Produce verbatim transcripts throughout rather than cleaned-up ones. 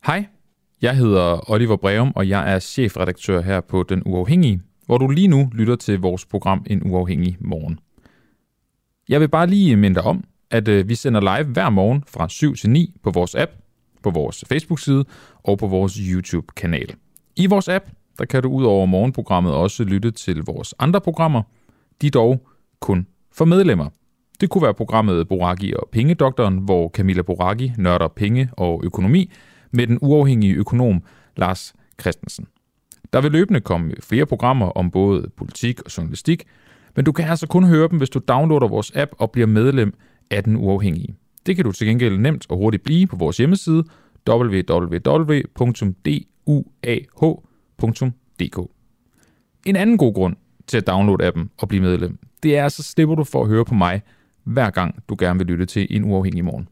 Hej, jeg hedder Oliver Breum, og jeg er chefredaktør her på Den Uafhængige, hvor du lige nu lytter til vores program En Uafhængig Morgen. Jeg vil bare lige minde dig om, at øh, vi sender live hver morgen fra syv til ni på vores app, på vores Facebook-side og på vores YouTube-kanal. I vores app, der kan du ud over morgenprogrammet også lytte til vores andre programmer. De er dog kun for medlemmer. Det kunne være programmet Boraghi og Pengedoktoren, hvor Camilla Boraghi nørder penge og økonomi med den uafhængige økonom Lars Christensen. Der vil løbende komme flere programmer om både politik og journalistik, men du kan altså kun høre dem, hvis du downloader vores app og bliver medlem af Den Uafhængige. Det kan du til gengæld nemt og hurtigt blive på vores hjemmeside w w w punktum d u a h punktum d k. En anden god grund til at downloade appen og blive medlem, det er, så slipper du for at høre på mig, hver gang du gerne vil lytte til En Uafhængig Morgen.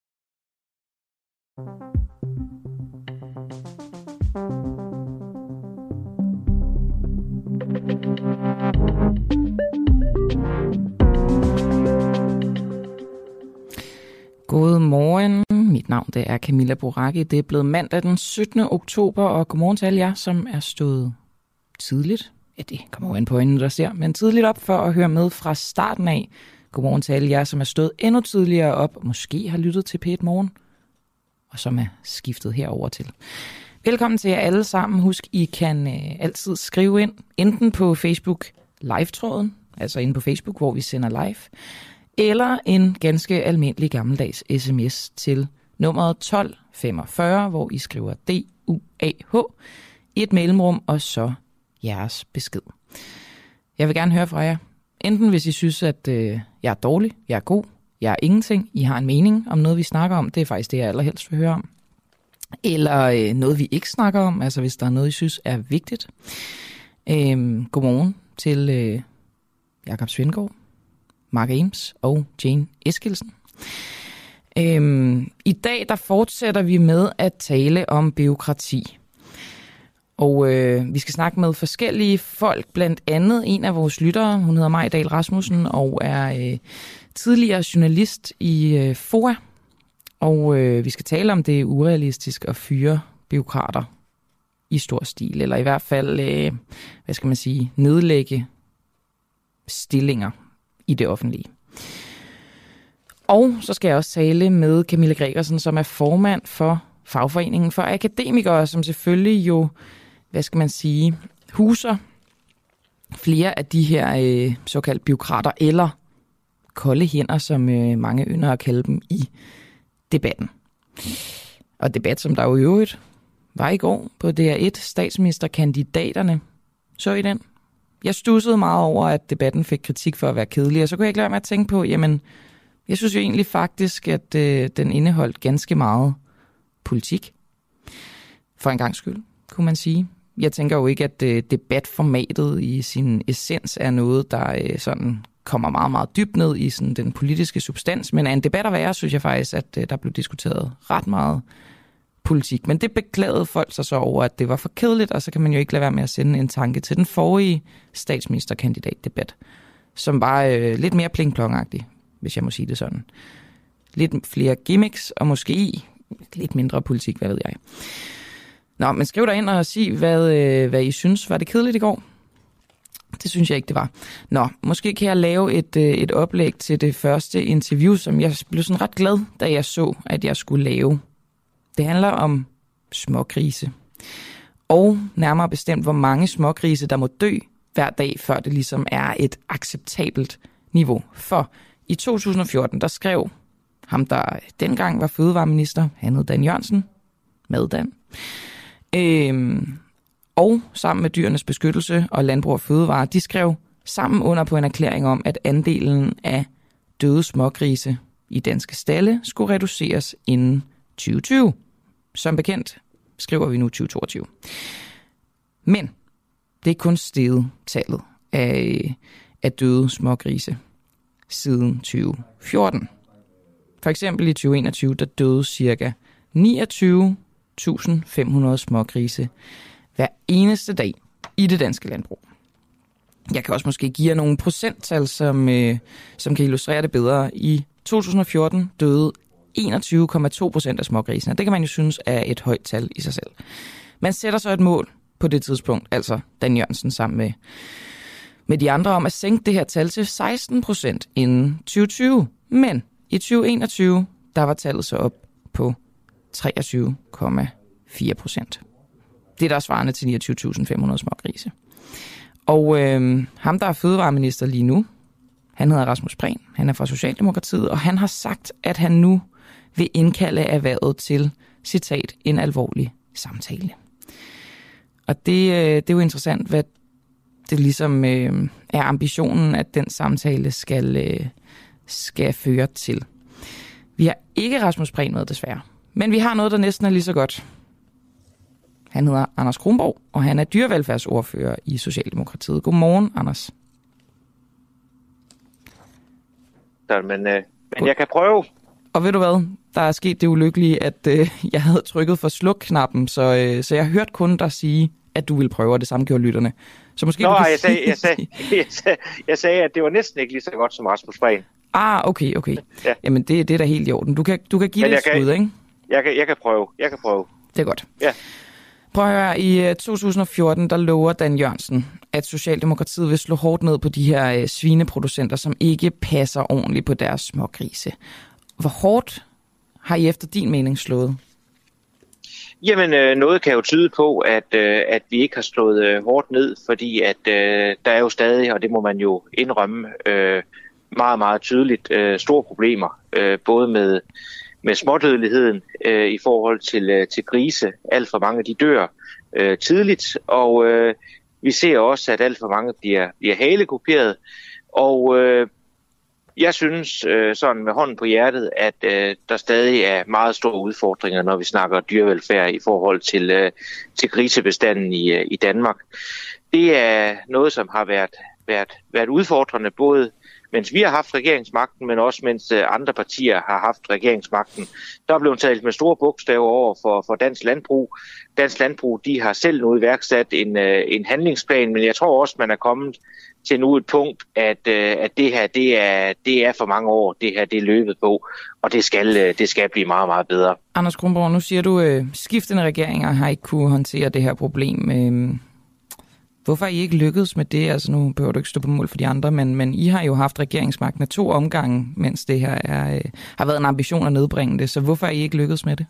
God morgen. Mit navn det er Camilla Boraghi. Det er blevet mandag den syttende oktober, og godmorgen til alle jer, som er stået tidligt. Ja, det kommer jo ind på øjnene, der ser, men tidligt op for at høre med fra starten af. Godmorgen til alle jer, som er stået endnu tidligere op, og måske har lyttet til P et Morgen, og som er skiftet herover til. Velkommen til jer alle sammen. Husk, I kan øh, altid skrive ind, enten på Facebook live-tråden, altså inde på Facebook, hvor vi sender live, eller en ganske almindelig gammeldags sms til nummeret tolv femogfyrre, hvor I skriver D U A H, et mellemrum, og så jeres besked. Jeg vil gerne høre fra jer. Enten hvis I synes, at øh, jeg er dårlig, jeg er god, jeg er ingenting, I har en mening om noget, vi snakker om, det er faktisk det, jeg allerhelst vil høre om. Eller øh, noget, vi ikke snakker om, altså hvis der er noget, I synes er vigtigt. Øh, godmorgen til øh, Jakob Svendgaard, Mark Ames og Jane Eskildsen. Øhm, I dag der fortsætter vi med at tale om bureaukrati. Og øh, vi skal snakke med forskellige folk, blandt andet en af vores lyttere. Hun hedder Maj Dahl Rasmussen og er øh, tidligere journalist i øh, F O A. Og øh, vi skal tale om det urealistisk at fyre bureaukrater i stor stil. Eller i hvert fald, øh, hvad skal man sige, nedlægge stillinger i det offentlige. Og så skal jeg også tale med Camilla Gregersen, som er formand for Fagforeningen for Akademikere, som selvfølgelig jo, hvad skal man sige, huser flere af de her øh, såkaldte bureaukrater, eller kolde hænder, som øh, mange ynder at kalde dem i debatten. Og debat, som der jo i øvrigt var i går på D R et, statsministerkandidaterne. Så I den? Jeg stussede meget over, at debatten fik kritik for at være kedelig, og så kunne jeg ikke lade være med at tænke på, jamen, jeg synes jo egentlig faktisk, at øh, den indeholdt ganske meget politik. For en gang skyld, kunne man sige. Jeg tænker jo ikke, at øh, debatformatet i sin essens er noget, der øh, sådan kommer meget, meget dybt ned i sådan, den politiske substans, men af en debat at være, synes jeg faktisk, at øh, der blev diskuteret ret meget politik. Men det beklagede folk sig så over, at det var for kedeligt, og så kan man jo ikke lade være med at sende en tanke til den forrige statsministerkandidatdebat, som var øh, lidt mere pling-plong-agtig, hvis jeg må sige det sådan. Lidt flere gimmicks, og måske lidt mindre politik, hvad ved jeg. Nå, men skriv dig ind og sig, hvad, øh, hvad I synes. Var det kedeligt i går? Det synes jeg ikke, det var. Nå, måske kan jeg lave et, øh, et oplæg til det første interview, som jeg blev sådan ret glad, da jeg så, at jeg skulle lave. Det handler om smågrise. Og nærmere bestemt, hvor mange smågrise, der må dø hver dag, før det ligesom er et acceptabelt niveau. For i to tusind og fjorten, der skrev ham, der dengang var fødevareminister, han hed Dan Jørgensen, med Dan, øhm, og sammen med Dyrenes Beskyttelse og Landbrug og Fødevare, de skrev sammen under på en erklæring om, at andelen af døde smågrise i danske stalle skulle reduceres inden tyve tyve. Som bekendt skriver vi nu tyve toogtyve. Men det er kun steget tallet af, af døde smågrise siden tyve fjorten. For eksempel i tyve enogtyve, der døde ca. niogtyve tusind fem hundrede smågrise hver eneste dag i det danske landbrug. Jeg kan også måske give jer nogle procenttal, som, øh, som kan illustrere det bedre. I to tusind og fjorten døde enogtyve komma to procent af smågrisene. Det kan man jo synes er et højt tal i sig selv. Man sætter så et mål på det tidspunkt, altså Dan Jørgensen sammen med, med de andre, om at sænke det her tal til seksten procent inden tyve tyve. Men i tyve enogtyve, der var tallet så op på treogtyve komma fire procent. Det er der svarende til niogtyve tusind fem hundrede smågrise. Og øh, ham, der er fødevareminister lige nu, han hedder Rasmus Prehn, han er fra Socialdemokratiet, og han har sagt, at han nu vil indkalde erhvervet til, citat, en alvorlig samtale. Og det, øh, det er jo interessant, hvad det ligesom øh, er ambitionen, at den samtale skal, øh, skal føre til. Vi har ikke Rasmus Prehn med, desværre. Men vi har noget, der næsten er lige så godt. Han hedder Anders Kronborg, og han er dyrevelfærdsordfører i Socialdemokratiet. Godmorgen, Anders. Så, men, øh, men jeg kan prøve. Og ved du hvad? Der er sket det ulykkelige, at øh, jeg havde trykket for sluk-knappen, så, øh, så jeg hørte kun dig sige, at du ville prøve, og det samme gjorde lytterne. Så måske Nå, du kan jeg, sagde, jeg, sagde, jeg, sagde, jeg sagde, at det var næsten ikke lige så godt som Rasmus Prehn. Ah, okay, okay. Ja. Jamen, det, det er da helt i orden. Du kan, du kan give men det et skud, ikke? Jeg kan, jeg kan prøve. Jeg kan prøve. Det er godt. Ja. Prøv at høre, i to tusind og fjorten, der lover Dan Jørgensen, at Socialdemokratiet vil slå hårdt ned på de her øh, svineproducenter, som ikke passer ordentligt på deres smågrise. Hvor hårdt har I efter din mening slået? Jamen, øh, noget kan jo tyde på, at, øh, at vi ikke har slået øh, hårdt ned, fordi at øh, der er jo stadig, og det må man jo indrømme, øh, meget, meget tydeligt øh, store problemer, øh, både med, med smådødeligheden øh, i forhold til, øh, til grise. Alt for mange, de dør øh, tidligt, og øh, vi ser også, at alt for mange bliver, bliver halekuperet, og øh, jeg synes øh, sådan med hånden på hjertet, at øh, der stadig er meget store udfordringer, når vi snakker dyrevelfærd i forhold til, øh, til grisebestanden i, øh, i Danmark. Det er noget, som har været, været, været udfordrende, både mens vi har haft regeringsmagten, men også mens øh, andre partier har haft regeringsmagten. Der er blevet talt med store bogstaver over for, for dansk landbrug. Dansk landbrug, de har selv nu iværksat en, øh, en handlingsplan, men jeg tror også, man er kommet til nu et punkt, at, øh, at det her, det er, det er for mange år, det her, det er løbet på, og det skal, øh, det skal blive meget, meget bedre. Anders Kronborg, nu siger du, øh, skiftende regeringer har ikke kunne håndtere det her problem. Øh, hvorfor er I ikke lykkedes med det? Altså nu behøver du ikke stå på mål for de andre, men, men I har jo haft regeringsmagten af to omgange, mens det her er, øh, har været en ambition at nedbringe det, så hvorfor er I ikke lykkedes med det?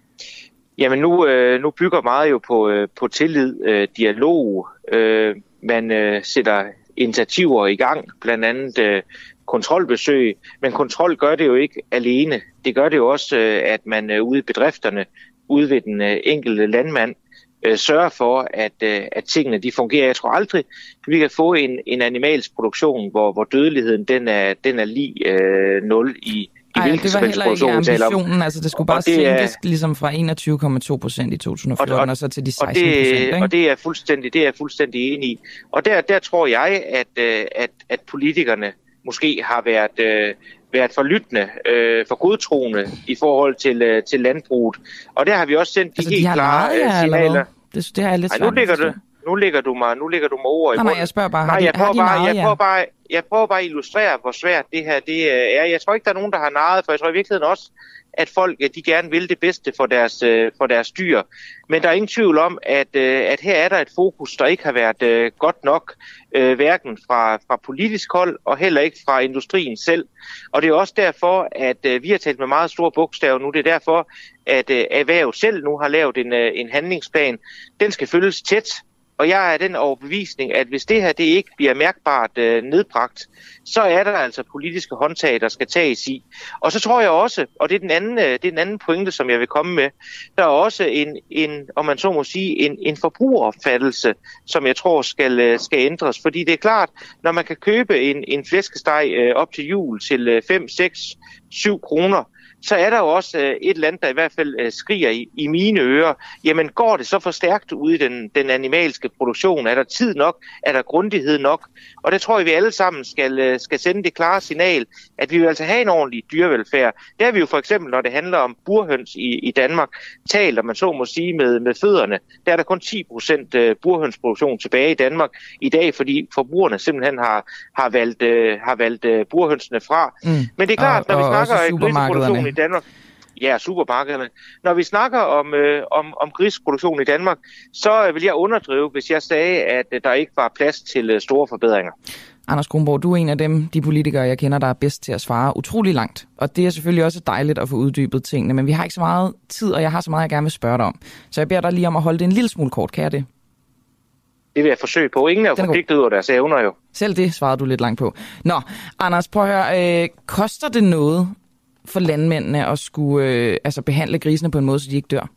Jamen nu, øh, nu bygger meget jo på, øh, på tillid, øh, dialog, øh, man øh, sætter initiativer i gang, blandt andet øh, kontrolbesøg, men kontrol gør det jo ikke alene. Det gør det jo også, øh, at man øh, ude i bedrifterne, ude ved den øh, enkelte landmand, øh, sørger for, at, øh, at tingene de fungerer. Jeg tror aldrig, vi kan få en, en animalsk produktion, hvor, hvor dødeligheden den er, den er lige øh, nul i Ej, det var heller ikke ambitionen, altså det skulle bare det er, sænkes ligesom fra enogtyve komma to procent i to tusind og fjorten og, og, og så til de seksten procent. Og, og det er fuldstændig, det er jeg fuldstændig enig i. Og der, der tror jeg, at, at, at politikerne måske har været, været for lyttende, for godtroende i forhold til, til landbruget. Og der har vi også sendt de altså, helt de klare lejet, signaler. Det, det har jeg lidt svært med. Nu lægger du mig, nu lægger du mig ord i munden. Nej, jeg spørger bare, Nej, har de, jeg prøver har de bare, narret, jeg prøver bare, jeg prøver bare at illustrere, hvor svært det her det er. Jeg tror ikke, der er nogen, der har narret, for jeg tror i virkeligheden også, at folk de gerne vil det bedste for deres, for deres dyr. Men der er ingen tvivl om, at, at her er der et fokus, der ikke har været godt nok, hverken fra, fra politisk hold og heller ikke fra industrien selv. Og det er også derfor, at vi har talt med meget store bogstaver nu. Det er derfor, at erhverv selv nu har lavet en, en handlingsplan. Den skal følges tæt. Og jeg er den overbevisning, at hvis det her det ikke bliver mærkbart øh, nedbragt, så er der altså politiske håndtag, der skal tages i. Og så tror jeg også, og det er den anden, det er den anden pointe, som jeg vil komme med, der er også en, en om man så må sige, en, en forbrugeropfattelse, som jeg tror skal, skal ændres. Fordi det er klart, når man kan købe en, en flæskesteg øh, op til jul til fem, seks, syv kroner, så er der jo også øh, et land, der i hvert fald øh, skriger i, i mine ører. Jamen går det så for stærkt ude i den, den animalske produktion? Er der tid nok? Er der grundighed nok? Og det tror jeg, vi alle sammen skal, øh, skal sende det klare signal, at vi vil altså have en ordentlig dyrevelfærd. Det har vi jo for eksempel, når det handler om burhøns i, i Danmark, talt, om man så må sige, med, med fødderne. Der er der kun ti procent øh, burhønsproduktion tilbage i Danmark i dag, fordi forbrugerne simpelthen har, har valgt, øh, har valgt øh, burhønsene fra. Mm. Men det er klart, og, når vi snakker om griseproduktion i Danmark, ja, supermarkederne. Når vi snakker om, øh, om, om grisproduktion i Danmark, så vil jeg underdrive, hvis jeg sagde, at øh, der ikke var plads til øh, store forbedringer. Anders Kronborg, du er en af dem, de politikere, jeg kender, der er bedst til at svare utrolig langt. Og det er selvfølgelig også dejligt at få uddybet tingene, men vi har ikke så meget tid, og jeg har så meget, jeg gerne vil spørge dig om. Så jeg beder dig lige om at holde det en lille smule kort. Kan jeg det? Det vil jeg forsøge på. Ingen er jo forpligtet ud af deres evner jo. Selv det svarede du lidt langt på. Nå, Anders, prøv at høre. Øh, koster det noget for landmændene at skulle øh, altså behandle grisene på en måde, så de ikke dør?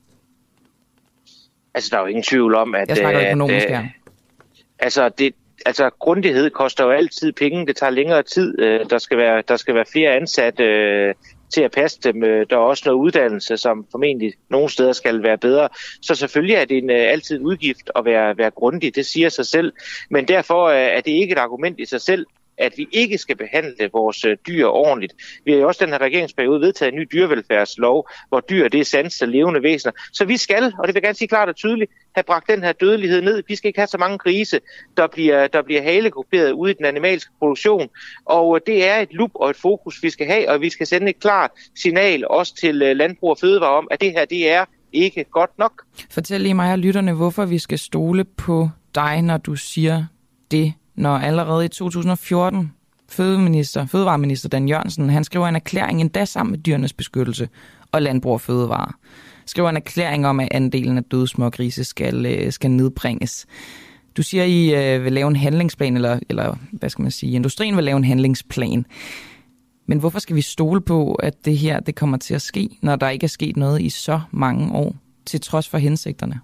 Altså, der er jo ingen tvivl om, at... Jeg snakker at, økonomisk her. Altså, det, altså, grundighed koster jo altid penge. Det tager længere tid. Der skal være, der skal være flere ansatte øh, til at passe dem. Der er også noget uddannelse, som formentlig nogle steder skal være bedre. Så selvfølgelig er det en, altid en udgift at være, være grundig. Det siger sig selv. Men derfor er det ikke et argument i sig selv, at vi ikke skal behandle vores dyr ordentligt. Vi har jo også den her regeringsperiode vedtaget en ny dyrevelfærdslov, hvor dyr det er sansede levende væsener. Så vi skal, og det vil jeg gerne sige klart og tydeligt, have bragt den her dødelighed ned. Vi skal ikke have så mange grise, der bliver, der bliver halekuperet ude i den animalske produktion. Og det er et lup og et fokus, vi skal have, og vi skal sende et klart signal også til Landbrug og Fødevare om, at det her det er ikke godt nok. Fortæl lige mig og lytterne, hvorfor vi skal stole på dig, når du siger det, når allerede i to tusind og fjorten fødeminister, fødevareminister Dan Jørgensen, han skriver en erklæring endda sammen med Dyrenes Beskyttelse og Landbrug og Fødevare. Skriver en erklæring om, at andelen af døde smågrise skal, skal nedbringes. Du siger, I vil lave en handlingsplan, eller, eller hvad skal man sige, industrien vil lave en handlingsplan. Men hvorfor skal vi stole på, at det her det kommer til at ske, når der ikke er sket noget i så mange år, til trods for hensigterne?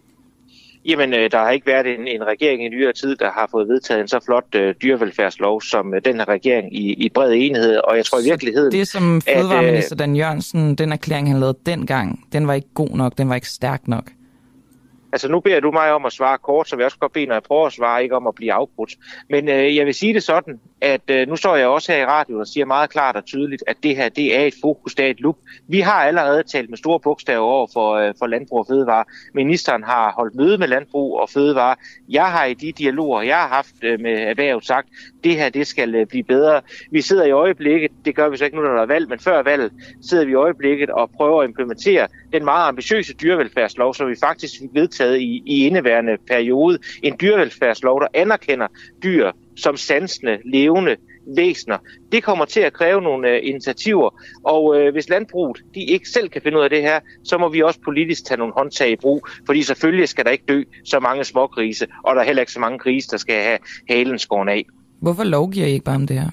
Jamen, der har ikke været en, en regering i nyere tid, der har fået vedtaget en så flot øh, dyrevelfærdslov som øh, den her regering i, i bred enighed. Og jeg tror i virkeligheden... Det som fødevareminister Dan Jørgensen, den erklæring han lavede dengang, den var ikke god nok, den var ikke stærk nok. Altså nu beder du mig om at svare kort, så vil jeg også godt bede, når jeg prøver at svare, ikke om at blive afbrudt. Men øh, jeg vil sige det sådan, at øh, nu står jeg også her i radioen og siger meget klart og tydeligt, at det her det er et fokus, det er et loop. Vi har allerede talt med store bogstaver over for, øh, for Landbrug og Fødevare. Ministeren har holdt møde med Landbrug og Fødevare. Jeg har i de dialoger, jeg har haft øh, med erhvervet sagt, det her det skal øh, blive bedre. Vi sidder i øjeblikket, det gør vi så ikke nu, når der er valg, men før valget sidder vi i øjeblikket og prøver at implementere den meget ambitiøse dyrevelfærdslov, som vi faktisk fik vedtaget I, i indeværende periode. En dyrevelfærdslov, der anerkender dyr som sansende, levende væsener. Det kommer til at kræve nogle øh, initiativer, og øh, hvis landbruget de ikke selv kan finde ud af det her, så må vi også politisk tage nogle håndtag i brug, fordi selvfølgelig skal der ikke dø så mange smågrise, og der er heller ikke så mange grise, der skal have halen skåret af. Hvorfor lovgiver I ikke bare om det her?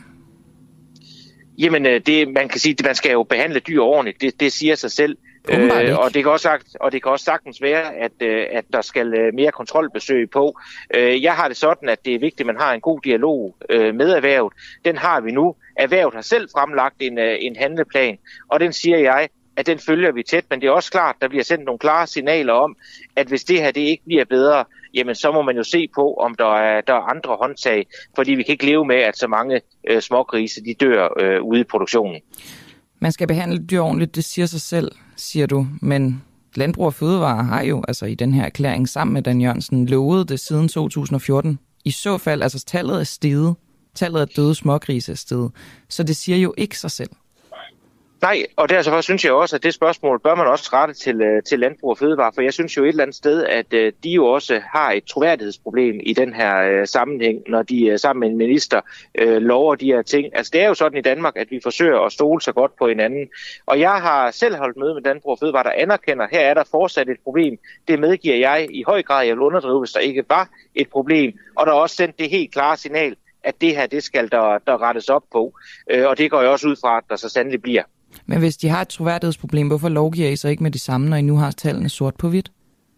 Jamen, det, man kan sige, at man skal jo behandle dyr ordentligt. Det, det siger sig selv. Øh, og, det kan også sagt, og det kan også sagtens være, at, øh, at der skal mere kontrolbesøg på. Øh, jeg har det sådan, at det er vigtigt, at man har en god dialog øh, med erhvervet. Den har vi nu. Erhvervet har selv fremlagt en, øh, en handleplan, og den siger jeg, at den følger vi tæt. Men det er også klart, at der bliver sendt nogle klare signaler om, at hvis det her det ikke bliver bedre, jamen så må man jo se på, om der er, der er andre håndtag. Fordi vi kan ikke leve med, at så mange øh, smågrise de dør øh, ude i produktionen. Man skal behandle dyr ordentligt, det siger sig selv, siger du. Men Landbrug og Fødevare har jo altså i den her erklæring sammen med Dan Jørgensen lovet det siden to tusind og fjorten. I så fald, altså tallet er steget. Tallet af døde smågrise er steget. Så det siger jo ikke sig selv. Nej, og derfor synes jeg også, at det spørgsmål bør man også rette til, til Landbrug og Fødevare, for jeg synes jo et eller andet sted, at de jo også har et troværdighedsproblem i den her sammenhæng, når de sammen med en minister øh, lover de her ting. Altså det er jo sådan i Danmark, at vi forsøger at stole så godt på hinanden, og jeg har selv holdt møde med Landbrug og Fødevare, der anerkender, her er der fortsat et problem. Det medgiver jeg i høj grad, jeg vil underdrive, hvis der ikke var et problem, og der er også sendt det helt klare signal, at det her, det skal der, der rettes op på, øh, og det går jeg også ud fra, at der så sandelig bliver. Men hvis de har et troværdighedsproblem, hvorfor lovgiver I så ikke med de samme, når I nu har tallene sort på hvidt?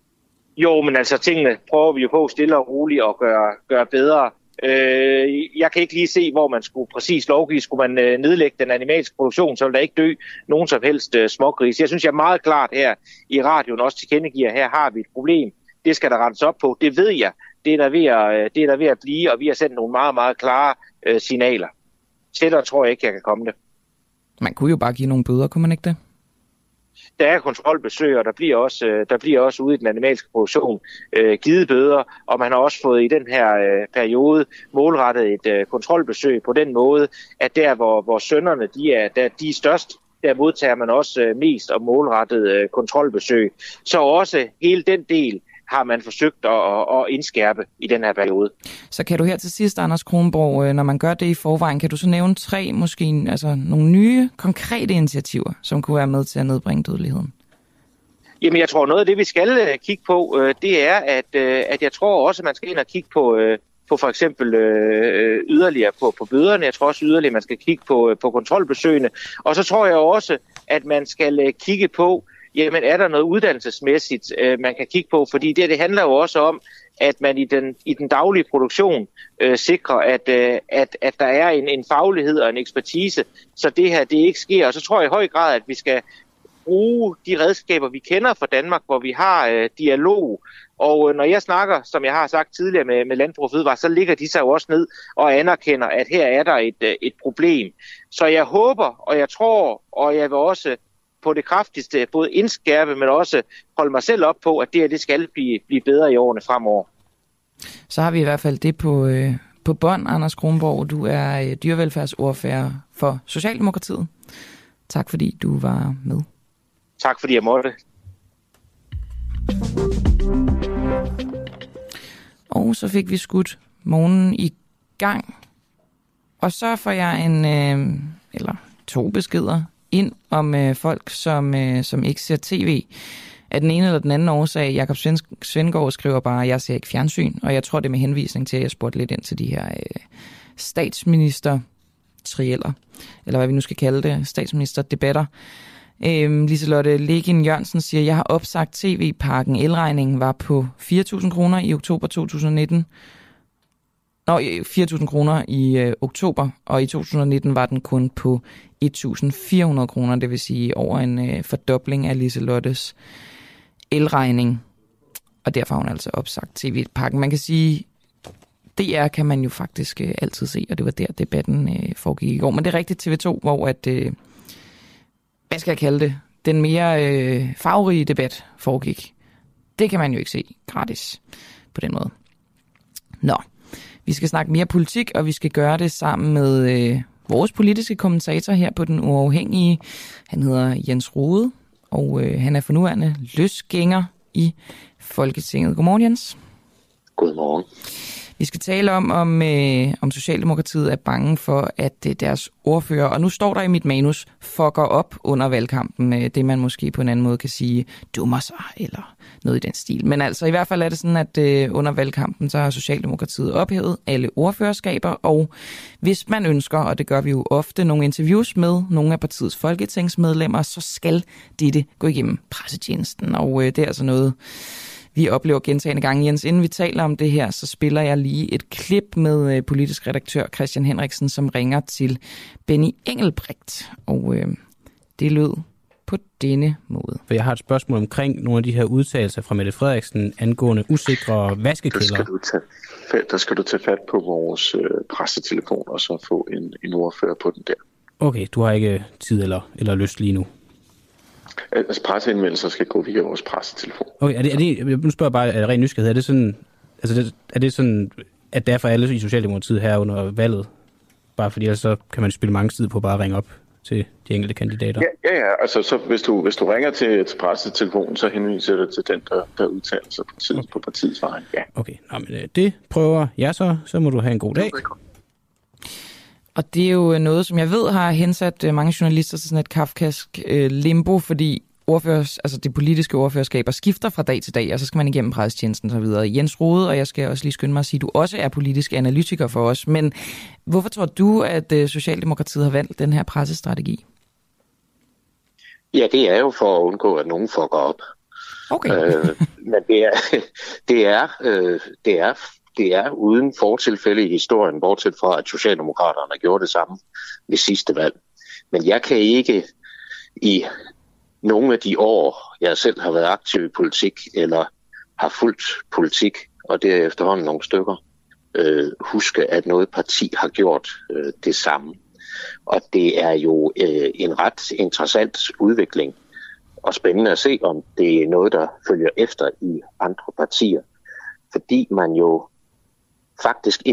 Jo, men altså tingene prøver vi jo på stille og roligt at gøre, gøre bedre. Øh, jeg kan ikke lige se, hvor man skulle præcis lovgive. Skulle man øh, nedlægge den animalske produktion, så vil der ikke dø nogen som helst øh, smågris. Jeg synes, jeg er meget klart her i radioen også tilkendegiver, her har vi et problem. Det skal der rettes op på. Det ved jeg. Det er der ved at, det er der ved at blive, og vi har sendt nogle meget, meget klare øh, signaler. Tættere tror jeg ikke, jeg kan komme det. Man kunne jo bare give nogle bøder, kunne man ikke det? Der er kontrolbesøg, og der bliver også, der bliver også ude i den animalske produktion øh, givet bøder, og man har også fået i den her øh, periode målrettet et øh, kontrolbesøg på den måde, at der, hvor, hvor sønnerne de er, der, de er størst, der modtager man også øh, mest og målrettet øh, kontrolbesøg. Så også hele den del har man forsøgt at, at, at indskærpe i den her periode. Så kan du her til sidst, Anders Kronborg, når man gør det i forvejen, kan du så nævne tre, måske altså nogle nye, konkrete initiativer, som kunne være med til at nedbringe dødeligheden? Jamen, jeg tror, noget af det, vi skal uh, kigge på, uh, det er, at, uh, at jeg tror også, at man skal ind og kigge på, uh, på for eksempel uh, yderligere på, på bøderne. Jeg tror også yderligere, man skal kigge på, uh, på kontrolbesøgene. Og så tror jeg også, at man skal uh, kigge på, jamen er der noget uddannelsesmæssigt, uh, man kan kigge på? Fordi det, det handler jo også om, at man i den, i den daglige produktion uh, sikrer, at, uh, at, at der er en, en faglighed og en ekspertise, så det her det ikke sker. Og så tror jeg i høj grad, at vi skal bruge de redskaber, vi kender fra Danmark, hvor vi har øh, dialog. Og øh, når jeg snakker, som jeg har sagt tidligere med, med Landbrug og Fødevare, så ligger de sig jo også ned og anerkender, at her er der et, øh, et problem. Så jeg håber, og jeg tror, og jeg vil også på det kraftigste både indskærpe, men også holde mig selv op på, at det her det skal blive, blive bedre i årene fremover. Så har vi i hvert fald det på, øh, på bånd, Anders Kronborg. Du er øh, dyrevelfærdsordfører for Socialdemokratiet. Tak fordi du var med. Tak fordi jeg måtte. Og så fik vi skudt morgenen i gang. Og så får jeg en, øh, eller to beskeder ind om øh, folk, som, øh, som ikke ser tv. Af den ene eller den anden årsag, Jakob Svendgaard skriver bare, at jeg ser ikke fjernsyn. Og jeg tror, det er med henvisning til, at jeg spurgte lidt ind til de her øh, statsminister trieller, eller hvad vi nu skal kalde det, statsministerdebatter. Øhm, Liselotte Legin Jørgensen siger, jeg har opsagt tv-pakken. Elregningen var på fire tusind kroner i oktober to tusind nitten. Nå, fire tusind kroner i øh, oktober, og i to tusind nitten var den kun på et tusind fire hundrede kroner, det vil sige over en øh, fordobling af Liselottes elregning. Og derfor har hun altså opsagt tv-pakken. Man kan sige, D R kan man jo faktisk øh, altid se, og det var der debatten øh, foregik i går. Men det er rigtigt T V to, hvor at, øh, hvad skal jeg kalde det, den mere øh, farverige debat foregik. Det kan man jo ikke se gratis på den måde. Nå, vi skal snakke mere politik, og vi skal gøre det sammen med øh, vores politiske kommentator her på Den Uafhængige. Han hedder Jens Rohde, og øh, han er for nuværende løsgænger i Folketinget. Godmorgen, Jens. Godmorgen. Vi skal tale om, om, øh, om Socialdemokratiet er bange for, at øh, deres ordfører, og nu står der i mit manus, fucker op under valgkampen. Øh, det man måske på en anden måde kan sige, dummer sig, eller noget i den stil. Men altså i hvert fald er det sådan, at øh, under valgkampen, så har Socialdemokratiet ophævet alle ordførerskaber, og hvis man ønsker, og det gør vi jo ofte, nogle interviews med nogle af partiets folketingsmedlemmer, så skal dette gå igennem pressetjenesten, og øh, det er altså noget, vi oplever gentagne gange. Jens, inden vi taler om det her, så spiller jeg lige et klip med øh, politisk redaktør Christian Henriksen, som ringer til Benny Engelbrecht. Og øh, det lød på denne måde. For jeg har et spørgsmål omkring nogle af de her udtalelser fra Mette Frederiksen angående usikre vaskekælder. Der skal du tage, der skal du tage fat på vores øh, pressetelefon og så få en, en ordfører på den der. Okay, du har ikke tid eller, eller lyst lige nu. Altså presseindmeldelser skal gå via vores pressetelefon. Okay, er det, er det, nu spørger jeg bare, er det ren nysgerrighed, er det sådan, altså det, er det sådan, at derfor alle i Socialdemokratiet her under valget, bare fordi så kan man spille mange tid på bare at ringe op til de enkelte kandidater? Ja, ja, ja. Altså så hvis du, hvis du ringer til, til pressetelefonen, så henviser du til den, der, der udtaler sig på, tid, okay. på partiets vejen. Ja. Okay, nå, men det prøver jeg så, så må du have en god dag. Og det er jo noget, som jeg ved har hensat mange journalister til sådan et kafkask øh, limbo, fordi ordførers, altså de politiske ordførerskaber skifter fra dag til dag, og så skal man igennem pressetjenesten og så videre. Jens Rohde, og jeg skal også lige skynde mig at sige, at du også er politisk analytiker for os, men hvorfor tror du, at øh, Socialdemokratiet har valgt den her pressestrategi? Ja, det er jo for at undgå, at nogen fucker op. Okay. øh, men det er, det er, øh, det er Det er uden fortilfælde i historien, bortset fra, at Socialdemokraterne gjorde det samme ved sidste valg. Men jeg kan ikke i nogle af de år, jeg selv har været aktiv i politik, eller har fulgt politik, og det er efterhånden nogle stykker, øh, huske, at noget parti har gjort øh, det samme. Og det er jo øh, en ret interessant udvikling, og spændende at se, om det er noget, der følger efter i andre partier. Fordi man jo faktisk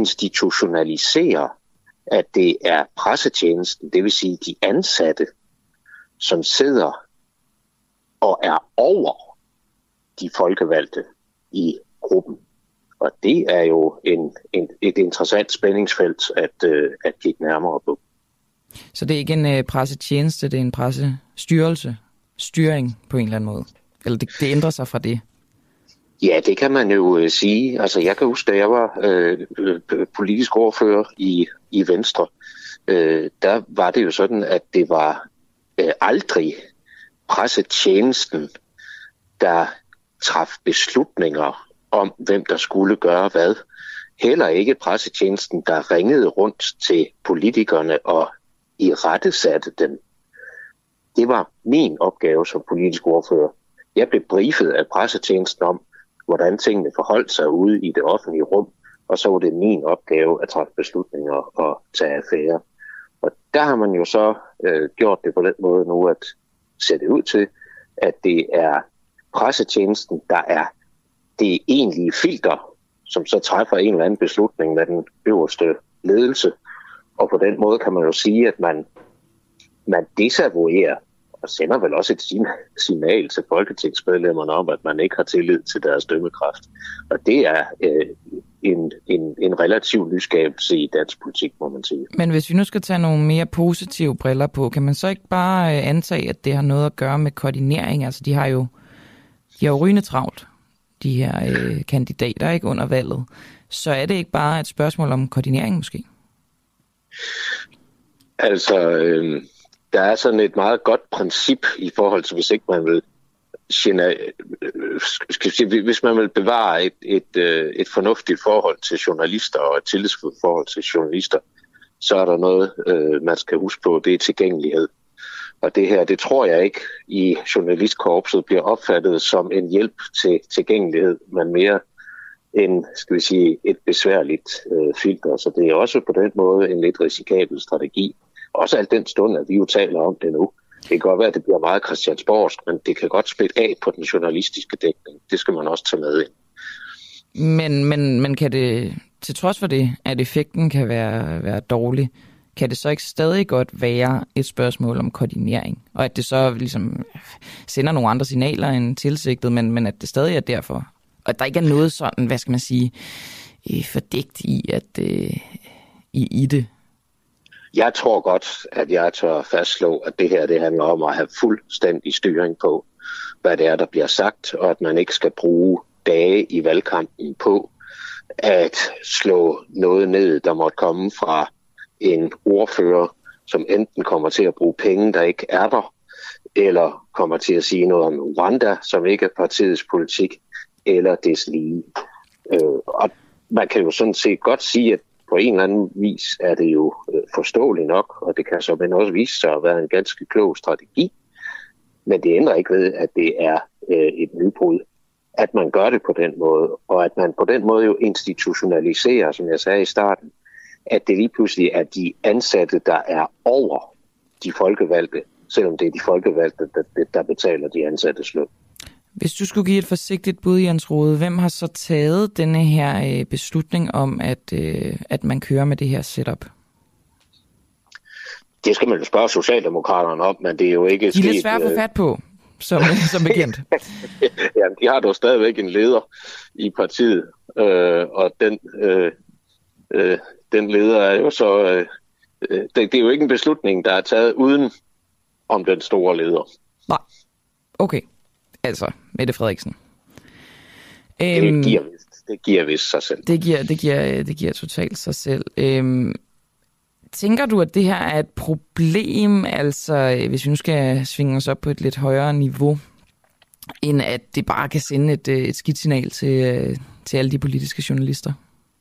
institutionaliserer, at det er pressetjenesten, det vil sige de ansatte, som sidder og er over de folkevalgte i gruppen. Og det er jo en, en, et interessant spændingsfelt at, øh, at kigge nærmere på. Så det er ikke en øh, pressetjeneste, det er en pressestyrelse, styring på en eller anden måde? Eller det, det ændrer sig fra det? Ja, det kan man jo øh, sige. Altså, jeg kan huske, da jeg var øh, politisk ordfører i, i Venstre, øh, der var det jo sådan, at det var øh, aldrig pressetjenesten, der traf beslutninger om, hvem der skulle gøre hvad. Heller ikke pressetjenesten, der ringede rundt til politikerne og irettesatte dem. Det var min opgave som politisk ordfører. Jeg blev briefet af pressetjenesten om, hvordan tingene forholdt sig ude i det offentlige rum, og så var det min opgave at træffe beslutninger og tage affære. Og der har man jo så øh, gjort det på den måde nu, at se det ud til, at det er pressetjenesten, der er det egentlige filter, som så træffer en eller anden beslutning med den øverste ledelse. Og på den måde kan man jo sige, at man, man desavouerer og sender vel også et signal til folketingsmedlemmerne om, at man ikke har tillid til deres dømmekraft. Og det er øh, en, en, en relativ nyskabelse i dansk politik, må man sige. Men hvis vi nu skal tage nogle mere positive briller på, kan man så ikke bare øh, antage, at det har noget at gøre med koordinering? Altså, de har jo, de har jo rygende travlt, de her øh, kandidater, ikke, under valget. Så er det ikke bare et spørgsmål om koordinering, måske? Altså... Øh, Der er sådan et meget godt princip i forhold til, hvis ikke man vil, skal sige, hvis man vil bevare et, et, et fornuftigt forhold til journalister og et tillidsfuldt forhold til journalister, så er der noget, man skal huske på, det er tilgængelighed. Og det her, det tror jeg ikke i journalistkorpset bliver opfattet som en hjælp til tilgængelighed, men mere en, skal vi sige, et besværligt øh, filter. Så det er også på den måde en lidt risikabel strategi. Også alt den stund, at vi jo taler om det nu. Det kan godt være, at det bliver meget christiansborgsk, men det kan godt splitte af på den journalistiske dækning. Det skal man også tage med ind. Men, men, men kan det, til trods for det, at effekten kan være, være dårlig, kan det så ikke stadig godt være et spørgsmål om koordinering? Og at det så ligesom sender nogle andre signaler end tilsigtet, men, men at det stadig er derfor? Og at der ikke er noget sådan, hvad skal man sige, fordækt i, at, i, i det? Jeg tror godt, at jeg tør fastslå, at det her det handler om at have fuldstændig styring på, hvad det er, der bliver sagt, og at man ikke skal bruge dage i valgkampen på at slå noget ned, der måtte komme fra en ordfører, som enten kommer til at bruge penge, der ikke er der, eller kommer til at sige noget om Rwanda, som ikke er partiets politik, eller deslige. Øh, og man kan jo sådan set godt sige, at på en eller anden vis er det jo øh, forståeligt nok, og det kan så men også vise sig at være en ganske klog strategi. Men det ændrer ikke ved, at det er øh, et nybrud, at man gør det på den måde, og at man på den måde jo institutionaliserer, som jeg sagde i starten, at det lige pludselig er de ansatte, der er over de folkevalgte, selvom det er de folkevalgte, der, der betaler de ansattes løn. Hvis du skulle give et forsigtigt bud, Jens Rohde, hvem har så taget denne her beslutning om, at, at man kører med det her setup? Det skal man jo spørge Socialdemokraterne om, men det er jo ikke de sket... De er lidt svært at få fat på, som, som bekendt. Jamen, de har dog stadigvæk en leder i partiet, øh, og den, øh, øh, den leder er jo så... Øh, det, det er jo ikke en beslutning, der er taget uden om den store leder. Nej, okay. Altså, Mette Frederiksen. Det giver, det giver vist sig selv. Det giver, det giver, det giver totalt sig selv. Øhm, tænker du, at det her er et problem, altså hvis vi nu skal svinge os op på et lidt højere niveau, end at det bare kan sende et, et skidt signal til, til alle de politiske journalister?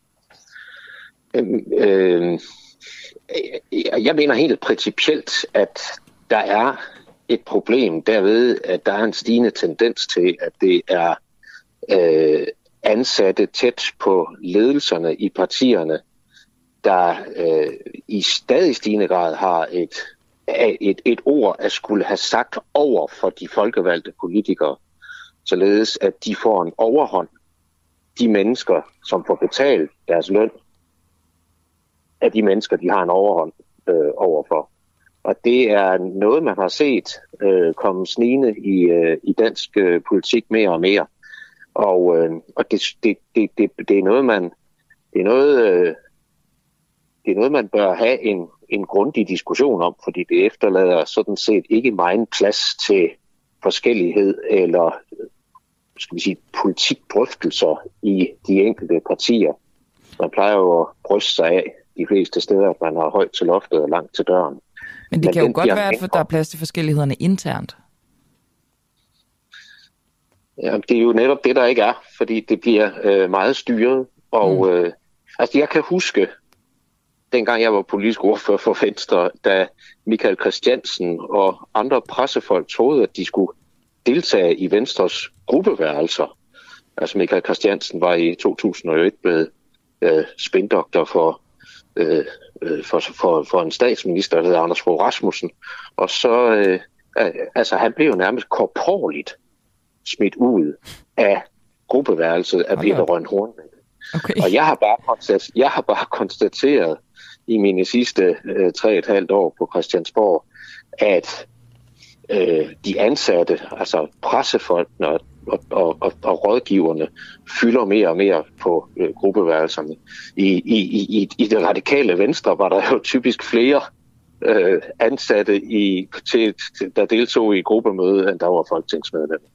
Øhm, øh, jeg mener helt principielt, at der er et problem derved, at der er en stigende tendens til, at det er øh, ansatte tæt på ledelserne i partierne, der øh, i stadig stigende grad har et, et, et ord at skulle have sagt over for de folkevalgte politikere, således at de får en overhånd. De mennesker, som får betalt deres løn, af de mennesker, de har en overhånd øh, overfor. Og det er noget, man har set øh, komme snigende i, øh, i dansk øh, politik mere og mere. Og, øh, og det, det, det, det, det er noget, man det er noget, øh, det er noget, man bør have en, en grundig diskussion om, fordi det efterlader sådan set ikke meget plads til forskellighed eller skal vi sige, politikdrøftelser i de enkelte partier. Man plejer jo at bryste sig af de fleste steder, at man har højt til loftet og langt til døren. Men det Men kan jo godt være, at der er plads til forskellighederne internt. Ja, det er jo netop det, der ikke er, fordi det bliver øh, meget styret. Og mm. øh, altså, jeg kan huske, dengang jeg var politisk ordfører for Venstre, da Michael Christiansen og andre pressefolk troede, at de skulle deltage i Venstres gruppeværelser. Altså Michael Christiansen var i to tusind og et blevet øh, spindoktor for, øh, for, for, for en statsminister, der hedder Anders Fogh Rasmussen. Og så, øh, altså han blev jo nærmest korporligt smidt ud af gruppeværelset af Peter Rønn Hornbech. Okay. Og jeg har, bare konstateret, jeg har bare konstateret i mine sidste øh, tre og et halvt år på Christiansborg, at øh, de ansatte, altså pressefolkene og, og, og, og, og rådgiverne, fylder mere og mere på øh, gruppeværelserne. I, i, i, I det radikale Venstre var der jo typisk flere øh, ansatte, i, til, til, der deltog i gruppemødet, end der var folketingsmedlemmer.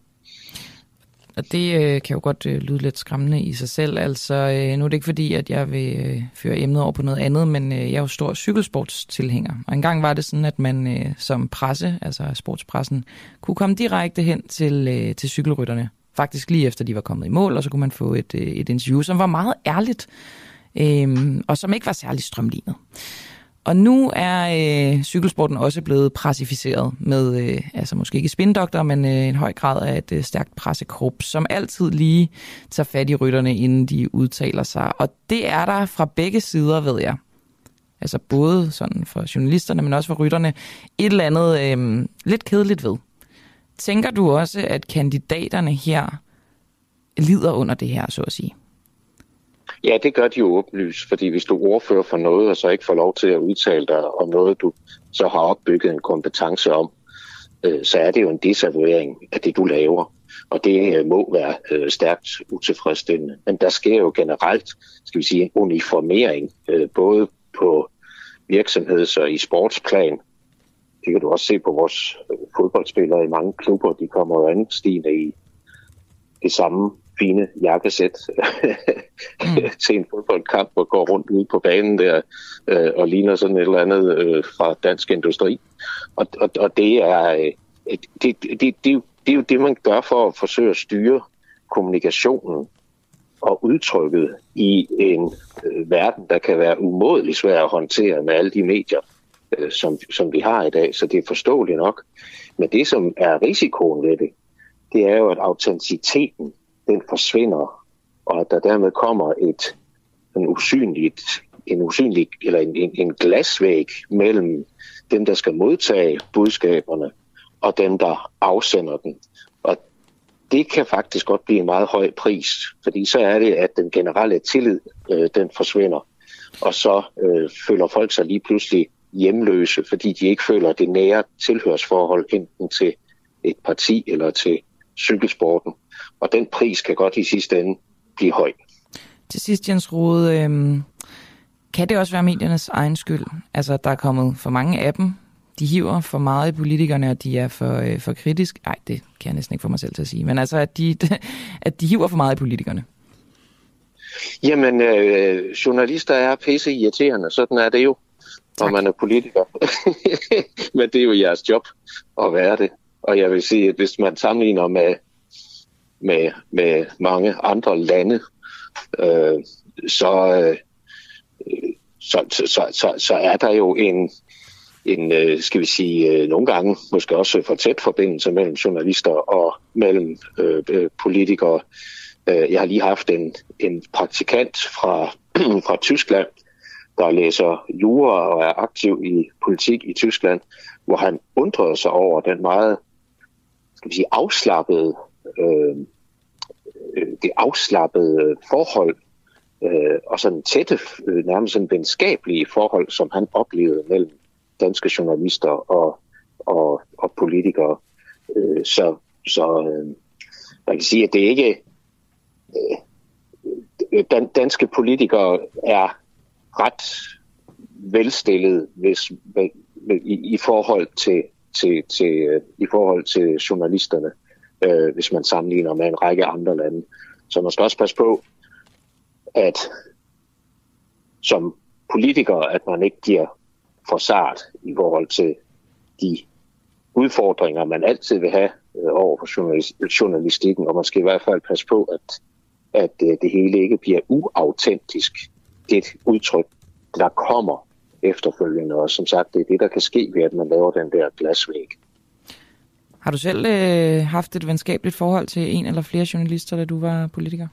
Og det øh, kan jo godt øh, lyde lidt skræmmende i sig selv. Altså, øh, nu er det ikke fordi, at jeg vil øh, føre emnet over på noget andet, men øh, jeg er jo stor cykelsportstilhænger. Og engang var det sådan, at man øh, som presse, altså sportspressen, kunne komme direkte hen til, øh, til cykelrytterne. Faktisk lige efter de var kommet i mål, og så kunne man få et, øh, et interview, som var meget ærligt, øh, og som ikke var særlig strømlignet. Og nu er øh, cykelsporten også blevet pressificeret med, øh, altså måske ikke spindokter, men øh, en høj grad af et øh, stærkt pressekorps, som altid lige tager fat i rytterne, inden de udtaler sig. Og det er der fra begge sider, ved jeg. Altså både sådan for journalisterne, men også for rytterne. Et eller andet øh, lidt kedeligt ved. Tænker du også, at kandidaterne her lider under det her, så at sige? Ja, det gør de jo åbenlyst, fordi hvis du ordfører for noget, og så ikke får lov til at udtale dig om noget, du så har opbygget en kompetence om, øh, så er det jo en desavouering af det, du laver. Og det øh, må være øh, stærkt utilfredsstillende. Men der sker jo generelt, skal vi sige, en uniformering, øh, både på virksomheds- og i sportsplan. Det kan du også se på vores fodboldspillere i mange klubber. De kommer jo andet stigende i det samme fine jakkesæt mm. til en fodboldkamp og går rundt ude på banen der øh, og ligner sådan et eller andet øh, fra Dansk Industri. Og, og, og det er øh, det, det, det, det, det er jo det, man gør for at forsøge at styre kommunikationen og udtrykket i en øh, verden, der kan være umådelig svær at håndtere med alle de medier, øh, som, som vi har i dag. Så det er forståeligt nok. Men det, som er risikoen ved det, det er jo, at autenticiteten den forsvinder, og at der dermed kommer et en usynligt, en usynlig eller en, en, en glasvæg mellem dem, der skal modtage budskaberne, og dem, der afsender den. Og det kan faktisk godt blive en meget høj pris, fordi så er det, at den generelle tillid, øh, den forsvinder, og så øh, føler folk sig lige pludselig hjemløse, fordi de ikke føler det nære tilhørsforhold enten til et parti eller til cykelsporten. Og den pris kan godt i sidste ende blive høj. Til sidst, Jens Rohde, øh, kan det også være mediernes egen skyld? Altså, der er kommet for mange af dem. De hiver for meget i politikerne, og de er for, øh, for kritisk. Nej, det kan jeg næsten ikke få mig selv til at sige. Men altså, at de, at de hiver for meget i politikerne. Jamen, øh, journalister er pisse irriterende. Sådan er det jo, når man er politiker. Men det er jo jeres job at være det. Og jeg vil sige, at hvis man sammenligner med Med, med mange andre lande, øh, så, øh, så, så, så, så er der jo en, en øh, skal vi sige, øh, nogle gange måske også for tæt forbindelse mellem journalister og mellem øh, politikere. Jeg har lige haft en, en praktikant fra, fra Tyskland, der læser jura og er aktiv i politik i Tyskland, hvor han undrede sig over den meget, skal vi sige, afslappede Øh, det afslappede forhold øh, og sådan tætte, øh, nærmest sådan venskabelige forhold, som han oplevede mellem danske journalister og, og, og politikere. Øh, så så øh, man kan sige, at det ikke øh, dan, danske politikere er ret velstillet hvis, i, i forhold til, til, til i forhold til journalisterne, øh, hvis man sammenligner med en række andre lande. Så man skal også passe på, at som politiker, at man ikke giver for sart i forhold til de udfordringer, man altid vil have øh, over for journalistikken, og man skal i hvert fald passe på, at, at øh, det hele ikke bliver uautentisk. Det er et udtryk, der kommer efterfølgende, og som sagt, det er det, der kan ske ved, at man laver den der glasvæg. Har du selv øh, haft et venskabeligt forhold til en eller flere journalister, da du var politiker?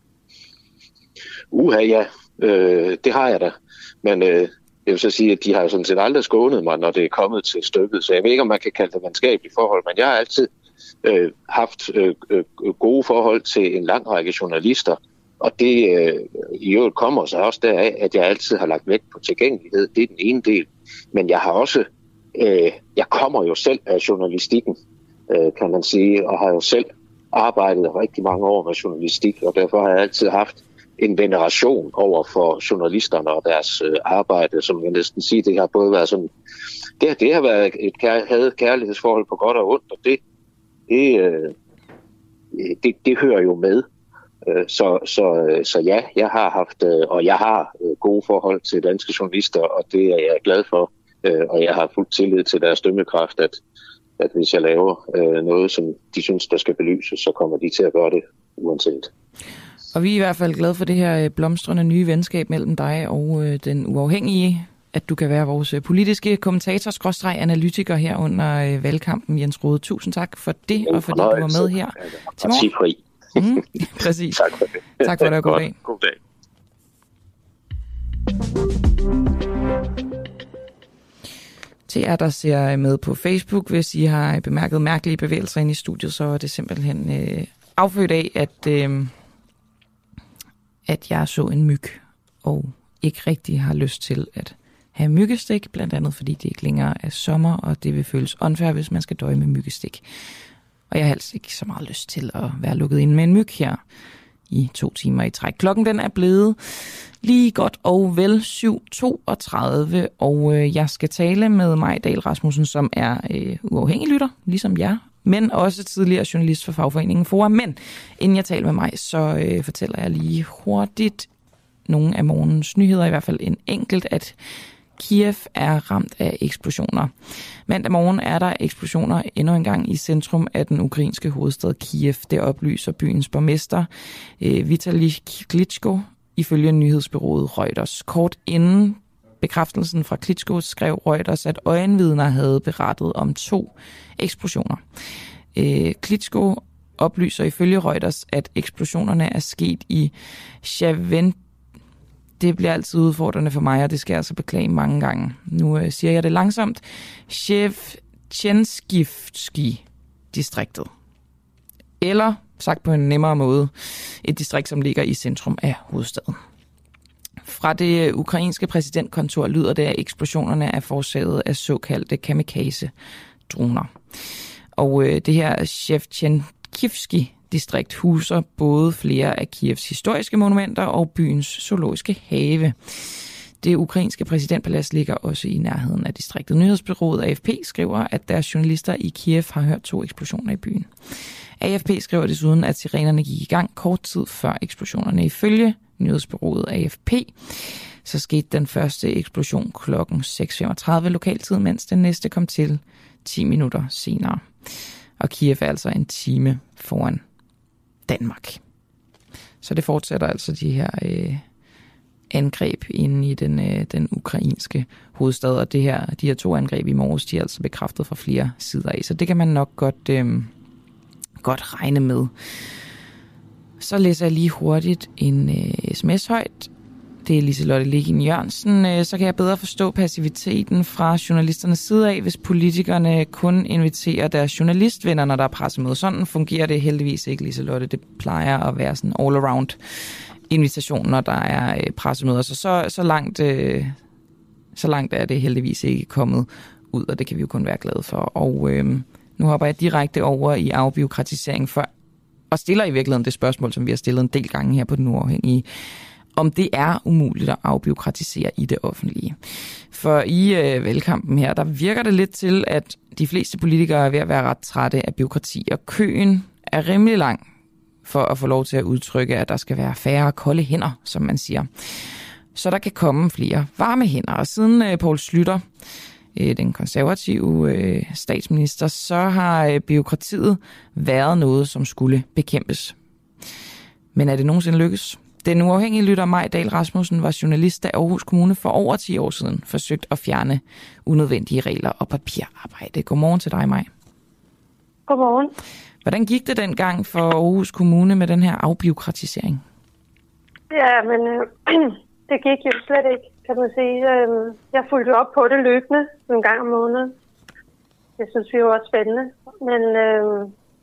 Uha, ja. Øh, det har jeg da. Men øh, jeg vil så sige, at de har sådan set aldrig skånet mig, når det er kommet til stykket. Så jeg ved ikke, om man kan kalde det venskabeligt forhold, men jeg har altid øh, haft øh, øh, gode forhold til en lang række journalister. Og det øh, i øvrigt kommer så også deraf, at jeg altid har lagt vægt på tilgængelighed. Det er den ene del. Men jeg har også, øh, jeg kommer jo selv af journalistikken, øh, kan man sige, og har jo selv arbejdet rigtig mange år med journalistik, og derfor har jeg altid haft en veneration over for journalisterne og deres øh, arbejde, som jeg næsten siger, det har både været sådan, det, det har været et kær, havde kærlighedsforhold på godt og ondt, og det, det, øh, det, det hører jo med. Så, så, så ja, jeg har haft, og jeg har gode forhold til danske journalister, og det er jeg glad for, og jeg har fuld tillid til deres dømmekraft, at, at hvis jeg laver noget, som de synes, der skal belyses, så kommer de til at gøre det uanset. Og vi er i hvert fald glade for det her blomstrende nye venskab mellem dig og den uafhængige, at du kan være vores politiske kommentator-analytiker her under valgkampen, Jens Rohde. Tusind tak for det, og fordi du var med her til morgen. Mm, præcis. Tak for det. Tak for det, og god dag. God dag. Til jer, der ser med på Facebook, hvis I har bemærket mærkelige bevægelser inde i studiet, så er det simpelthen øh, affødt af, at, øh, at jeg så en myg, og ikke rigtig har lyst til at have myggestik, blandt andet fordi det ikke længere er sommer, og det vil føles unfair, hvis man skal døje med myggestik. Og jeg har helst ikke så meget lyst til at være lukket inde med en myg her i to timer i træk. Klokken den er blevet lige godt og vel syv toogtredive, og øh, jeg skal tale med Maj Dahl Rasmussen, som er øh, uafhængig lytter, ligesom jeg, men også tidligere journalist for fagforeningen Fora. Men inden jeg taler med mig, så øh, fortæller jeg lige hurtigt nogle af morgens nyheder, i hvert fald en enkelt, at Kiev er ramt af eksplosioner. Mandag morgen er der eksplosioner endnu en gang i centrum af den ukrainske hovedstad Kiev. Det oplyser byens borgmester Vitali Klitschko ifølge nyhedsbureauet Reuters. Kort inden bekræftelsen fra Klitschko skrev Reuters, at øjenvidner havde berettet om to eksplosioner. Klitschko oplyser ifølge Reuters, at eksplosionerne er sket i Chavent. Det bliver altid udfordrende for mig, og det skal jeg altså beklage mange gange. Nu øh, siger jeg det langsomt. Shevchenskivski-distriktet. Eller, sagt på en nemmere måde, et distrikt, som ligger i centrum af hovedstaden. Fra det ukrainske præsidentkontor lyder det, at eksplosionerne er forårsaget af såkaldte kamikaze-droner. Og øh, det her Shevchenkivski distrikt huser både flere af Kievs historiske monumenter og byens zoologiske have. Det ukrainske præsidentpalads ligger også i nærheden af distriktet. Nyhedsbureauet A F P skriver, at deres journalister i Kiev har hørt to eksplosioner i byen. A F P skriver desuden, at sirenerne gik i gang kort tid før eksplosionerne. Ifølge nyhedsbureauet A F P så skete den første eksplosion klokken seks femogtredive lokaltid, mens den næste kom til ti minutter senere. Og Kiev er altså en time foran Danmark. Så det fortsætter altså de her øh, angreb inde i den, øh, den ukrainske hovedstad, og det her, de her to angreb i morges, de er altså bekræftet fra flere sider af, så det kan man nok godt, øh, godt regne med. Så læser jeg lige hurtigt en øh, sms højt. Det er Liselotte Legin Jørgensen. Så kan jeg bedre forstå passiviteten fra journalisternes side af, hvis politikerne kun inviterer deres journalistvenner, når der er pressemøde. Sådan fungerer det heldigvis ikke, Liselotte. Det plejer at være sådan all-around invitation, når der er pressemøder. Så, så, så langt øh, Så langt er det heldigvis ikke kommet ud, og det kan vi jo kun være glade for. Og øh, nu hopper jeg direkte over i afbureaukratisering for, og stiller i virkeligheden det spørgsmål, som vi har stillet en del gange her på Den Uafhængige, om det er umuligt at afbureaukratisere i det offentlige. For i øh, valgkampen her, der virker det lidt til, at de fleste politikere er ved at være ret trætte af bureaukrati, og køen er rimelig lang for at få lov til at udtrykke, at der skal være færre kolde hænder, som man siger. Så der kan komme flere varme hænder. Og siden øh, Poul Schlüter, øh, den konservative øh, statsminister, så har øh, bureaukratiet været noget, som skulle bekæmpes. Men er det nogensinde lykkes? Den uafhængige lytter Maj Dahl Rasmussen var journalist, da Aarhus Kommune for over ti år siden forsøgte at fjerne unødvendige regler og papirarbejde. Godmorgen til dig, Maj. Godmorgen. Hvordan gik det dengang for Aarhus Kommune med den her afbureaukratisering? Ja, men øh, det gik jo slet ikke, kan man sige. Jeg fulgte op på det løbende en gang om måneden. Det synes vi jo var spændende. Men øh,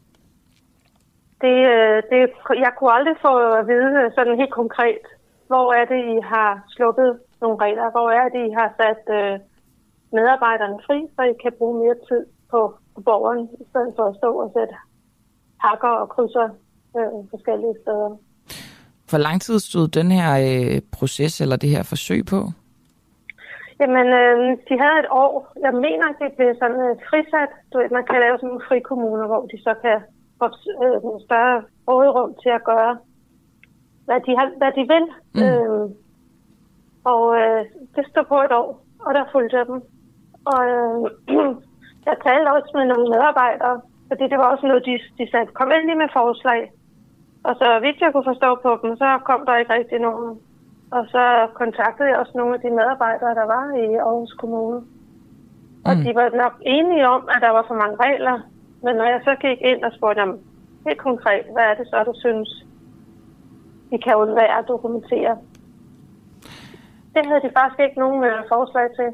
det, det, jeg kunne aldrig få at vide sådan helt konkret, hvor er det, I har sluppet nogle regler? Hvor er det, I har sat øh, medarbejderne fri, så I kan bruge mere tid på, på borgeren, i stedet for at stå og sætte hakker og krydser øh, forskellige steder. Hvor lang tid stod den her øh, proces eller det her forsøg på? Jamen, øh, de havde et år. Jeg mener, at det blev sådan øh, frisat. Du ved, man kan lave sådan nogle frikommuner, hvor de så kan få øh, en større råderum til at gøre, hvad de, har, hvad de vil. Mm. Øh, og øh, det stod på et år, og der fulgte jeg dem. Og øh, jeg talte også med nogle medarbejdere, fordi det var også noget, de, de sagde, kom endelig med forslag. Og så vidt jeg kunne forstå på dem, så kom der ikke rigtig nogen. Og så kontaktede jeg også nogle af de medarbejdere, der var i Aarhus Kommune. Og mm. de var nok enige om, at der var for mange regler. Men når jeg så gik ind og spurgte dem helt konkret, hvad er det så, du synes, vi kan undvære at dokumentere? Det havde de faktisk ikke nogen øh, forslag til.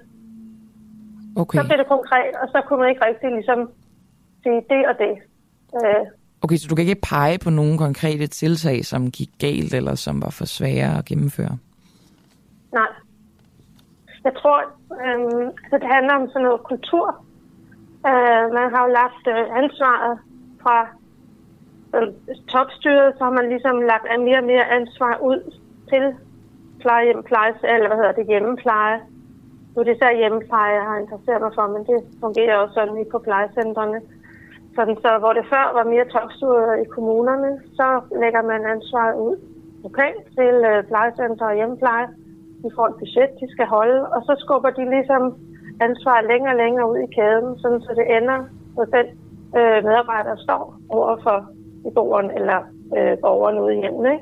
Okay. Så blev det konkret, og så kunne man ikke rigtig ligesom sige det og det. Øh, Okay, så du kan ikke pege på nogle konkrete tiltag, som gik galt, eller som var for svære at gennemføre? Nej. Jeg tror, øh, at det handler om sådan noget kultur. Øh, man har jo lagt øh, ansvaret fra øh, topstyret, så har man ligesom lagt mere og mere ansvar ud til plejehjem, pleje, eller hvad hedder det, hjemmepleje. Nu er det især hjemmepleje, jeg har interesseret mig for, men det fungerer også sådan på plejecentrene. Sådan, så hvor det før var mere topstyret i kommunerne, så lægger man ansvaret ud lokalt til øh, plejecenter og hjemmepleje. De får et budget, de skal holde, og så skubber de ligesom ansvaret længere og længere ud i kæden, sådan, så det ender på den øh, medarbejder, der står over for beboeren eller øh, borgeren ude i hjemmet. Ikke?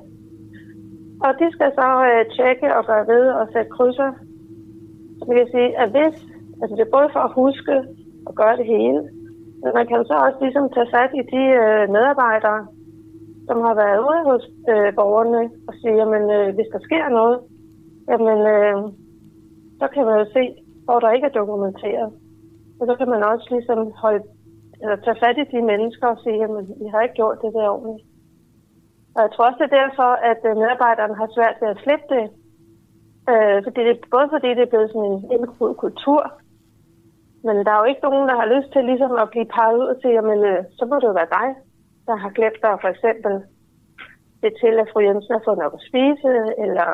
Og de skal så øh, tjekke og gøre ved og sætte krydser. Så man kan sige, at hvis, altså det er både for at huske og gøre det hele, men man kan så også ligesom tage fat i de øh, medarbejdere, som har været ude hos øh, borgerne og sige, jamen øh, hvis der sker noget, jamen øh, så kan man jo se, hvor der ikke er dokumenteret. Og så kan man også ligesom holde, eller tage fat i de mennesker og sige, jamen I har ikke gjort det der ordentligt. Og jeg tror også, det er derfor, at øh, medarbejderne har svært ved at slippe det. Øh, fordi det. Både fordi det er blevet sådan en indgroet kultur, men der er jo ikke nogen, der har lyst til ligesom at blive peget ud og sige, jamen øh, så må det jo være dig, der har glemt dig for eksempel det til, at fru Jensen har fået nok at spise, eller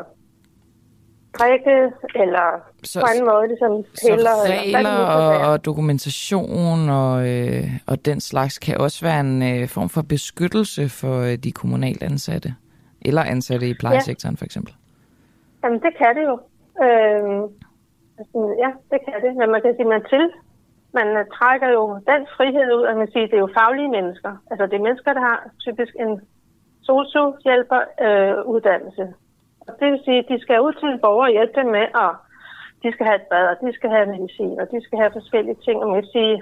drikke, eller så, på anden måde ligesom piller. Så regler og, og dokumentation og, øh, og den slags kan også være en øh, form for beskyttelse for øh, de kommunalt ansatte, eller ansatte i plejesektoren ja. For eksempel. Jamen det kan det jo. Øh, Ja, det kan det. Men man kan sige, man til. Man trækker jo den frihed ud, at man siger, det er jo faglige mennesker. Altså det er mennesker, der har typisk en sosu-hjælper-uddannelse. Øh, det vil sige, at de skal ud til en borger og hjælpe dem med, og de skal have et bad, og de skal have medicin, og de skal have forskellige ting. Og man kan sige,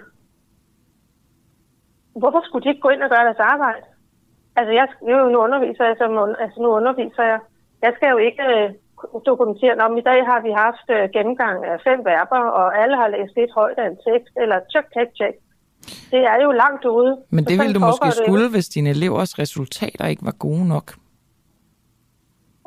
hvorfor skulle de ikke gå ind og gøre deres arbejde? Altså jeg, nu underviser jeg, som, altså nu underviser jeg. Jeg skal jo ikke øh, dokumentere, om i dag har vi haft øh, gennemgang af fem verber, og alle har læst lidt højt af en tekst, eller tjek, tjek, tjek. Det er jo langt ude. Men det ville du måske skulle, hvis dine elevers resultater ikke var gode nok.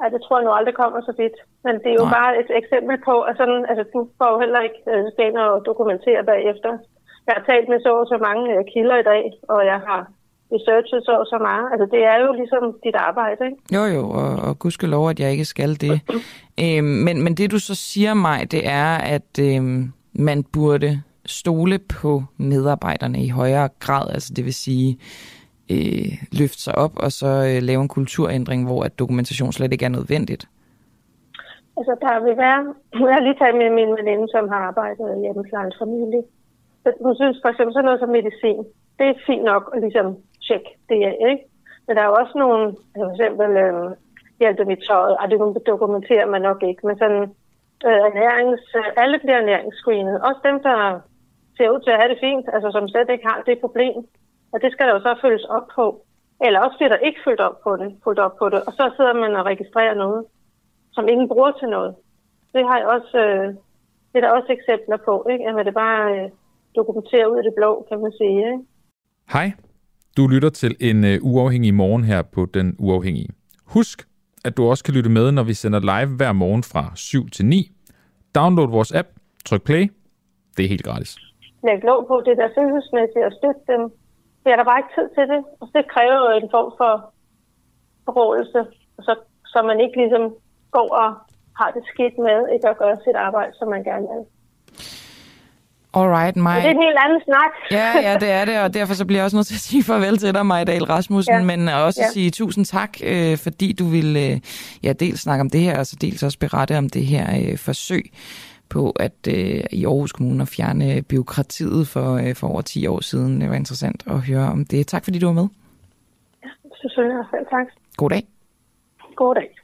Ej, det tror jeg nu aldrig kommer så vidt. Men det er jo Nej. bare et eksempel på, at sådan, altså, du får jo heller ikke øh, skal ind og dokumentere bagefter. Jeg har talt med så og så mange øh, kilder i dag, og jeg har researchet så og så meget. Altså, det er jo ligesom dit arbejde, ikke? Jo, jo, og, og gudskelov, at jeg ikke skal det. øhm, men, men det, du så siger mig, det er, at øhm, man burde stole på medarbejderne i højere grad. Altså, det vil sige... Øh, løfte sig op og så øh, lave en kulturændring, hvor at dokumentation slet ikke er nødvendigt? Altså, der vil være... Jeg har lige talt med min veninde, som har arbejdet i hjemmeplejens familie. Hun synes for eksempel sådan noget som medicin. Det er fint nok at ligesom tjekke det af, ikke? Men der er jo også nogle... Altså for eksempel øh, hjælpe mit tøjet. Og det dokumenterer man nok ikke. Men sådan øh, ernærings... Alle bliver ernæringsscreenet. Også dem, der ser ud til at have det fint. Altså som slet ikke har det problem. Og det skal der jo så følges op på. Eller også bliver der ikke følgt op på det, fulgt op på det. Og så sidder man og registrerer noget, som ingen bruger til noget. Det har jeg også, øh, det er der også eksempler på, ikke? At man det bare øh, dokumenterer ud af det blå, kan man sige, ikke? Hej, du lytter til en uh, uafhængig morgen her på Den Uafhængige. Husk, at du også kan lytte med, når vi sender live hver morgen fra syv til ni. Download vores app, tryk play. Det er helt gratis. Læg låg på det der følelsesmæssigt og støtte dem. Det er der bare ikke tid til det, og det kræver jo en form for forrådelse, så, så man ikke ligesom går og har det skidt med ikke at gøre sit arbejde, som man gerne vil. Alright, Maj. Det er en helt anden snak. Ja, ja, det er det, og derfor så bliver jeg også nødt til at sige farvel til dig, Maja Dahl Rasmussen, ja. Men også ja. sige tusind tak, øh, fordi du ville øh, ja, dels snakke om det her, og så dels også berette om det her øh, forsøg på at øh, i Aarhus Kommune at fjerne byråkratiet for, øh, for over ti år siden. Det var interessant at høre om det. Tak fordi du var med. Ja, selvfølgelig også selv. Tak. God dag. God dag.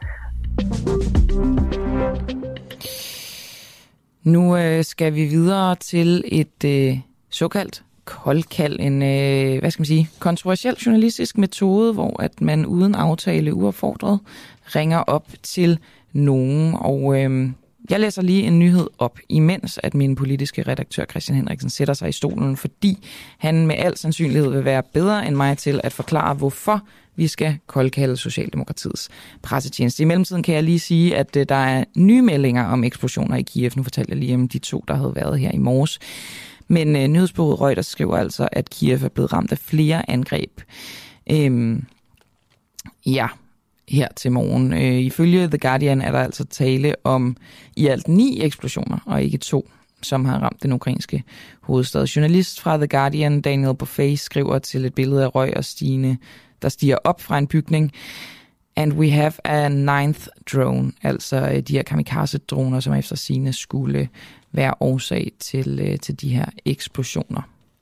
Nu øh, skal vi videre til et øh, såkaldt koldkald, en øh, hvad skal man sige, kontroversiel journalistisk metode, hvor at man uden aftale uopfordret ringer op til nogen, og øh, jeg læser lige en nyhed op, imens at min politiske redaktør Christian Henriksen sætter sig i stolen, fordi han med al sandsynlighed vil være bedre end mig til at forklare, hvorfor vi skal koldkalde Socialdemokratiets pressetjeneste. I mellemtiden kan jeg lige sige, at der er nye meldinger om eksplosioner i Kiev. Nu fortalte jeg lige om de to, der havde været her i morges. Men uh, nyhedsbureauet Reuters skriver altså, at Kiev er blevet ramt af flere angreb. Øhm, ja, her til morgen. Øh, ifølge The Guardian er der altså tale om i alt ni eksplosioner, og ikke to, som har ramt den ukrainske hovedstad. Journalist fra The Guardian, Daniel Buffet, skriver til et billede af røg og stigende, der stiger op fra en bygning. And we have a ninth drone, altså de her kamikaze-droner, som efter sigende skulle være årsag til, til de her eksplosioner.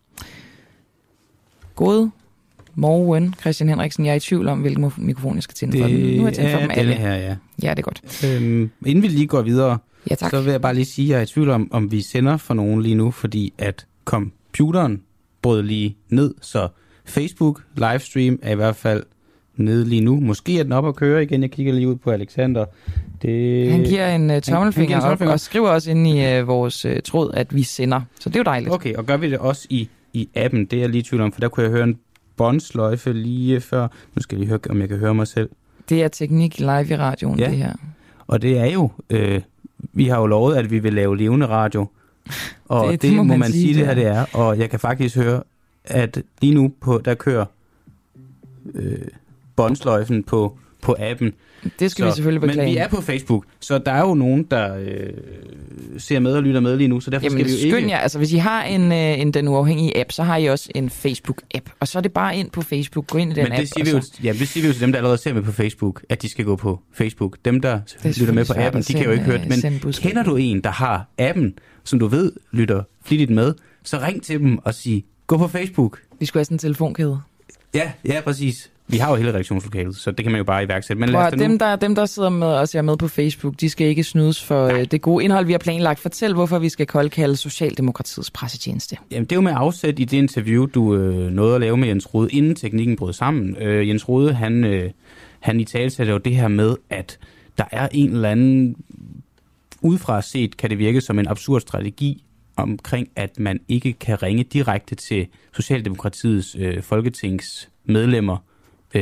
God morgen, Christian Henriksen. Jeg er i tvivl om, hvilken mikrofon jeg skal tænde for. Nu er jeg tændt for dem alle. Her, ja. Ja, det er godt. Øhm, inden vi lige går videre, ja, tak. så vil jeg bare lige sige, at jeg er i tvivl om, om vi sender for nogen lige nu, fordi at computeren brød lige ned, så Facebook livestream er i hvert fald nede lige nu. Måske er den op at køre igen. Jeg kigger lige ud på Alexander. Det... Han giver en uh, tommelfinger op og skriver også ind i uh, vores uh, tråd, at vi sender. Så det er jo dejligt. Okay, og gør vi det også i, i appen? Det er jeg lige i tvivl om, for der kunne jeg høre en båndsløjfe lige før. Nu skal jeg lige høre, om jeg kan høre mig selv. Det er teknik live i radioen, ja. Det her. Og det er jo... Øh, vi har jo lovet, at vi vil lave levende radio. Og det, det, det må man, man sige, sige, det her det er. Og jeg kan faktisk høre, at lige nu på, der kører øh, båndsløjfen på, på appen. Det skal så, vi selvfølgelig beklage. Men vi er på Facebook, så der er jo nogen, der øh, ser med og lytter med lige nu, så derfor Jamen, skal vi jo ikke... Jer, altså hvis I har en, øh, en Den Uafhængige app, så har I også en Facebook-app, og så er det bare ind på Facebook, gå ind i den Men det app. Siger vi jo, ja, det siger vi jo til dem, der allerede ser med på Facebook, at de skal gå på Facebook. Dem, der lytter med på appen, de kan jo ikke høre det. Men kender du en, der har appen, som du ved lytter flittigt med, så ring til dem og sig, gå på Facebook. Vi skulle have sådan en telefonkæde. Ja, ja, præcis. Vi har jo hele redaktionslokalet, så det kan man jo bare iværksætte. Men lad os dem, der, dem, der sidder med og ser med på Facebook, de skal ikke snydes for Nej. det gode indhold, vi har planlagt. Fortæl, hvorfor vi skal koldkalde Socialdemokratiets pressetjeneste. Jamen, det er jo med afsæt i det interview, du øh, nåede at lave med Jens Rohde, inden teknikken brød sammen. Øh, Jens Rohde, han, øh, han i tale satte jo det her med, at der er en eller anden, udefra set kan det virke som en absurd strategi, omkring at man ikke kan ringe direkte til Socialdemokratiets øh, folketingsmedlemmer, Øh,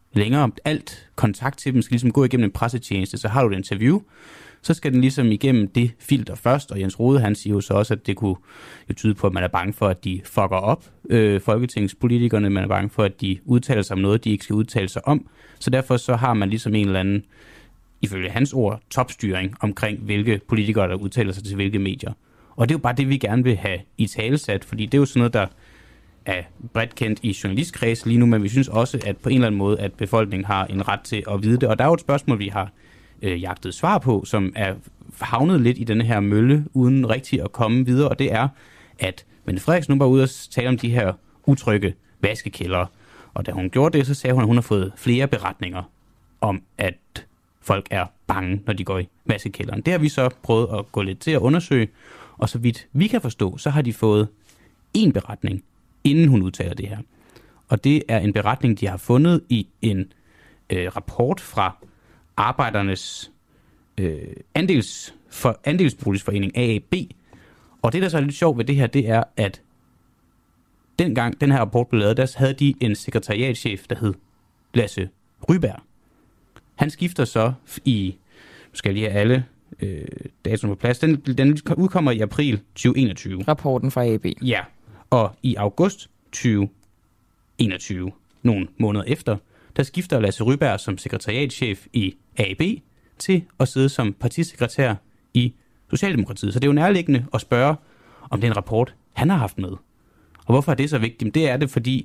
længere. Alt kontakt til dem skal ligesom gå igennem en pressetjeneste. Så har du et interview, så skal den ligesom igennem det filter først. Og Jens Rohde, han siger jo så også, at det kunne jo tyde på, at man er bange for, at de fucker op øh, folketingspolitikerne. Man er bange for, at de udtaler sig om noget, de ikke skal udtale sig om. Så derfor så har man ligesom en eller anden, ifølge hans ord, topstyring omkring, hvilke politikere, der udtaler sig til hvilke medier. Og det er jo bare det, vi gerne vil have i talesat, fordi det er jo sådan noget, der er bredt kendt i journalistkreds lige nu, men vi synes også, at på en eller anden måde, at befolkningen har en ret til at vide det. Og der er jo et spørgsmål, vi har øh, jagtet svar på, som er havnet lidt i denne her mølle, uden rigtig at komme videre, og det er, at Mette Frederiksen nu var ude og tale om de her utrygge vaskekældre. Og da hun gjorde det, så sagde hun, at hun har fået flere beretninger om, at folk er bange, når de går i vaskekælderen. Det har vi så prøvet at gå lidt til at undersøge, og så vidt vi kan forstå, så har de fået en beretning, inden hun udtaler det her. Og det er en beretning, de har fundet i en øh, rapport fra Arbejdernes øh, andels, for, andelsboligforening A A B. Og det, der så er lidt sjovt ved det her, det er, at dengang den her rapport blev lavet, der havde de en sekretariatschef, der hed Lasse Ryberg. Han skifter så i, nu skal jeg lige have alle øh, datoen på plads, den, den udkommer i april tyve enogtyve. Rapporten fra A B. Ja, og i august tyve enogtyve, nogle måneder efter, der skifter Lasse Ryberg som sekretariatschef i A B til at sidde som partisekretær i Socialdemokratiet. Så det er jo nærliggende at spørge, om det er en rapport, han har haft med. Og hvorfor er det så vigtigt? Det er det, fordi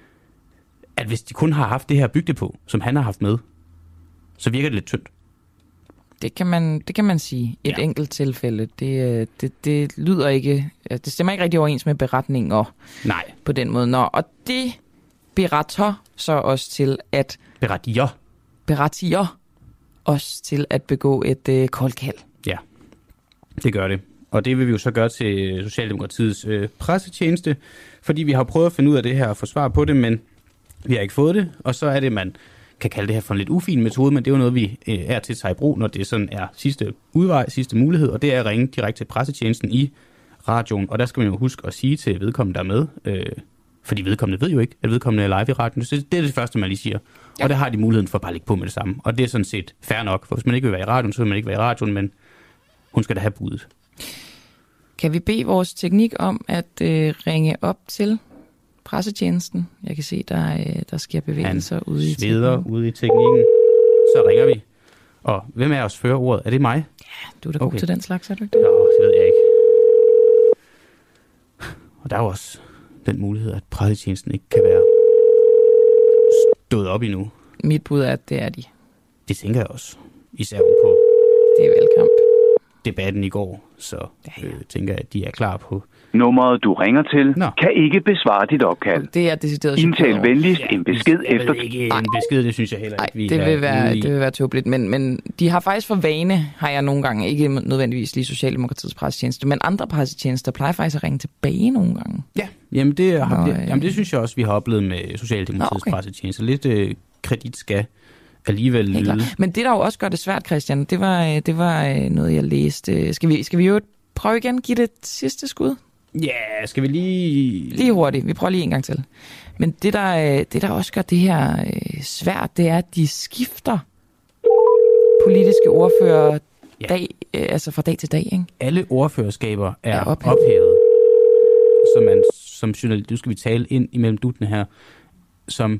at hvis de kun har haft det her bygget på, som han har haft med, så virker det lidt tyndt. Det kan man, det kan man sige. Et ja. enkelt tilfælde. Det, det, det lyder ikke, det stemmer ikke rigtig overens med beretninger. Nej. På den måde. Nå, og det beretter så også til at... Berettiger. Berettiger også til at begå et øh, koldkald. Ja, det gør det. Og det vil vi jo så gøre til Socialdemokratiets øh, pressetjeneste, fordi vi har prøvet at finde ud af det her og få svar på det, men vi har ikke fået det. Og så er det, man kan kalde det her for en lidt ufin metode, men det er jo noget, vi øh, er til at tage i brug, når det sådan er sidste udvej, sidste mulighed, og det er at ringe direkte til pressetjenesten i radioen. Og der skal man jo huske at sige til vedkommende, der er med, øh, fordi vedkommende ved jo ikke, at vedkommende er live i radioen. Så det er det første, man lige siger. Ja. Og der har de muligheden for bare at lægge på med det samme. Og det er sådan set fair nok, for hvis man ikke vil være i radioen, så vil man ikke være i radioen, men hun skal da have budet. Kan vi bede vores teknik om at øh, ringe op til pressetjenesten? Jeg kan se, der, øh, der sker bevægelser Han ude i teknikken. Han sveder ude i teknikken. Så ringer vi. Og hvem er os fører ordet? Er det mig? Ja, du er da okay. god til den slags, er du ikke det? Nå, det ved jeg ikke. Og der er jo også den mulighed, at pressetjenesten ikke kan være stået op endnu. Mit bud er, at det er de. Det tænker jeg også. Især på det er velkamp. Debatten i går, så øh, tænker jeg, at de er klar på. Nummeret, du ringer til, Nå. kan ikke besvare dit opkald. Det er decideret. Indtal venligst ja, en besked jeg efter... Ikke en besked, det synes jeg heller ikke, vi det vil være, det vil være tåbeligt, men, men de har faktisk for vane, har jeg nogle gange, ikke nødvendigvis lige Socialdemokratiets pressetjeneste, men andre pressetjenester plejer faktisk at ringe tilbage nogle gange. Ja, jamen det, har, Nå, det, jamen det synes jeg også, vi har oplevet med Socialdemokratiets okay. pressetjeneste. Lidt øh, kredit skal alligevel lyde. Men det, der jo også gør det svært, Christian, det var, det var noget, jeg læste. Skal vi, skal vi jo prøve igen? Give det et sidste skud? Ja, yeah, skal vi lige... Lige hurtigt. Vi prøver lige en gang til. Men det, der, det, der også gør det her svært, det er, at de skifter politiske ordfører ja. dag, altså fra dag til dag. Ikke? Alle ordførerskaber er, er ophævet. ophævet. Så man som journalist, nu skal vi tale ind imellem duttene her, som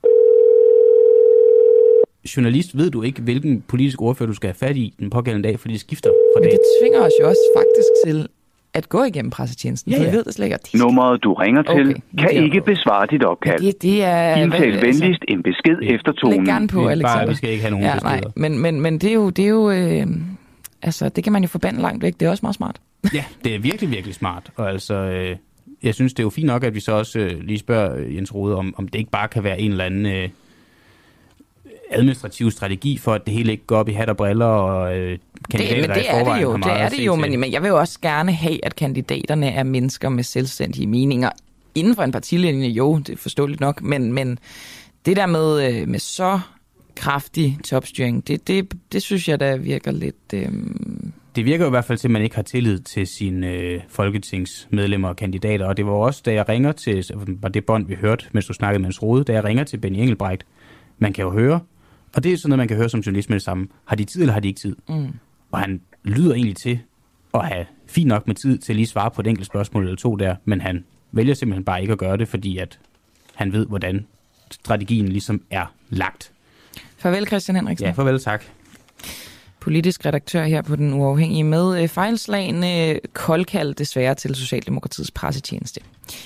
journalist ved du ikke, hvilken politisk ordfører du skal have fat i den pågældende dag, fordi det skifter fra dag. Men det tvinger os jo også faktisk til at gå igennem pressetjenesten, ja, ja. For vi ved det slet ikke. Nummeret, du ringer til, okay, kan ikke besvare dit opkald. Det, det er... Indtal venligst altså, en besked ja. efter tonen. Læg gerne på, Alexander. Vi skal ikke have nogen ja, beskeder. Nej, men, men, men det er jo... Det er jo øh, altså, det kan man jo forbande langt væk. Det er også meget smart. Ja, det er virkelig, virkelig smart. Og altså... Øh, jeg synes, det er jo fint nok, at vi så også øh, lige spørger Jens Rohde, om, om det ikke bare kan være en eller anden... Øh, administrativ strategi for, at det hele ikke går op i hat og briller og øh, kandidater, det, der i forvejen har meget det er det jo, men, men jeg vil jo også gerne have, at kandidaterne er mennesker med selvstændige meninger. Inden for en partilinje, jo, det er forståeligt nok, men, men det der med, med så kraftig topstyring, det, det, det synes jeg, der virker lidt... Øh... Det virker jo i hvert fald til, at man ikke har tillid til sine øh, folketingsmedlemmer og kandidater, og det var også, da jeg ringer til, var det bånd, vi hørte, mens du snakkede med Jens Rohde, da jeg ringer til Benny Engelbrecht, man kan jo høre, og det er sådan noget, man kan høre som journalist med det samme. Har de tid, eller har de ikke tid? Mm. Og han lyder egentlig til at have fint nok med tid til at lige svare på et enkelt spørgsmål eller to der, men han vælger simpelthen bare ikke at gøre det, fordi at han ved, hvordan strategien ligesom er lagt. Farvel, Christian Henriksen. Ja, farvel, tak. Politisk redaktør her på Den Uafhængige med fejlslagende koldkald desværre til Socialdemokratiets pressetjeneste.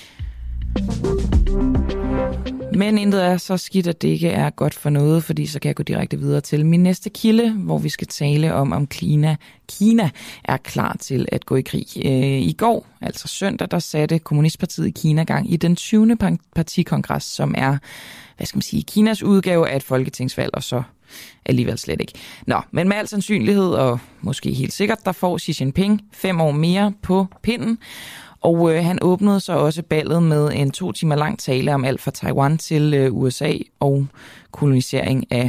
Men intet er så skidt, at det ikke er godt for noget, fordi så kan jeg gå direkte videre til min næste kilde, hvor vi skal tale om, om Kina, Kina er klar til at gå i krig. I går, altså søndag, der satte Kommunistpartiet i Kina gang i den tyvende partikongres, som er, hvad skal man sige, Kinas udgave af et folketingsvalg, og så alligevel slet ikke. Nå, men med al sandsynlighed, og måske helt sikkert, der får Xi Jinping fem år mere på pinden. Og øh, han åbnede så også ballet med en to timer lang tale om alt fra Taiwan til øh, U S A og kolonisering af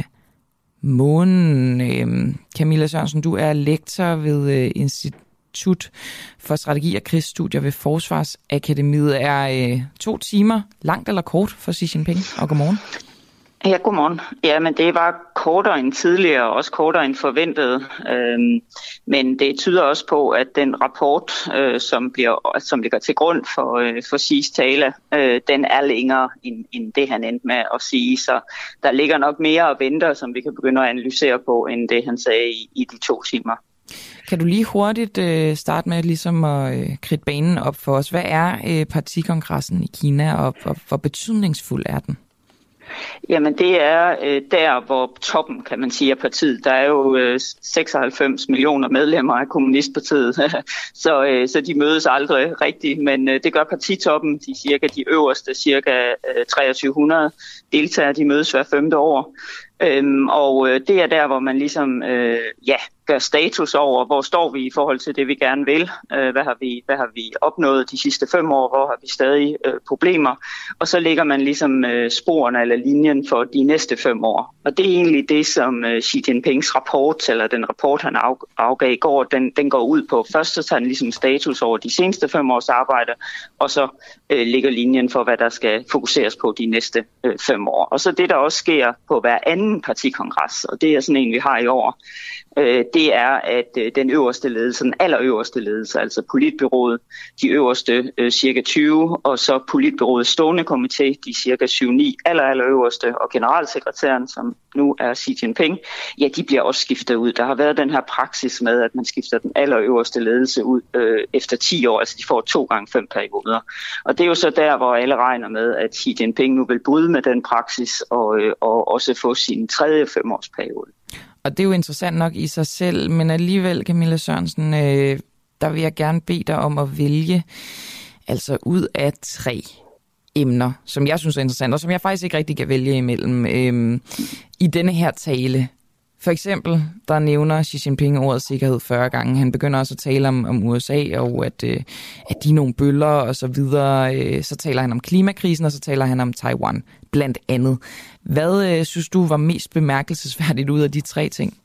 månen. Øh, Camilla Sørensen, du er lektor ved øh, Institut for Strategi og Krigsstudier ved Forsvarsakademiet. Er øh, to timer langt eller kort for Xi Jinping? Og godmorgen. Ja, godmorgen. Ja, men det var kortere end tidligere, og også kortere end forventet. Øhm, men det tyder også på, at den rapport, øh, som, bliver, som ligger til grund for, øh, for Xi's tale, øh, den er længere end, end det, han endte med at sige. Så der ligger nok mere at vente, som vi kan begynde at analysere på, end det, han sagde i, i de to timer. Kan du lige hurtigt øh, starte med ligesom at øh, kridte banen op for os? Hvad er øh, partikongressen i Kina, og hvor, hvor betydningsfuld er den? Jamen det er øh, der, hvor toppen, kan man sige, af partiet. Der er jo øh, seksoghalvfems millioner medlemmer af Kommunistpartiet, så, øh, så de mødes aldrig rigtigt, men øh, det gør partitoppen, de cirka de øverste, cirka øh, treogtyve hundrede deltagere, de mødes hver femte år. Øhm, og øh, det er der, hvor man ligesom øh, ja, gør status over, hvor står vi i forhold til det, vi gerne vil. Øh, hvad, har vi, hvad har vi opnået de sidste fem år? Hvor har vi stadig øh, problemer? Og så lægger man ligesom øh, sporene eller linjen for de næste fem år. Og det er egentlig det, som øh, Xi Jinpings rapport, eller den rapport, han af, afgav i går, den, den går ud på. Først så tager han ligesom status over de seneste fem års arbejde, og så øh, lægger linjen for, hvad der skal fokuseres på de næste øh, fem år. Og så det, der også sker på hver anden partikongres, og det er sådan en, vi har i år, øh, det er, at øh, den øverste ledelse, den allerøverste ledelse, altså politbureauet, de øverste øh, cirka tyve, og så politbureauets stående komité, de cirka syv ni aller, allerøverste, og generalsekretæren, som nu er Xi Jinping, ja, de bliver også skiftet ud. Der har været den her praksis med, at man skifter den allerøverste ledelse ud øh, efter ti år, altså de får to gange fem perioder. Og det er jo så der, hvor alle regner med, at Xi Jinping nu vil bryde med den praksis, og, øh, og også få sin tredje femårsperiode. Og det er jo interessant nok i sig selv, men alligevel, Camilla Sørensen, øh, der vil jeg gerne bede dig om at vælge altså ud af tre emner, som jeg synes er interessant, og som jeg faktisk ikke rigtig kan vælge imellem øh, i denne her tale. For eksempel, der nævner Xi Jinping ordet sikkerhed fyrre gange. Han begynder også at tale om, om U S A, og at, øh, at de er nogle bøller og så videre. Øh, så taler han om klimakrisen, og så taler han om Taiwan, blandt andet. Hvad øh, synes du var mest bemærkelsesværdigt ud af de tre ting?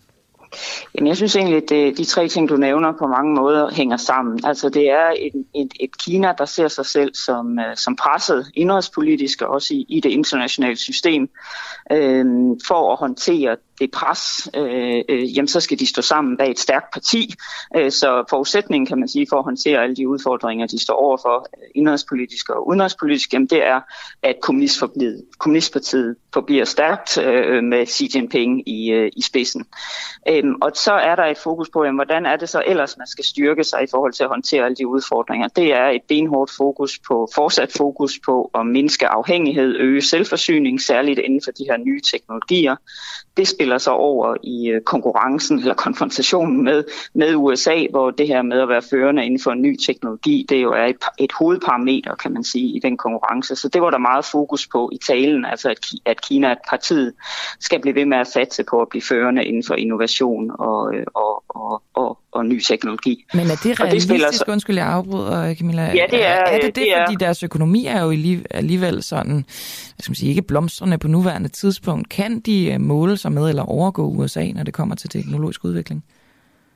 Jamen, jeg synes egentlig, at de tre ting, du nævner, på mange måder hænger sammen. Altså, det er et, et, et Kina, der ser sig selv som, som presset indrigspolitisk og også i, i det internationale system øh, for at håndtere det pres, øh, øh, jamen så skal de stå sammen bag et stærkt parti. Øh, så forudsætningen, kan man sige, for at håndtere alle de udfordringer, de står overfor, øh, indrigspolitisk og udenrigspolitisk, jamen det er, at Kommunistpartiet forbliver stærkt øh, med Xi Jinping i, øh, i spidsen. Øh, og så er der et fokus på, jamen, hvordan er det så ellers, man skal styrke sig i forhold til at håndtere alle de udfordringer. Det er et benhårdt fokus på, fortsat fokus på at mindske afhængighed, øge selvforsyning, særligt inden for de her nye teknologier. Det spiller sig over i konkurrencen eller konfrontationen med, med U S A, hvor det her med at være førende inden for en ny teknologi, det jo er et, et hovedparameter, kan man sige, i den konkurrence. Så det var der meget fokus på i talen, altså at, at Kina, at partiet, skal blive ved med at satse på at blive førende inden for innovation og, og, og, og, og ny teknologi. Men er det realistisk? Det undskyld, jeg afbryder, Camilla. Ja, det er, er det det, det er, fordi deres økonomi er jo alligevel sådan, hvad skal man sige, ikke blomstrende på nuværende tidspunkt. Kan de måle sig med eller overgå U S A, når det kommer til teknologisk udvikling?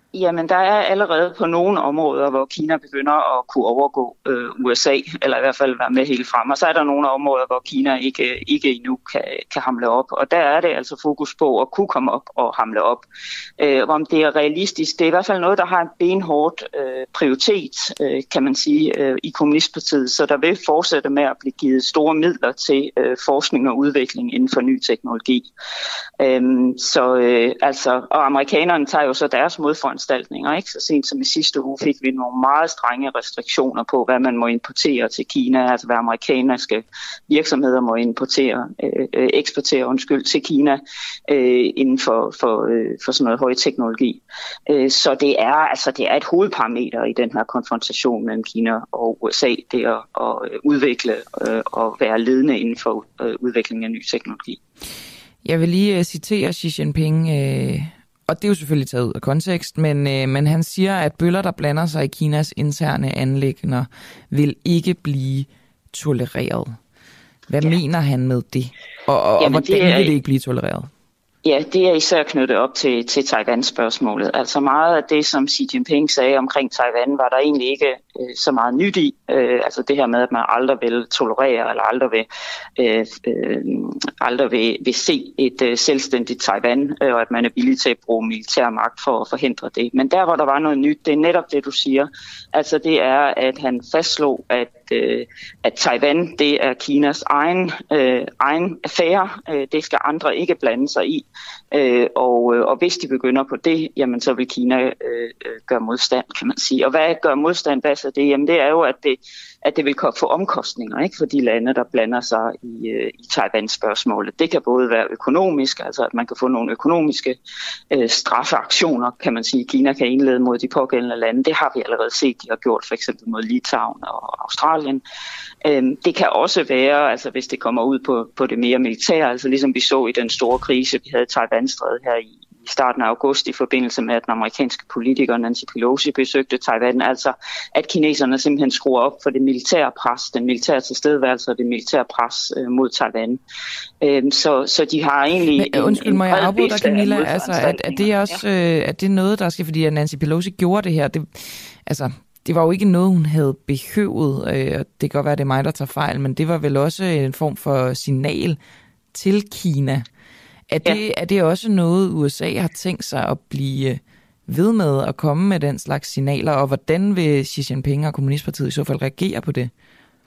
Jamen, der er allerede på nogle områder, hvor Kina begynder at kunne overgå øh, U S A, eller i hvert fald være med helt frem. Og så er der nogle områder, hvor Kina ikke, ikke endnu kan, kan hamle op. Og der er det altså fokus på at kunne komme op og hamle op. Øh, om det er realistisk, det er i hvert fald noget, der har en benhårdt øh, prioritet, øh, kan man sige, øh, i Kommunistpartiet. Så der vil fortsætte med at blive givet store midler til øh, forskning og udvikling inden for ny teknologi. Øh, så øh, altså, og amerikanerne tager jo så deres modforanstaltninger. Ikke? Så sent som i sidste uge fik vi nogle meget strenge restriktioner på, hvad man må importere til Kina, altså hvad amerikanske virksomheder må importere, øh, eksportere undskyld, til Kina øh, inden for, for, øh, for sådan noget højteknologi. Øh, så det er, altså, det er et hovedparameter i den her konfrontation mellem Kina og U S A, det er at udvikle øh, og være ledende inden for øh, udviklingen af ny teknologi. Jeg vil lige uh, citere Xi Jinping, uh, og det er jo selvfølgelig taget ud af kontekst, men, uh, men han siger, at bøller, der blander sig i Kinas interne anliggender, vil ikke blive tolereret. Hvad ja. mener han med det? Og, og, Jamen, og hvordan det er... vil det ikke blive tolereret? Ja, det er især knyttet op til, til Taiwan-spørgsmålet. Altså meget af det, som Xi Jinping sagde omkring Taiwan, var der egentlig ikke øh, så meget nyt i. Øh, altså det her med, at man aldrig vil tolerere, eller aldrig vil, øh, øh, aldrig vil, vil se et øh, selvstændigt Taiwan, øh, og at man er villig til at bruge militær magt for at forhindre det. Men der, hvor der var noget nyt, det er netop det, du siger. Altså det er, at han fastslog, at, øh, at Taiwan, det er Kinas egen, øh, egen affære. Øh, det skal andre ikke blande sig i. Øh, og, og hvis de begynder på det, jamen så vil Kina øh, gøre modstand, kan man sige. Og hvad gør modstand? Hvad så det? Jamen det er jo, at det, at det vil få omkostninger, ikke, for de lande, der blander sig i, øh, i Taiwan-spørgsmålet. Det kan både være økonomisk, altså at man kan få nogle økonomiske øh, straffeaktioner, kan man sige. Kina kan indlede mod de pågældende lande. Det har vi allerede set, de har gjort for eksempel mod Litauen og Australien. Øh, det kan også være, altså hvis det kommer ud på, på det mere militære, altså ligesom vi så i den store krise, vi havde i Taiwan-strædet her i i starten af august i forbindelse med, at den amerikanske politiker Nancy Pelosi besøgte Taiwan, altså at kineserne simpelthen skruer op for det militære pres, den militære tilstedeværelse og det militære pres øh, mod Taiwan. Øhm, så, så de har egentlig... Men, undskyld, må jeg afbryde dig, Camilla? Altså, at, at det også ja. øh, at det er noget, der skal, fordi Nancy Pelosi gjorde det her, det, altså... Det var jo ikke noget, hun havde behøvet, øh, og det kan godt være, det er mig, der tager fejl, men det var vel også en form for signal til Kina. Er det, ja. er det også noget, U S A har tænkt sig at blive ved med at komme med den slags signaler, og hvordan vil Xi Jinping og Kommunistpartiet i så fald reagere på det?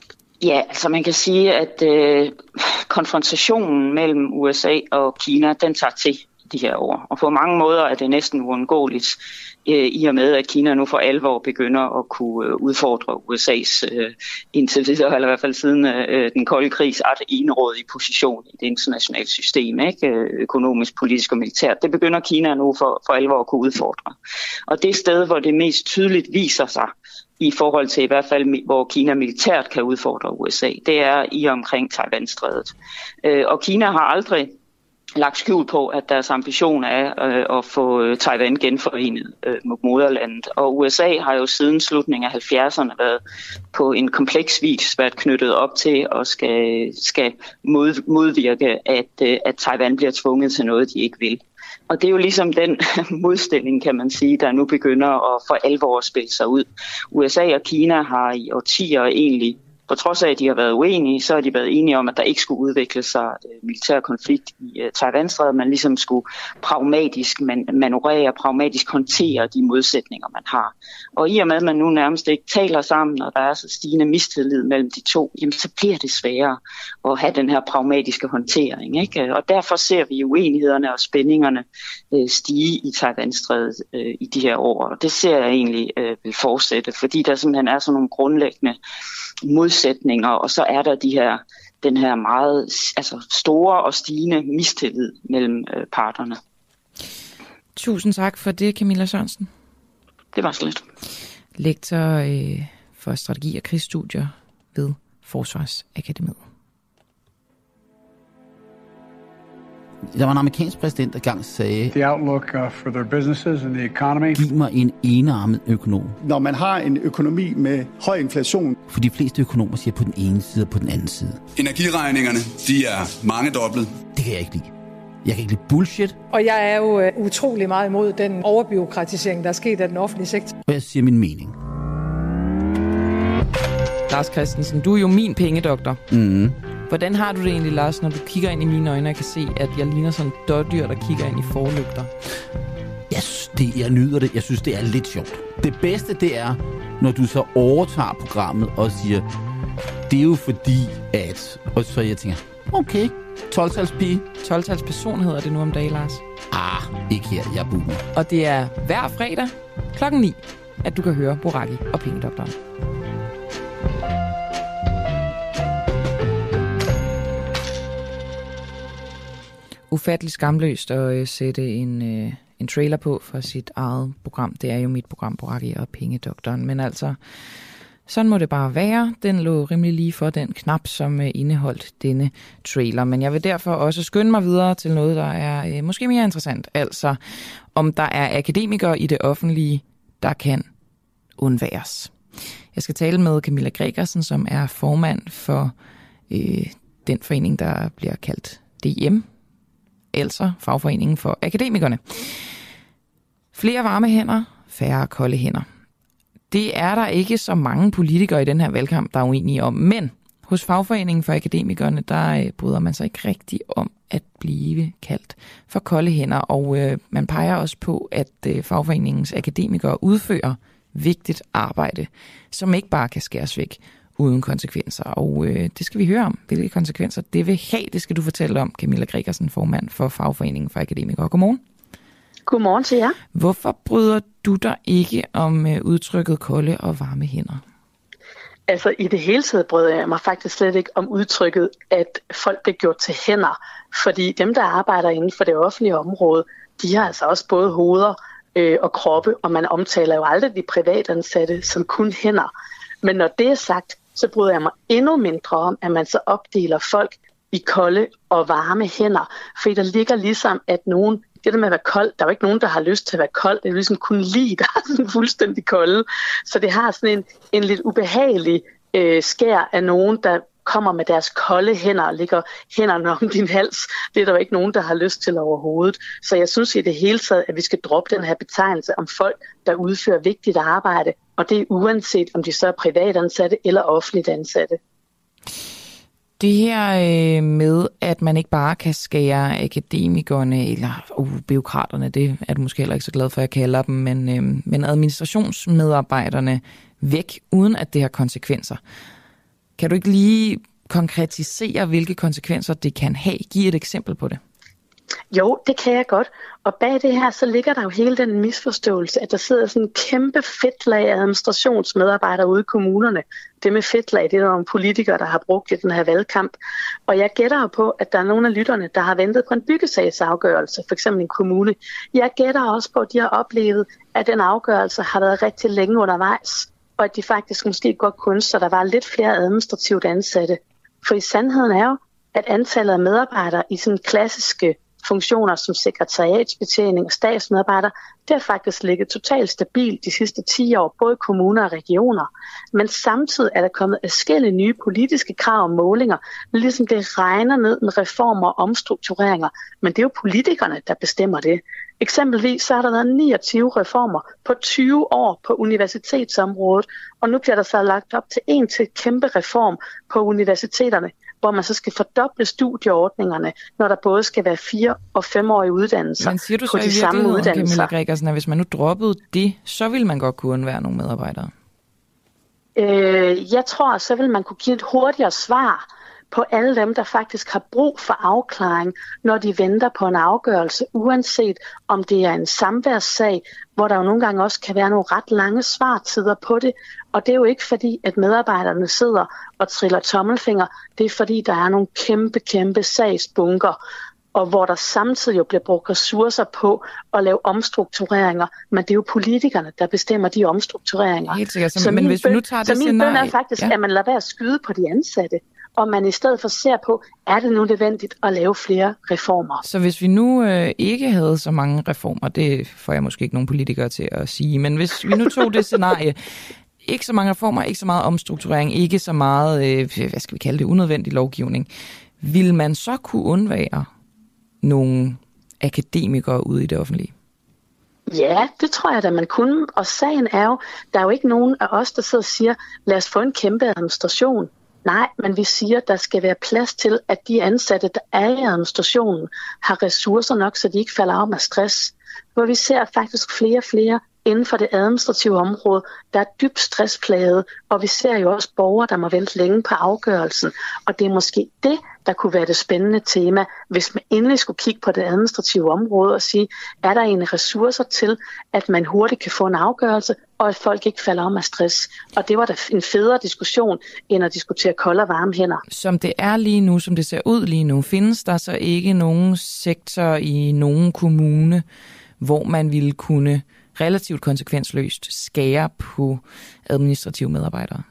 Ja, altså man kan sige, at øh, konfrontationen mellem U S A og Kina, den tager til de her år. Og på mange måder er det næsten uundgåeligt, øh, i og med, at Kina nu for alvor begynder at kunne øh, udfordre U S A's øh, indtil videre, eller i hvert fald siden øh, den kolde krigs ret enrådige position i det internationale system, ikke? Økonomisk, politisk og militært. Det begynder Kina nu for, for alvor at kunne udfordre. Og det sted, hvor det mest tydeligt viser sig, i forhold til i hvert fald, hvor Kina militært kan udfordre U S A, det er i og omkring Taiwan-strædet. Øh, og Kina har aldrig lagt skjul på, at deres ambition er øh, at få Taiwan genforenet øh, med moderlandet. Og U S A har jo siden slutningen af halvfjerdserne været på en kompleks vis været knyttet op til og skal, skal mod, modvirke, at, øh, at Taiwan bliver tvunget til noget, de ikke vil. Og det er jo ligesom den modstilling, kan man sige, der nu begynder at for alvor at spille sig ud. U S A og Kina har i årtier egentlig, på trods af, at de har været uenige, så har de været enige om, at der ikke skulle udvikle sig uh, militær konflikt i uh, Taiwan-strædet. Man ligesom skulle pragmatisk man- manøvrere, pragmatisk håndtere de modsætninger, man har. Og i og med, at man nu nærmest ikke taler sammen, og der er så stigende mistillid mellem de to, jamen så bliver det sværere at have den her pragmatiske håndtering, ikke? Og derfor ser vi uenighederne og spændingerne uh, stige i Taiwan-strædet uh, i de her år. Og det ser jeg egentlig uh, vil fortsætte, fordi der simpelthen er sådan nogle grundlæggende modsætninger, og så er der de her, den her meget altså store og stigende mistillid mellem øh, parterne. Tusind tak for det, Camilla Sørensen. Det var så lidt. Lektor øh, for strategi- og krigsstudier ved Forsvarsakademiet. Der var en amerikansk præsident, der gang sagde, The outlook uh, for their businesses and the economy. Giv mig en enarmet økonom. Når man har en økonomi med høj inflation. For de fleste økonomer siger på den ene side og på den anden side. Energiregningerne, de er mangedoblet. Det kan jeg ikke lide. Jeg kan ikke lide bullshit. Og jeg er jo uh, utrolig meget imod den overbureaukratisering, der er sket af den offentlige sektor. Og jeg siger min mening. Lars Christensen, du er jo min pengedoktor. Mm. Hvordan har du det egentlig, Lars, når du kigger ind i mine øjne og kan se, at jeg ligner sådan en dårdyr, der kigger ind i forlygter? Jeg, synes, det, jeg nyder det. Jeg synes, det er lidt sjovt. Det bedste, det er, når du så overtager programmet og siger, det er jo fordi, at... Og så jeg tænker, okay, tolv-talspige. tolv-talsperson hedder det nu om dagen, Lars. Ah, ikke her, jeg boomer. Og det er hver fredag klokken ni, at du kan høre Boraki og Pengedoktoren. Ufattelig skamløst at øh, sætte en, øh, en trailer på for sit eget program. Det er jo mit program, Boraki og Pengedoktoren. Men altså, sådan må det bare være. Den lå rimelig lige for den knap, som øh, indeholdt denne trailer. Men jeg vil derfor også skynde mig videre til noget, der er øh, måske mere interessant. Altså, om der er akademikere i det offentlige, der kan undværes. Jeg skal tale med Camilla Gregersen, som er formand for øh, den forening, der bliver kaldt D M, altså Fagforeningen for Akademikerne. Flere varme hænder, færre kolde hænder. Det er der ikke så mange politikere i den her valgkamp, der er uenige om, men hos Fagforeningen for Akademikerne, der bryder man sig ikke rigtig om at blive kaldt for kolde hænder, og øh, man peger også på, at øh, Fagforeningens akademikere udfører vigtigt arbejde, som ikke bare kan skæres væk uden konsekvenser. Og øh, det skal vi høre om, hvilke konsekvenser det vil have. Det skal du fortælle om, Camilla Gregersen, formand for Fagforeningen for Akademikere. Godmorgen. Godmorgen til jer. Hvorfor bryder du dig ikke om øh, udtrykket kolde og varme hænder? Altså i det hele taget bryder jeg mig faktisk slet ikke om udtrykket, at folk bliver gjort til hænder. Fordi dem, der arbejder inden for det offentlige område, de har altså også både hoveder øh, og kroppe, og man omtaler jo aldrig de privatansatte som kun hænder. Men når det er sagt, så bryder jeg mig endnu mindre om, at man så opdeler folk i kolde og varme hænder. For der ligger ligesom, at nogen, det der med at være kold, der er jo ikke nogen, der har lyst til at være kold. Det er ligesom kun lige, der er sådan fuldstændig kolde. Så det har sådan en, en lidt ubehagelig øh, skær af nogen, der kommer med deres kolde hænder og ligger hænderne om din hals. Det er der jo ikke nogen, der har lyst til overhovedet. Så jeg synes i det hele taget, at vi skal droppe den her betegnelse om folk, der udfører vigtigt arbejde. Og det er uanset, om de så er privatansatte eller offentligt ansatte. Det her øh, med, at man ikke bare kan skære akademikerne eller uh, bureaukraterne, det er du måske heller ikke så glad for, at jeg kalder dem, men, øh, men administrationsmedarbejderne væk, uden at det har konsekvenser. Kan du ikke lige konkretisere, hvilke konsekvenser det kan have? Giv et eksempel på det. Jo, det kan jeg godt. Og bag det her, så ligger der jo hele den misforståelse, at der sidder sådan en kæmpe fedtlag af administrationsmedarbejdere ude i kommunerne. Det med fedtlag, det er nogle politikere, der har brugt i den her valgkamp. Og jeg gætter jo på, at der er nogle af lytterne, der har ventet på en byggesagsafgørelse, f.eks. en kommune. Jeg gætter også på, at de har oplevet, at den afgørelse har været rigtig længe undervejs, og at de faktisk måske godt kunne, så der var lidt flere administrativt ansatte. For i sandheden er jo, at antallet af medarbejdere i sådan klassiske funktioner som sekretariatsbetjening og statsmedarbejdere, det har faktisk ligget totalt stabilt de sidste ti år, både kommuner og regioner. Men samtidig er der kommet adskillige nye politiske krav og målinger, ligesom det regner ned med reformer og omstruktureringer. Men det er jo politikerne, der bestemmer det. Eksempelvis så har der været niogtyve reformer på tyve år på universitetsområdet, og nu bliver der så lagt op til en til kæmpe reform på universiteterne, hvor man så skal fordoble studieordningerne, når der både skal være fire- og femårige uddannelser. Men siger du så på de i samme uddannelser. Camilla Gregersen, at hvis man nu droppede det, så ville man godt kunne undvære nogle medarbejdere? Øh, jeg tror, så vil man kunne give et hurtigere svar på alle dem, der faktisk har brug for afklaring, når de venter på en afgørelse, uanset om det er en samværssag, hvor der jo nogle gange også kan være nogle ret lange svartider på det. Og det er jo ikke fordi, at medarbejderne sidder og triller tommelfinger. Det er fordi, der er nogle kæmpe, kæmpe sagsbunker, og hvor der samtidig jo bliver brugt ressourcer på at lave omstruktureringer. Men det er jo politikerne, der bestemmer de omstruktureringer. Helt sikkert. Så, så men hvis vi nu tager så det min scenarie... bøn er faktisk, ja. at man lader være at skyde på de ansatte, og man i stedet for ser på, er det nu nødvendigt at lave flere reformer. Så hvis vi nu øh, ikke havde så mange reformer, det får jeg måske ikke nogen politikere til at sige, men hvis vi nu tog det scenarie, ikke så mange reformer, ikke så meget omstrukturering, ikke så meget, øh, hvad skal vi kalde det, unødvendig lovgivning, vil man så kunne undvære nogle akademikere ude i det offentlige? Ja, det tror jeg da, man kunne. Og sagen er jo, der er jo ikke nogen af os, der sidder og siger, lad os få en kæmpe administration. Nej, men vi siger, at der skal være plads til, at de ansatte, der er i administrationen, har ressourcer nok, så de ikke falder om af stress. Hvor vi ser faktisk flere og flere inden for det administrative område, der er dybt stressplaget, og vi ser jo også borgere, der må vente længe på afgørelsen. Og det er måske det, der kunne være det spændende tema, hvis man endelig skulle kigge på det administrative område og sige, er der en ressourcer til, at man hurtigt kan få en afgørelse, og at folk ikke falder om af stress. Og det var da en federe diskussion, end at diskutere kolde og varme hænder. Som det er lige nu, som det ser ud lige nu, findes der så ikke nogen sektor i nogen kommune, hvor man ville kunne relativt konsekvensløst skære på administrative medarbejdere?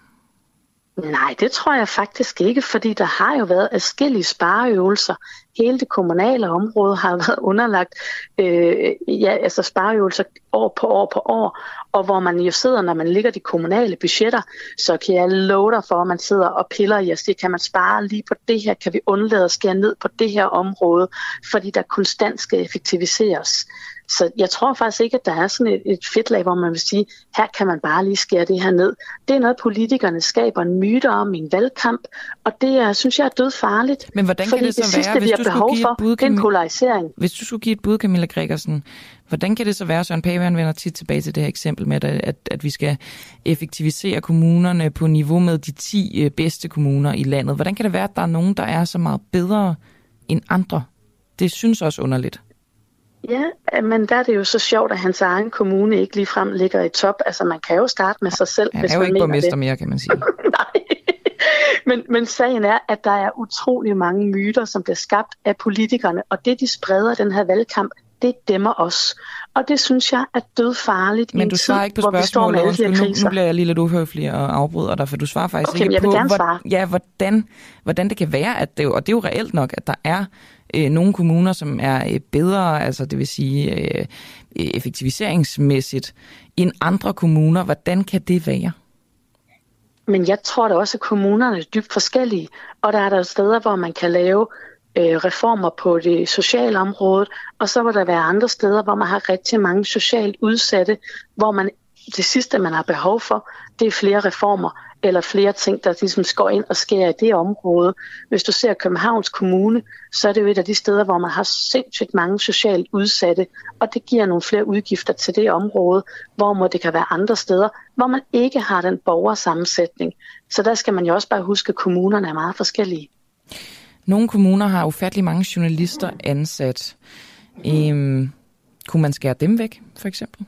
Nej, det tror jeg faktisk ikke, fordi der har jo været adskillige spareøvelser. Hele det kommunale område har været underlagt øh, ja, altså spareøvelser år på år på år, og hvor man jo sidder, når man ligger de kommunale budgetter, så kan jeg love dig for, at man sidder og piller i og siger, kan man spare lige på det her, kan vi undlade at skære ned på det her område, fordi der konstant skal effektiviseres. Så jeg tror faktisk ikke, at der er sådan et, et fedtlag, hvor man vil sige, her kan man bare lige skære det her ned. Det er noget, politikerne skaber en myte om i en valgkamp, og det er, synes jeg er dødfarligt. Men hvordan kan det så det sidste, være, hvis du skulle give et bud, den polarisering? Hvis du skulle give et bud, Camilla Gregersen, hvordan kan det så være, Søren Pape vender tit tilbage til det her eksempel med, at, at, at vi skal effektivisere kommunerne på niveau med de ti bedste kommuner i landet? Hvordan kan det være, at der er nogen, der er så meget bedre end andre? Det synes også underligt. Ja, men der er det jo så sjovt, at hans egen kommune ikke ligefrem ligger i top. Altså, man kan jo starte med sig selv, ja, hvis man mener det. Han er jo ikke borgmester det. mere, kan man sige. Nej, men, men sagen er, at der er utrolig mange myter, som bliver skabt af politikerne, og det, de spreder den her valgkamp, det dæmmer os. Og det synes jeg er dødfarligt. Men du svarer ikke på spørgsmålet. Undskyld, nu, nu bliver jeg lige lidt uhøflig og afbryder dig, for du svarer faktisk okay, ikke på, hvor, ja, hvordan, hvordan det kan være, at det, og det er jo reelt nok, at der er øh, nogle kommuner, som er øh, bedre, altså det vil sige øh, effektiviseringsmæssigt, end andre kommuner. Hvordan kan det være? Men jeg tror da også, at kommunerne er dybt forskellige, og der er der steder, hvor man kan lave reformer på det sociale område, og så vil der være andre steder, hvor man har rigtig mange socialt udsatte, hvor man det sidste, man har behov for, det er flere reformer, eller flere ting, der ligesom går ind og sker i det område. Hvis du ser Københavns Kommune, så er det jo et af de steder, hvor man har sindssygt mange socialt udsatte, og det giver nogle flere udgifter til det område, hvor det kan være andre steder, hvor man ikke har den borgersammensætning. Så der skal man jo også bare huske, at kommunerne er meget forskellige. Nogle kommuner har ufattelig mange journalister ansat. Øhm, kunne man skære dem væk, for eksempel?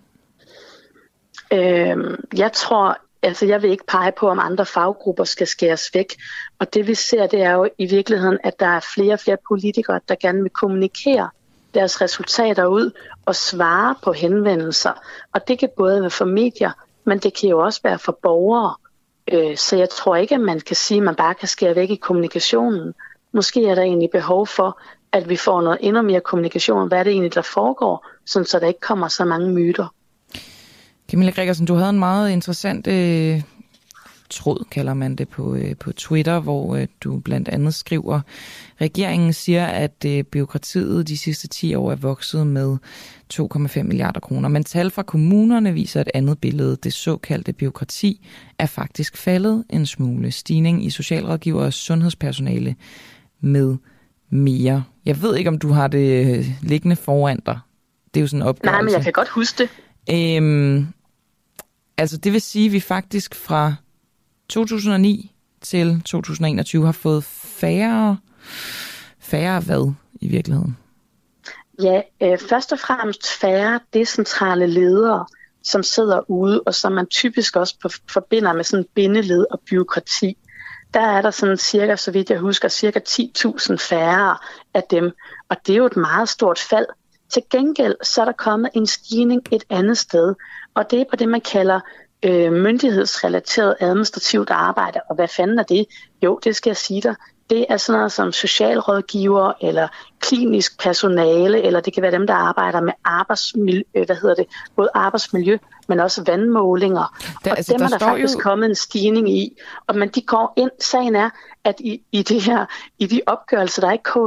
Øhm, jeg tror, altså jeg vil ikke pege på, om andre faggrupper skal skæres væk. Og det vi ser, det er jo i virkeligheden, at der er flere og flere politikere, der gerne vil kommunikere deres resultater ud og svare på henvendelser. Og det kan både være for medier, men det kan jo også være for borgere. Øh, så jeg tror ikke, at man kan sige, at man bare kan skære væk i kommunikationen. Måske er der egentlig behov for, at vi får noget endnu mere kommunikation. Hvad er det egentlig, der foregår, sådan så der ikke kommer så mange myter. Camilla Gregersen, du havde en meget interessant øh, tråd, kalder man det, på, øh, på Twitter, hvor øh, du blandt andet skriver, regeringen siger, at øh, bureaukratiet de sidste ti år er vokset med to komma fem milliarder kroner. Men tal fra kommunerne viser et andet billede. Det såkaldte bureaukrati er faktisk faldet en smule. Stigning i socialrådgivere og sundhedspersonale med mere. Jeg ved ikke, om du har det liggende foran dig. Det er jo sådan en opgørelse. Nej, men jeg kan godt huske det. Øhm, altså det vil sige, at vi faktisk fra to tusind og ni til to tusind og enogtyve har fået færre, færre hvad i virkeligheden? Ja, øh, først og fremmest færre decentrale ledere, som sidder ude, og som man typisk også forbinder med sådan bindeled og byråkrati. Der er der sådan cirka, så vidt jeg husker, cirka ti tusind færre af dem, og det er jo et meget stort fald. Til gengæld så er der kommet en stigning et andet sted, og det er på det, man kalder øh, myndighedsrelateret administrativt arbejde. Og hvad fanden er det? Jo, det skal jeg sige dig. Det er sådan noget som socialrådgiver eller klinisk personale, eller det kan være dem, der arbejder med arbejdsmiljø, hvad hedder det, både arbejdsmiljø, men også vandmålinger. Der, og altså, dem er der, der faktisk jo kommet en stigning i. Og men de går ind, sagen er, at i, i, det her, i de opgørelser, der er i K L,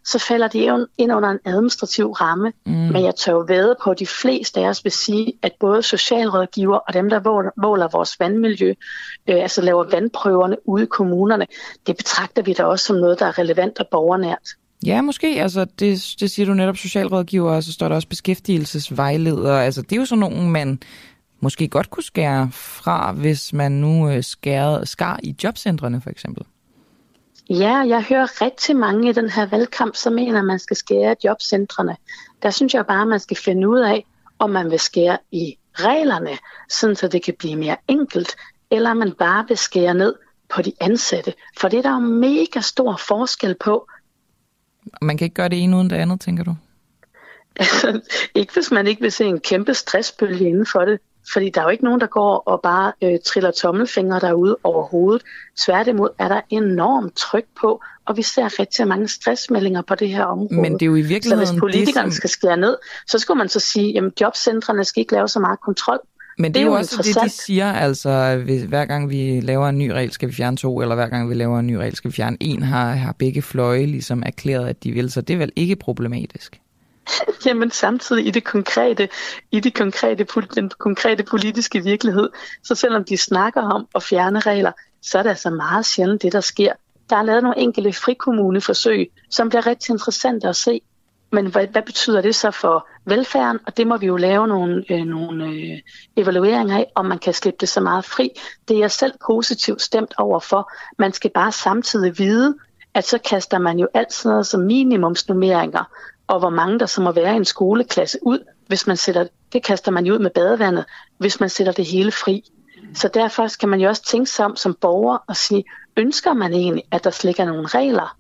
så falder de ind under en administrativ ramme. Mm. Men jeg tør jo vædde på, at de fleste af os vil sige, at både socialrådgiver og dem, der måler vores vandmiljø, øh, altså laver vandprøverne ude i kommunerne, det betragter vi da også som noget, der er relevant og borgernært. Ja, måske. Altså, det, det siger du netop socialrådgiver, og så står der også beskæftigelsesvejleder. Altså, det er jo sådan nogen, man måske godt kunne skære fra, hvis man nu skærer, skar i jobcentrene, for eksempel. Ja, jeg hører rigtig mange i den her valgkamp, som mener, at man skal skære i jobcentrene. Der synes jeg bare, at man skal finde ud af, om man vil skære i reglerne, sådan så det kan blive mere enkelt, eller om man bare vil skære ned på de ansatte. For det er der jo mega stor forskel på. Man kan ikke gøre det ene uden det andet, tænker du? Altså, ikke hvis man ikke vil se en kæmpe stressbølge inden for det. Fordi der er jo ikke nogen, der går og bare øh, triller tommelfingre derude overhovedet. Tværtimod er der enormt tryk på, og vi ser rigtig mange stressmeldinger på det her område. Men det er jo i virkeligheden... Så hvis politikerne det, som... skal skære ned, så skulle man så sige, at jobcentrene skal ikke lave så meget kontrol. Men det, det er jo også det, de siger, altså hvis, hver gang vi laver en ny regel, skal vi fjerne to, eller hver gang vi laver en ny regel, skal vi fjerne en, har, har begge fløje ligesom erklæret, at de vil, så det er vel ikke problematisk? Jamen samtidig i det konkrete, i det konkrete, den konkrete politiske virkelighed, så selvom de snakker om at fjerne regler, så er det altså meget sjældent det, der sker. Der er lavet nogle enkelte frikommuneforsøg, som bliver rigtig interessante at se. Men hvad, hvad betyder det så for velfærden? Og det må vi jo lave nogle, øh, nogle øh, evalueringer af, om man kan slippe det så meget fri. Det er jeg selv positivt stemt over for. Man skal bare samtidig vide, at så kaster man jo altid noget som minimumsnummeringer, og hvor mange der så må være i en skoleklasse ud, hvis man sætter, det kaster man jo ud med badevandet, hvis man sætter det hele fri. Så derfor skal man jo også tænke sig om som borger og sige, ønsker man egentlig, at der slet er nogle regler?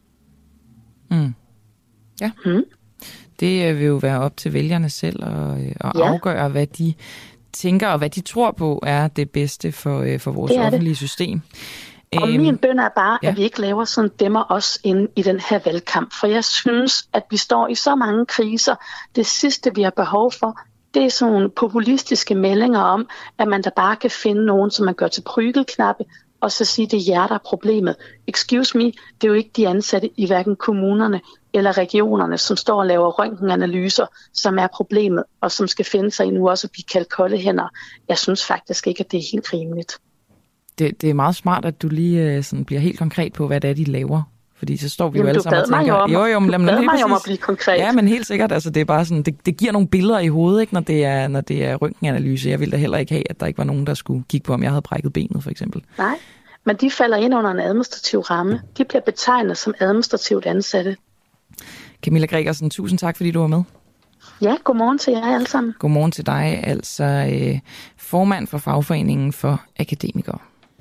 Mm. Ja. Mm. Det vil jo være op til vælgerne selv at, at ja. afgøre, hvad de tænker og hvad de tror på er det bedste for, for vores offentlige det. system. Og min bøn er bare, ja. at vi ikke laver sådan dæmmer os inde i den her valgkamp. For jeg synes, at vi står i så mange kriser. Det sidste, vi har behov for, det er sådan nogle populistiske meldinger om, at man da bare kan finde nogen, som man gør til prygelknappe, og så sige, det er jer, der er problemet. Excuse me, det er jo ikke de ansatte i hverken kommunerne eller regionerne, som står og laver røntgenanalyser, som er problemet, og som skal finde sig i nu også at blive kaldt kolde hænder. Jeg synes faktisk ikke, at det er helt rimeligt. Det, det er meget smart, at du lige sådan bliver helt konkret på, hvad det er, de laver. Fordi så står vi Jamen, jo alle sammen og tænker... Om, jo, jo, men, du bad mig om at blive konkret. Ja, men helt sikkert. Altså, det er bare sådan, det, det giver nogle billeder i hovedet, ikke, når det er, når det er røntgenanalyse. Jeg ville da heller ikke have, at der ikke var nogen, der skulle kigge på, om jeg havde brækket benet, for eksempel. Nej, men de falder ind under en administrativ ramme. De bliver betegnet som administrativt ansatte. Camilla Gregersen, tusind tak, fordi du var med. Ja, godmorgen til jer alle sammen. Godmorgen til dig, altså øh, formand for Fagforeningen for Akademikere.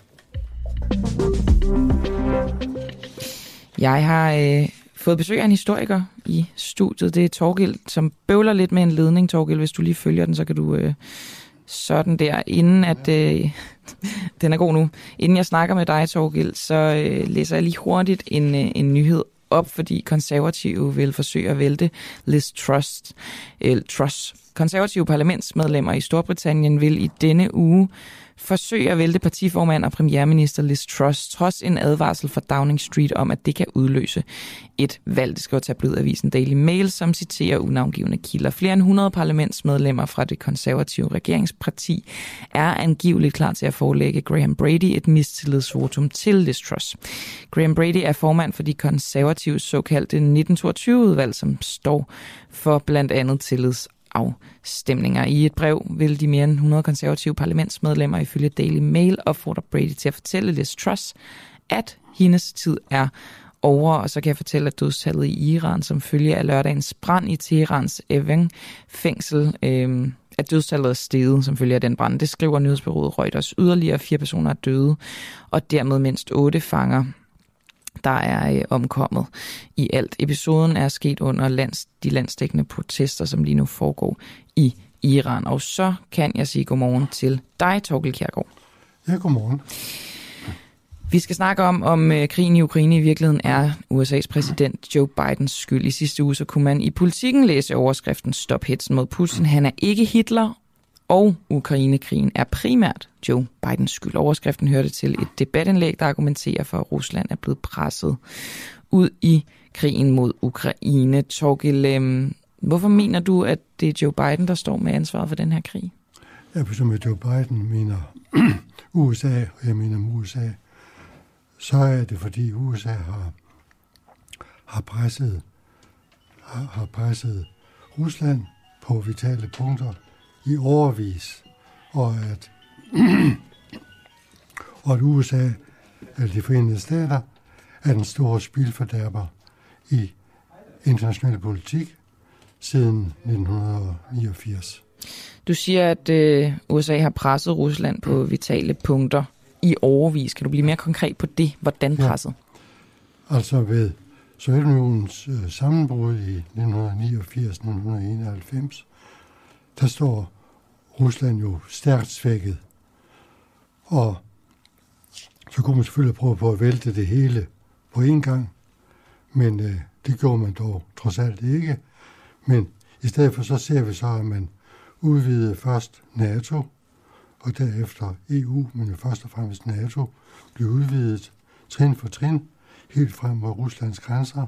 Jeg har øh, fået besøg af en historiker i studiet. Det er Torgild, som bøvler lidt med en ledning. Torgild, hvis du lige følger den, så kan du øh, sådan der, inden at... Øh, den er god nu. Inden jeg snakker med dig, Torgild, så øh, læser jeg lige hurtigt en, øh, en nyhed op, fordi konservative vil forsøge at vælte Liz Truss. Øh, Truss. Konservative parlamentsmedlemmer i Storbritannien vil i denne uge forsøge at vælte partiformand og premierminister Liz Truss, trods en advarsel fra Downing Street om, at det kan udløse et valg. Det skriver tabloidavisen Daily Mail, som citerer unavngivne kilder. Flere end hundrede parlamentsmedlemmer fra det konservative regeringsparti er angiveligt klar til at forelægge Graham Brady et mistillidsvotum til Liz Truss. Graham Brady er formand for de konservatives såkaldte nitten toogtyve-udvalg, som står for blandt andet tillids afstemninger. I et brev vil de mere end hundrede konservative parlamentsmedlemmer ifølge Daily Mail opfordre Brady til at fortælle Liz Truss, at hendes tid er over. Og så kan jeg fortælle, at dødstallet i Iran, som følge af lørdagens brand i Teherans Evin-fængsel, øh, at dødstallet er steget som følge af den brand. Det skriver nyhedsbureauet Reuters. Yderligere fire personer er døde, og dermed mindst otte fanger, der er øh, omkommet i alt. Episoden er sket under lands, de landsdækkende protester, som lige nu foregår i Iran. Og så kan jeg sige godmorgen til dig, Torgild Kjærgaard. Ja, godmorgen. Vi skal snakke om, om øh, krigen i Ukraine i virkeligheden er U S A's præsident Joe Bidens skyld. I sidste uge så kunne man i Politikken læse overskriften Stop hetsen mod Putin. Han er ikke Hitler, og Ukrainekrigen er primært Joe Bidens skyld. Overskriften hørte til et debatindlæg, der argumenterer for, at Rusland er blevet presset ud i krigen mod Ukraine. Torgild, øh, hvorfor mener du, at det er Joe Biden, der står med ansvaret for den her krig? Ja, for som Joe Biden mener U S A, og jeg mener U S A, så er det fordi U S A har, har, presset, har, har presset Rusland på vitale punkter i årevis, og at, og at U S A, eller de forenede stater, er den store spildfordærber i international politik siden nitten niogfirs. Du siger, at øh, U S A har presset Rusland på vitale punkter i årevis. Kan du blive mere konkret på det? Hvordan presset? Ja. Altså ved Sovjetunionens øh, sammenbrud i nitten niogfirs til nitten enoghalvfems, der står Rusland jo stærkt svækket. Og så kunne man selvfølgelig prøve på at vælte det hele på én gang, men øh, det gjorde man dog trods alt ikke. Men i stedet for så ser vi så, at man udvidede først NATO, og derefter E U, men jo først og fremmest NATO, blev udvidet trin for trin, helt frem mod Ruslands grænser.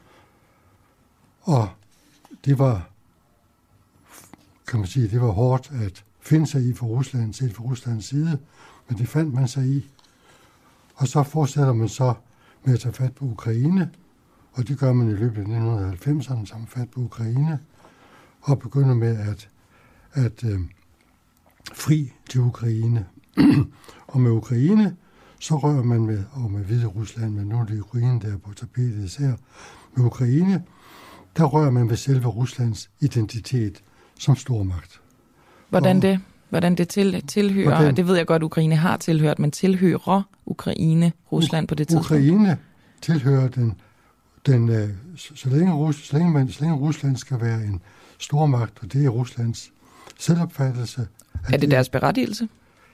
Og det var, kan man sige, det var hårdt at finde sig i for Rusland, set fra Ruslands side, men det fandt man sig i. Og så fortsætter man så med at tage fat på Ukraine, og det gør man i løbet af nitten halvfemserne, sammen fat på Ukraine, og begynder med at, at øh, fri til Ukraine. Og med Ukraine, så rører man med, og med Hvide Rusland, men nu er det Ukraine, der er på tapetet især. Med Ukraine, der rører man ved selve Ruslands identitet som stormagt. Hvordan og, det? Hvordan det til, tilhører? Hvordan, det ved jeg godt, Ukraine har tilhørt, men tilhører Ukraine Rusland på det tidspunkt? Ukraine tilhører den, den så, så, længe Rus, så, længe man, så længe Rusland skal være en stormagt, og det er Ruslands selvopfattelse. Er det, det deres berettigelse?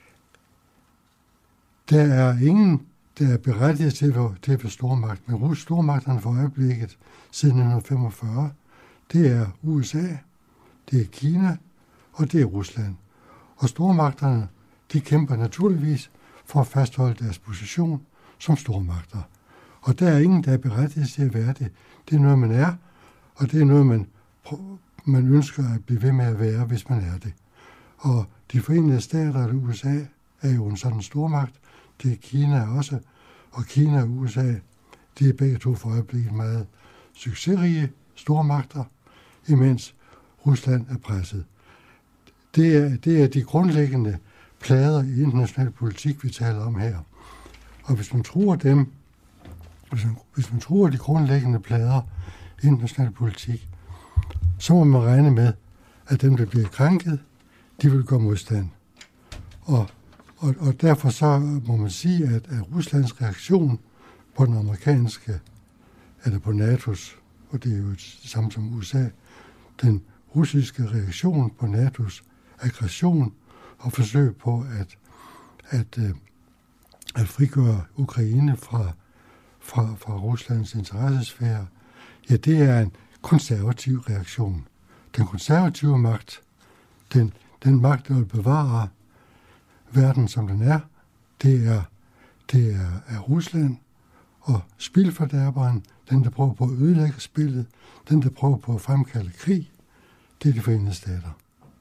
Der er ingen, der er berettiget til at, til at være stormagt, men Rus stormagterne for øjeblikket siden nitten femogfyrre, det er U S A, det er Kina, og det er Rusland. Og stormagterne, de kæmper naturligvis for at fastholde deres position som stormagter. Og der er ingen, der er berettiget til at være det. Det er noget, man er, og det er noget, man, man ønsker at blive ved med at være, hvis man er det. Og de forenede stater og U S A er jo en sådan stormagt. Det er Kina også, og Kina og U S A, de er begge to for øjeblikket meget succesrige stormagter, imens Rusland er presset. Det er, det er de grundlæggende plader i international politik, vi taler om her. Og hvis man tror dem, hvis man, hvis man tror de grundlæggende plader i international politik, så må man regne med, at dem, der bliver krænket, de vil gøre modstand. Og, og, og derfor så må man sige, at, at Ruslands reaktion på den amerikanske, eller på NATO's, og det er jo det samme som U S A, den russiske reaktion på NATO's aggression og forsøg på at, at, at frigøre Ukraine fra, fra, fra Ruslands interessesfære, ja, det er en konservativ reaktion. Den konservative magt, den, den magt, der vil bevare verden, som den er, det er, det er, er Rusland, og spildfordærperen, den, der prøver på at ødelægge spillet, den, der prøver på at fremkalde krig, det er de forenede stater.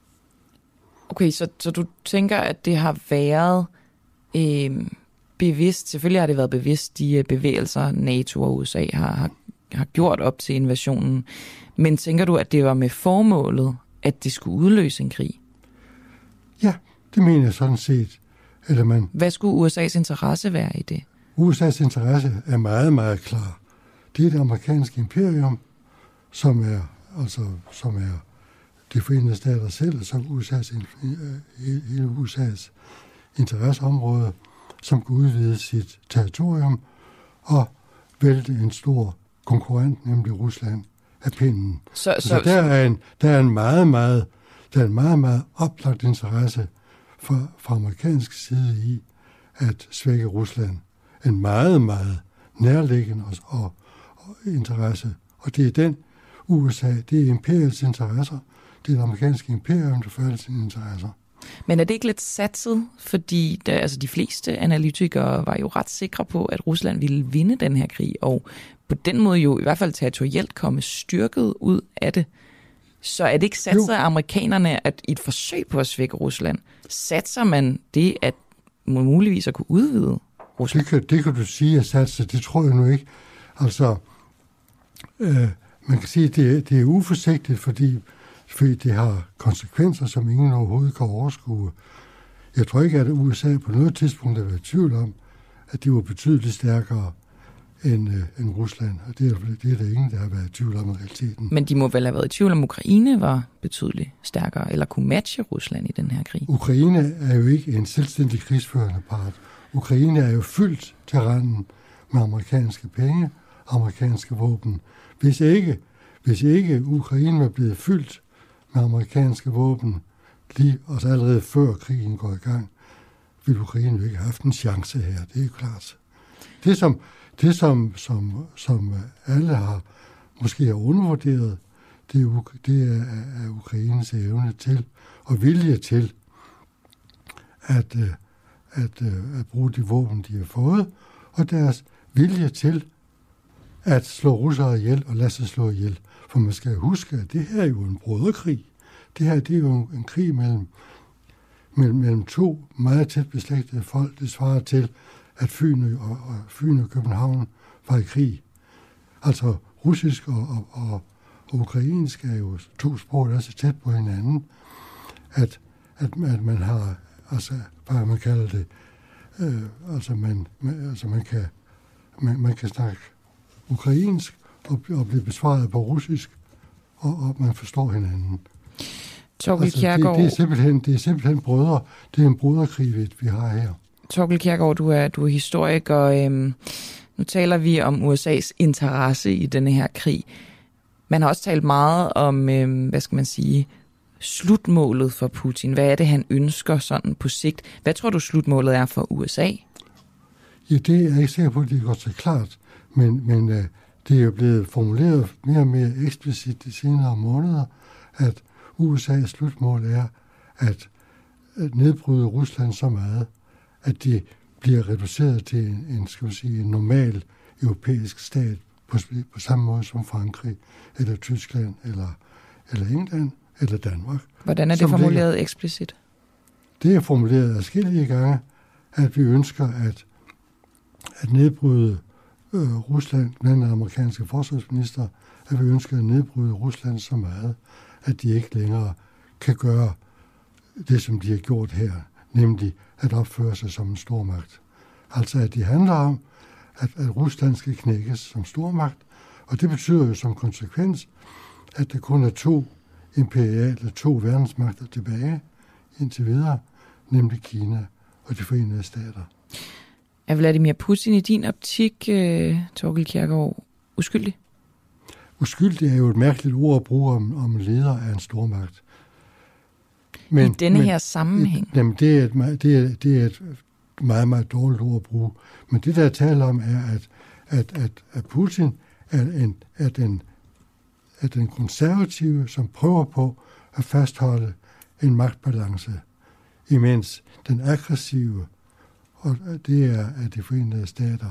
Okay, så, så du tænker, at det har været øh, bevidst, selvfølgelig har det været bevidst, de bevægelser, NATO og U S A har, har, har gjort op til invasionen, men tænker du, at det var med formålet, at det skulle udløse en krig? Ja, det mener jeg sådan set. Eller man, Hvad skulle U S A's interesse være i det? U S A's interesse er meget, meget klar. Det er det amerikanske imperium, som er, altså, som er de forenede stater selv, som U S A's, hele U S A's interesseområde, som kan udvide sit territorium og vælte en stor konkurrent, nemlig Rusland, af pinden. Så, så, så der, er en, der er en meget, meget, der er en meget, meget oplagt interesse fra, fra amerikansk side i at svække Rusland. En meget, meget nærliggende og, og, og interesse. Og det er den U S A, det er imperiets interesser, det er det amerikanske imperium, der fører sine interesser. Men er det ikke lidt satset? Fordi der, altså de fleste analytikere var jo ret sikre på, at Rusland ville vinde den her krig, og på den måde jo i hvert fald territorielt komme styrket ud af det. Så er det ikke satset af amerikanerne, at i et forsøg på at svække Rusland, satser man det, at man muligvis at kunne udvide Rusland? Det kan, det kan du sige, at satser. Det tror jeg nu ikke. Altså, øh, man kan sige, at det, det er uforsigtigt, fordi, fordi det har konsekvenser, som ingen overhovedet kan overskue. Jeg tror ikke, at U S A på noget tidspunkt har været i tvivl om, at de var betydeligt stærkere end, øh, end Rusland. Og det er, det er der ingen, der har været i tvivl om i realiteten. Men de må vel have været i tvivl om, Ukraine var betydeligt stærkere, eller kunne matche Rusland i den her krig? Ukraine er jo ikke en selvstændig krigsførende part. Ukraine er jo fyldt til randen med amerikanske penge, amerikanske våben. Hvis ikke, hvis ikke Ukraine var blevet fyldt med amerikanske våben, lige også allerede før krigen går i gang, ville Ukraine jo ikke have haft en chance her. Det er jo klart. Det, som, det som, som, som alle har måske har undervurderet, det er, det er, er Ukraines evne til og vilje til at, at, at bruge de våben, de har fået, og deres vilje til at slå russere ihjel og lade sig slå ihjel. For man skal huske, at det her er jo en broderkrig. Det her det er jo en, en krig mellem, mellem, mellem to meget tæt beslægtede folk. Det svarer til, at Fyn og, og, Fyn og København var i krig. Altså russisk og, og, og, og ukrainsk er jo to sprog, der er så tæt på hinanden, at, at, at man har, altså hvad man kalder det, øh, altså, man, man, altså man kan man, man kan snakke ukrainsk og, og blive besvaret på russisk, og, og man forstår hinanden. Torkel altså, Kjærgaard... det, det, er simpelthen, det er simpelthen brødre. Det er en broderkrig, vi har her. Torkel Kjærgaard, du er, du er historiker. Øhm, nu taler vi om U S A's interesse i denne her krig. Man har også talt meget om, øhm, hvad skal man sige, slutmålet for Putin. Hvad er det, han ønsker sådan på sigt? Hvad tror du, slutmålet er for U S A? Ja, det er jeg ikke sikker på, at det går så klart. Men, men øh, det er jo blevet formuleret mere og mere eksplicit de senere måneder, at U S A's slutmål er at, at nedbryde Rusland så meget, at de bliver reduceret til en, en, skal vi sige, en normal europæisk stat på, på samme måde som Frankrig, eller Tyskland, eller, eller England, eller Danmark. Hvordan er det formuleret ligger, eksplicit? Det er formuleret adskillige gange, at vi ønsker at, at nedbryde øh, Rusland, blandt andet amerikanske forsvarsminister, at vi ønsker at nedbryde Rusland så meget, at de ikke længere kan gøre det, som de har gjort her, nemlig at opføre sig som en stormagt. Altså at det handler om, at, at Rusland skal knækkes som stormagt, og det betyder jo som konsekvens, at der kun er to imperiale, to verdensmagter tilbage indtil videre, nemlig Kina og de Forenede Stater. Er Vladimir Putin i din optik, uh, Torkel Kjærgaard, uskyldig? Uskyldig er jo et mærkeligt ord at bruge om, om en leder af en stormagt. Men, I denne men, her sammenhæng? Jamen, det er, et, det, er, det er et meget, meget dårligt ord at bruge. Men det, der taler om, er, at, at, at, at Putin er, en, er, den, er den konservative, som prøver på at fastholde en magtbalance, imens den aggressive, og det er af de Forenede Stater.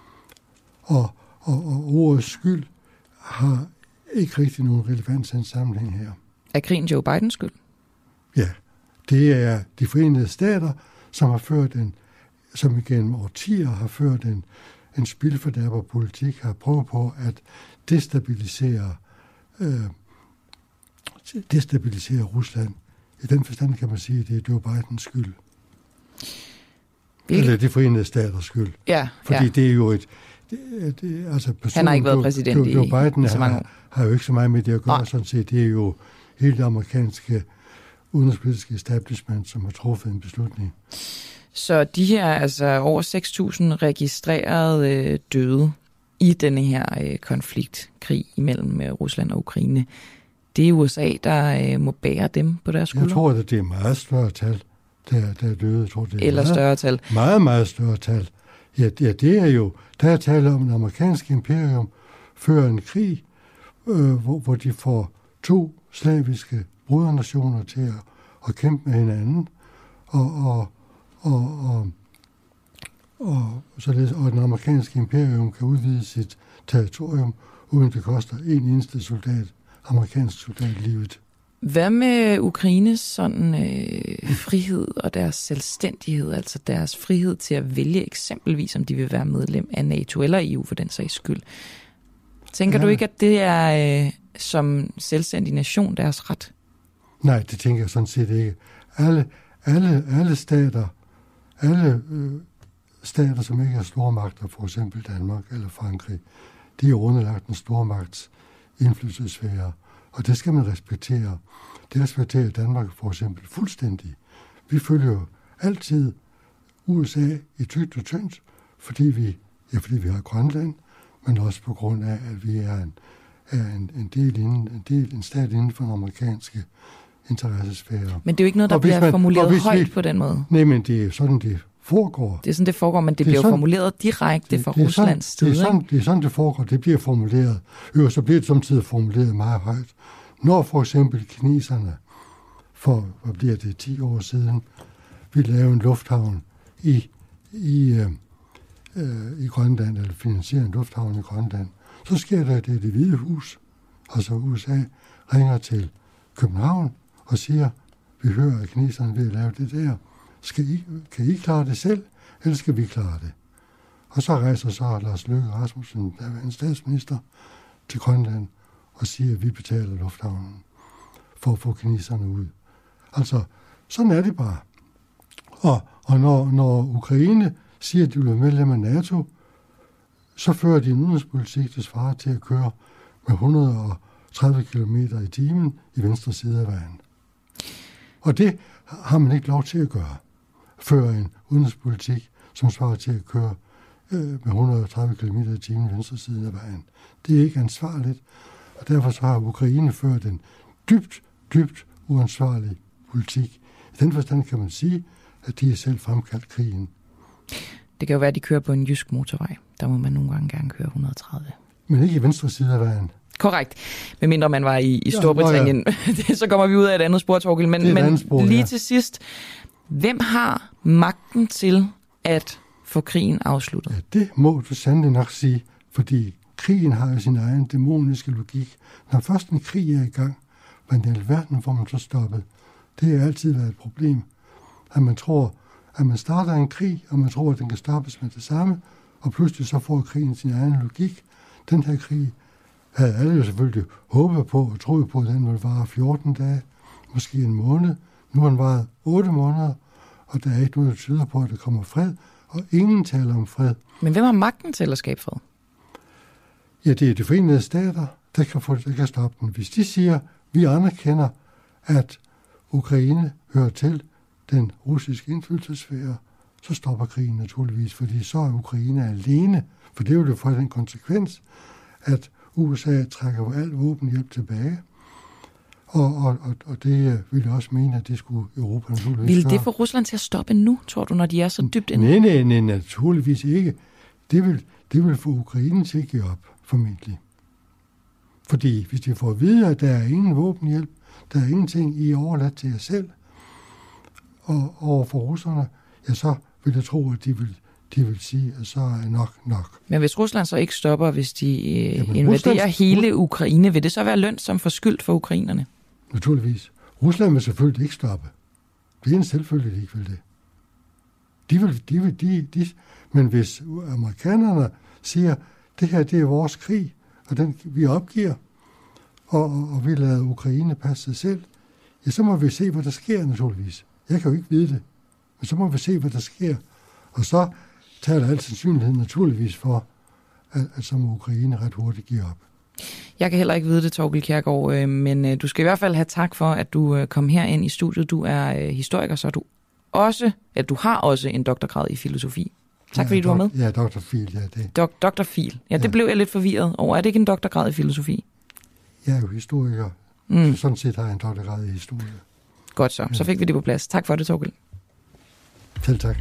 Og, og, og ordets skyld har ikke rigtig nogen relevans i en sammenhæng her. Er krigen Joe Bidens skyld? Ja, det er de Forenede Stater, som har ført en, som igennem årtier har ført en, en spildfordærper politik, har prøvet på at destabilisere, øh, destabilisere Rusland. I den forstand kan man sige, at det er Joe Bidens skyld. Hvilke? Eller de Forenede Staters skyld. Ja, Fordi ja. det er jo et... Det, det, altså personen, Han har ikke været præsident Joe, Joe Biden i så mange år. Har, har jo ikke så meget med det at gøre, sådan set. Det er jo hele det amerikanske udenrigspolitiske establishment, som har truffet en beslutning. Så de her altså over seks tusind registrerede øh, døde i denne her øh, konflikt, krig imellem øh, Rusland og Ukraine, det er U S A, der øh, må bære dem på deres skuldre? Jeg tror, at det er meget større tal, der, der er døde. Jeg tror, det er Eller meget, større tal? Meget, meget større tal. Ja, ja, det er jo, der er tale om, at det amerikanske imperium fører en krig, øh, hvor, hvor de får to slaviske brodernationer til at, at kæmpe med hinanden, og, og, og, og, og, således, og den amerikanske imperium kan udvide sit territorium, uden det koster en eneste soldat, amerikansk soldat, livet. Hvad med Ukraines sådan, øh, frihed og deres selvstændighed, altså deres frihed til at vælge eksempelvis, om de vil være medlem af NATO eller E U for den sags skyld? Tænker ja. du ikke, at det er øh, som selvstændig nation deres ret? Nej, det tænker jeg sådan set ikke. Alle, alle, alle stater, alle øh, stater, som ikke er stormagter, for eksempel Danmark eller Frankrig, de er underlagt en stormagts indflydelsessfære, og det skal man respektere. Det respekterer Danmark for eksempel fuldstændig. Vi følger jo altid U S A i tykt og tyndt, fordi vi, ja, fordi vi har Grønland, men også på grund af, at vi er en, er en, en, del, inden, en, del, en stat inden for den amerikanske interessesfære. Men det er jo ikke noget, der bliver man, formuleret højt vi, på den måde. Nej, men det er sådan, det foregår. Det er sådan, det foregår, men det, det bliver sådan, formuleret direkte fra Ruslands side. Det er, sådan, det er sådan, det foregår. Det bliver formuleret. Jo, så bliver det samtidig formuleret meget højt. Når for eksempel kineserne for, hvad bliver det, ti år siden, ville lave en lufthavn i, i, øh, øh, i Grønland, eller finansiere en lufthavn i Grønland, så sker der det, det Hvide Hus, altså U S A, ringer til København og siger, vi hører, at kineserne vil lave det der. Skal I, kan I klare det selv, eller skal vi klare det? Og så rejser så Lars Løkke Rasmussen, der var en statsminister, til Grønland og siger, at vi betaler lufthavnen for at få kineserne ud. Altså, sådan er det bare. Og, og når, når Ukraine siger, at de vil være medlem af NATO, så fører de en udenrigspolitik, der svarer til at køre med et hundrede og tredive kilometer i timen i venstre side af vejen. Og det har man ikke lov til at gøre. Føre en udenrigspolitik, som svarer til at køre øh, med et hundrede og tredive kilometer i timen i venstre side af vejen. Det er ikke ansvarligt, og derfor så har Ukraine ført en dybt, dybt uansvarlig politik. I den forstand kan man sige, at de er selv fremkaldt krigen. Det kan jo være, at de kører på en jysk motorvej. Der må man nogle gange gerne køre et hundrede og tredive. Men ikke i venstre side af vejen. Korrekt. Medmindre man var i, i Storbritannien. Ja, ja. Så kommer vi ud af et andet spor, Torkild. Men, men spor, lige ja. til sidst, hvem har magten til at få krigen afsluttet? Ja, det må du sandelig nok sige, fordi krigen har jo sin egen dæmoniske logik. Når først en krig er i gang, hvordan i alverden får man så stoppet? Det har altid været et problem, at man tror, at man starter en krig, og man tror, at den kan stoppes med det samme, og pludselig så får krigen sin egen logik. Den her krig havde alle jo selvfølgelig håbet på og troet på, at den ville vare fjorten dage, måske en måned. Nu har den varet otte måneder, og der er ikke noget, der tyder på, at der kommer fred, og ingen taler om fred. Men hvem har magten til at skabe fred? Ja, det er de forenede stater, der kan, få, der kan stoppe den. Hvis de siger, at vi anerkender, at Ukraine hører til den russiske indflydelsessfære, så stopper krigen naturligvis, fordi så er Ukraine alene. For det vil jo få den konsekvens, at U S A trækker al våbenhjælp tilbage, og, og, og, og det vil jeg også mene, at det skulle Europa naturligvis Vil det få Rusland til at stoppe nu, tror du, når de er så dybt inde? Nej, nej, nej, naturligvis ikke. Det vil, det vil få Ukraine til at give op, formentlig. Fordi hvis de får at vide, at der er ingen våbenhjælp, der er ingenting, I er overladt til jer selv, og over for russerne, ja, så vil jeg tro, at de vil, de vil sige, at så er nok nok. Men hvis Rusland så ikke stopper, hvis de øh, Jamen, invaderer Ruslands... hele Ukraine, vil det så være lønt som forskyldt for ukrainerne? Naturligvis. Rusland vil selvfølgelig ikke stoppe. Det er en selvfølgelig, de ikke vil det. De vil, de vil, de, de, men hvis amerikanerne siger, det her det er vores krig, og den vi opgiver, og, og, og vi lader Ukraine passe sig selv, ja, så må vi se, hvad der sker naturligvis. Jeg kan jo ikke vide det, men så må vi se, hvad der sker. Og så taler al sandsynlighed naturligvis for, at, at så må Ukraine ret hurtigt give op. Jeg kan heller ikke vide det, Torkild Kjærgaard, men du skal i hvert fald have tak for, at du kom herind i studiet. Du er historiker, så du også, ja, du har også en doktorgrad i filosofi. Tak ja, fordi du dok- var med. Ja, doktorfil, ja. Det. Dok- doktorfil. Ja, det ja. blev jeg lidt forvirret over. Er det ikke en doktorgrad i filosofi? Jeg er jo historiker, mm. så sådan set har jeg en doktorgrad i historie. Godt så. Så fik vi det på plads. Tak for det, Torkild. Selv tak.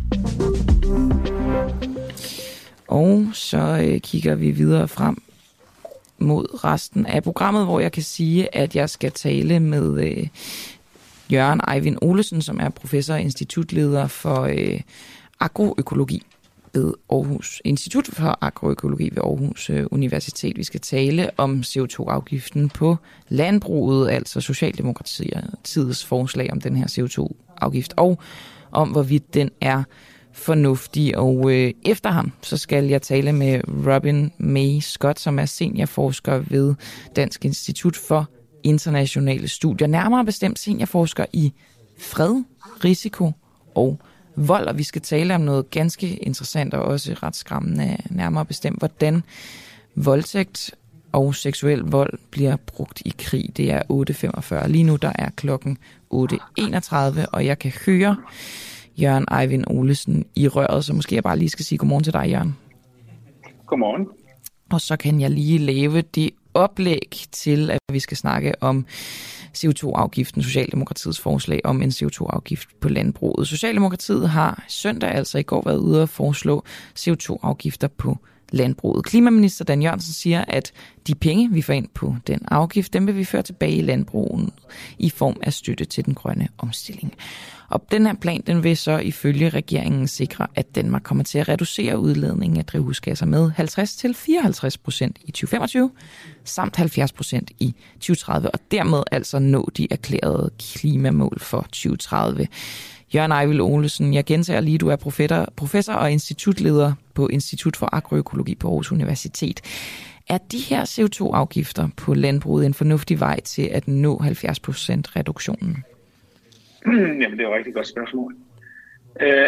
Og så øh, kigger vi videre frem mod resten af programmet, hvor jeg kan sige, at jeg skal tale med øh, Jørgen Ejvind Olesen, som er professor og institutleder for øh, agroøkologi ved Aarhus Institut for Agroøkologi ved Aarhus Universitet. Vi skal tale om C O to afgiften på landbruget, altså Socialdemokratiets forslag om den her C O to afgift, og om hvorvidt den er fornuftig. Og øh, efter ham, så skal jeg tale med Robin May Scott, som er seniorforsker ved Dansk Institut for Internationale Studier. Nærmere bestemt seniorforsker i fred, risiko og vold, og vi skal tale om noget ganske interessant og også ret skræmmende, nærmere bestemt, hvordan voldtægt og seksuel vold bliver brugt i krig. Det er otte femogfyrre. Lige nu der er klokken otte enogtredive, og jeg kan høre Jørgen Ejvind Olesen i røret, så måske jeg bare lige skal sige godmorgen til dig, Jørgen. Godmorgen. Og så kan jeg lige lave det oplæg til, at vi skal snakke om C O to afgiften, Socialdemokratiets forslag om en C O to afgift på landbruget. Socialdemokratiet har søndag, altså i går, været ude at foreslå C O to afgifter på landbruget. Klimaminister Dan Jørgensen siger, at de penge, vi får ind på den afgift, dem vil vi føre tilbage i landbruget i form af støtte til den grønne omstilling. Og den her plan, den vil så ifølge regeringen sikre, at Danmark kommer til at reducere udledningen af drivhusgasser med halvtreds til fireoghalvtreds procent i tyve femogtyve, samt halvfjerds procent i tyve tredive, og dermed altså nå de erklærede klimamål for tyve tredive. Jørgen Ejvind Olesen, jeg gentager lige, du er professor, professor og institutleder på Institut for Agroøkologi på Aarhus Universitet. Er de her C O to afgifter på landbruget en fornuftig vej til at nå halvfjerds procent reduktionen? Jamen, det er jo et rigtig godt spørgsmål. Øh,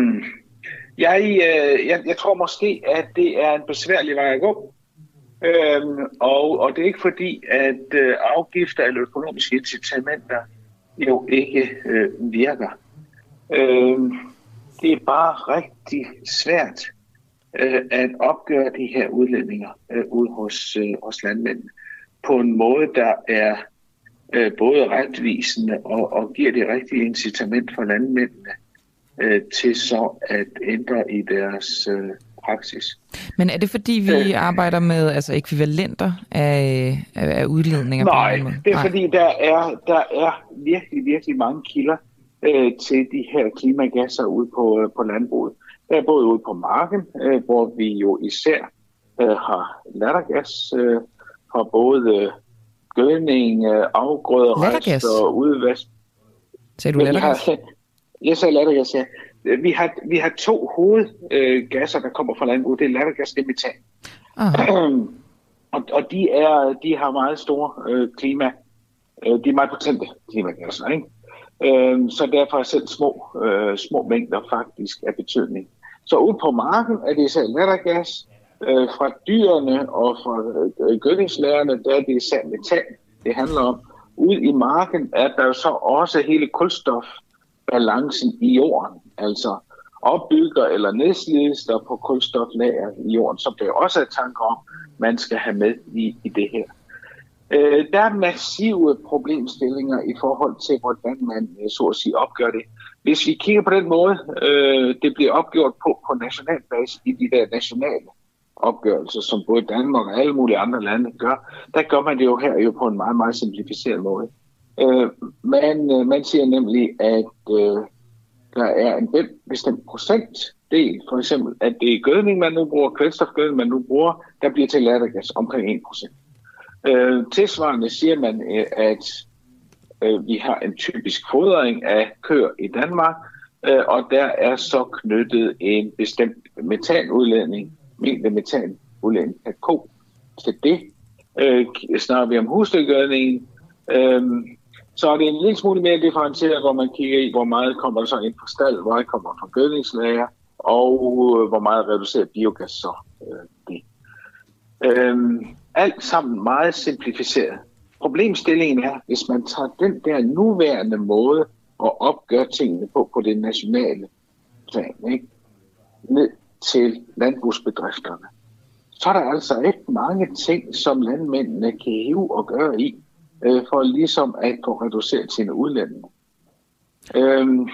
jeg, øh, jeg, jeg tror måske, at det er en besværlig vej at gå. Øh, og, og det er ikke fordi, at øh, afgifter eller økonomiske incitamenter jo ikke øh, virker. Øh, det er bare rigtig svært øh, at opgøre de her udledninger øh, ude hos, øh, hos landmændene på en måde, der er øh, både retvisende og, og giver det rigtige incitament for landmændene øh, til så at ændre i deres øh, praksis. Men er det fordi, vi øh, arbejder med altså ekvivalenter af, af, af udledninger? Nej, på det er nej. fordi, der er, der er virkelig, virkelig mange kilder øh, til de her klimagasser ude på, øh, på landbruget. Der er både ude på marken, øh, hvor vi jo især øh, har lattergas, øh, har både øh, gødning, øh, afgrøder, rest og udvask. Sagde du lattergas? Ja, jeg sagde lattergas, ja. Vi har, vi har to hovedgasser, øh, der kommer fra landbruget. Det er lattergas og metan. og og de, er, de har meget store øh, klima, øh, de er meget potente klimagasser, ikke? Øh, så derfor er selv små, øh, små mængder faktisk af betydning. Så ude på marken er det især lattergas. Øh, fra dyrene og fra øh, gødningslærerne, der er det især metan, det handler om. Ude i marken er der jo så også hele kulstofbalancen i jorden. Altså opbygger eller nedslides der på kulstoflager i jorden, som der også er tanker om, man skal have med i, i det her. Øh, der er massive problemstillinger i forhold til, hvordan man så at sige opgør det. Hvis vi kigger på den måde, øh, det bliver opgjort på på national basis i de der nationale opgørelser, som både Danmark og alle mulige andre lande gør, der gør man det jo her jo på en meget, meget simplificeret måde. Øh, man, man siger nemlig, at øh, der er en bestemt procentdel, for eksempel, at det er gødning, man nu bruger, kvælstofgødning, man nu bruger, der bliver til lattergas omkring en procent. Øh, tilsvarende siger man, at øh, vi har en typisk fodring af køer i Danmark, øh, og der er så knyttet en bestemt metanudledning, mængde metanudledning per ko til det. Øh, snakker vi om husdyrgødningen, øh, så er det en lille smule mere differentieret, hvor man kigger i, hvor meget kommer der så ind fra stald, hvor meget kommer fra gødningslager, og øh, hvor meget reducerer biogas så øh, det. Øh, alt sammen meget simplificeret. Problemstillingen er, hvis man tager den der nuværende måde at opgøre tingene på, på det nationale plan, ikke? Ned til landbrugsbedrifterne, så er der altså ikke mange ting, som landmændene kan hive og gøre i, øh, for ligesom at få reduceret sine udledninger. Øhm,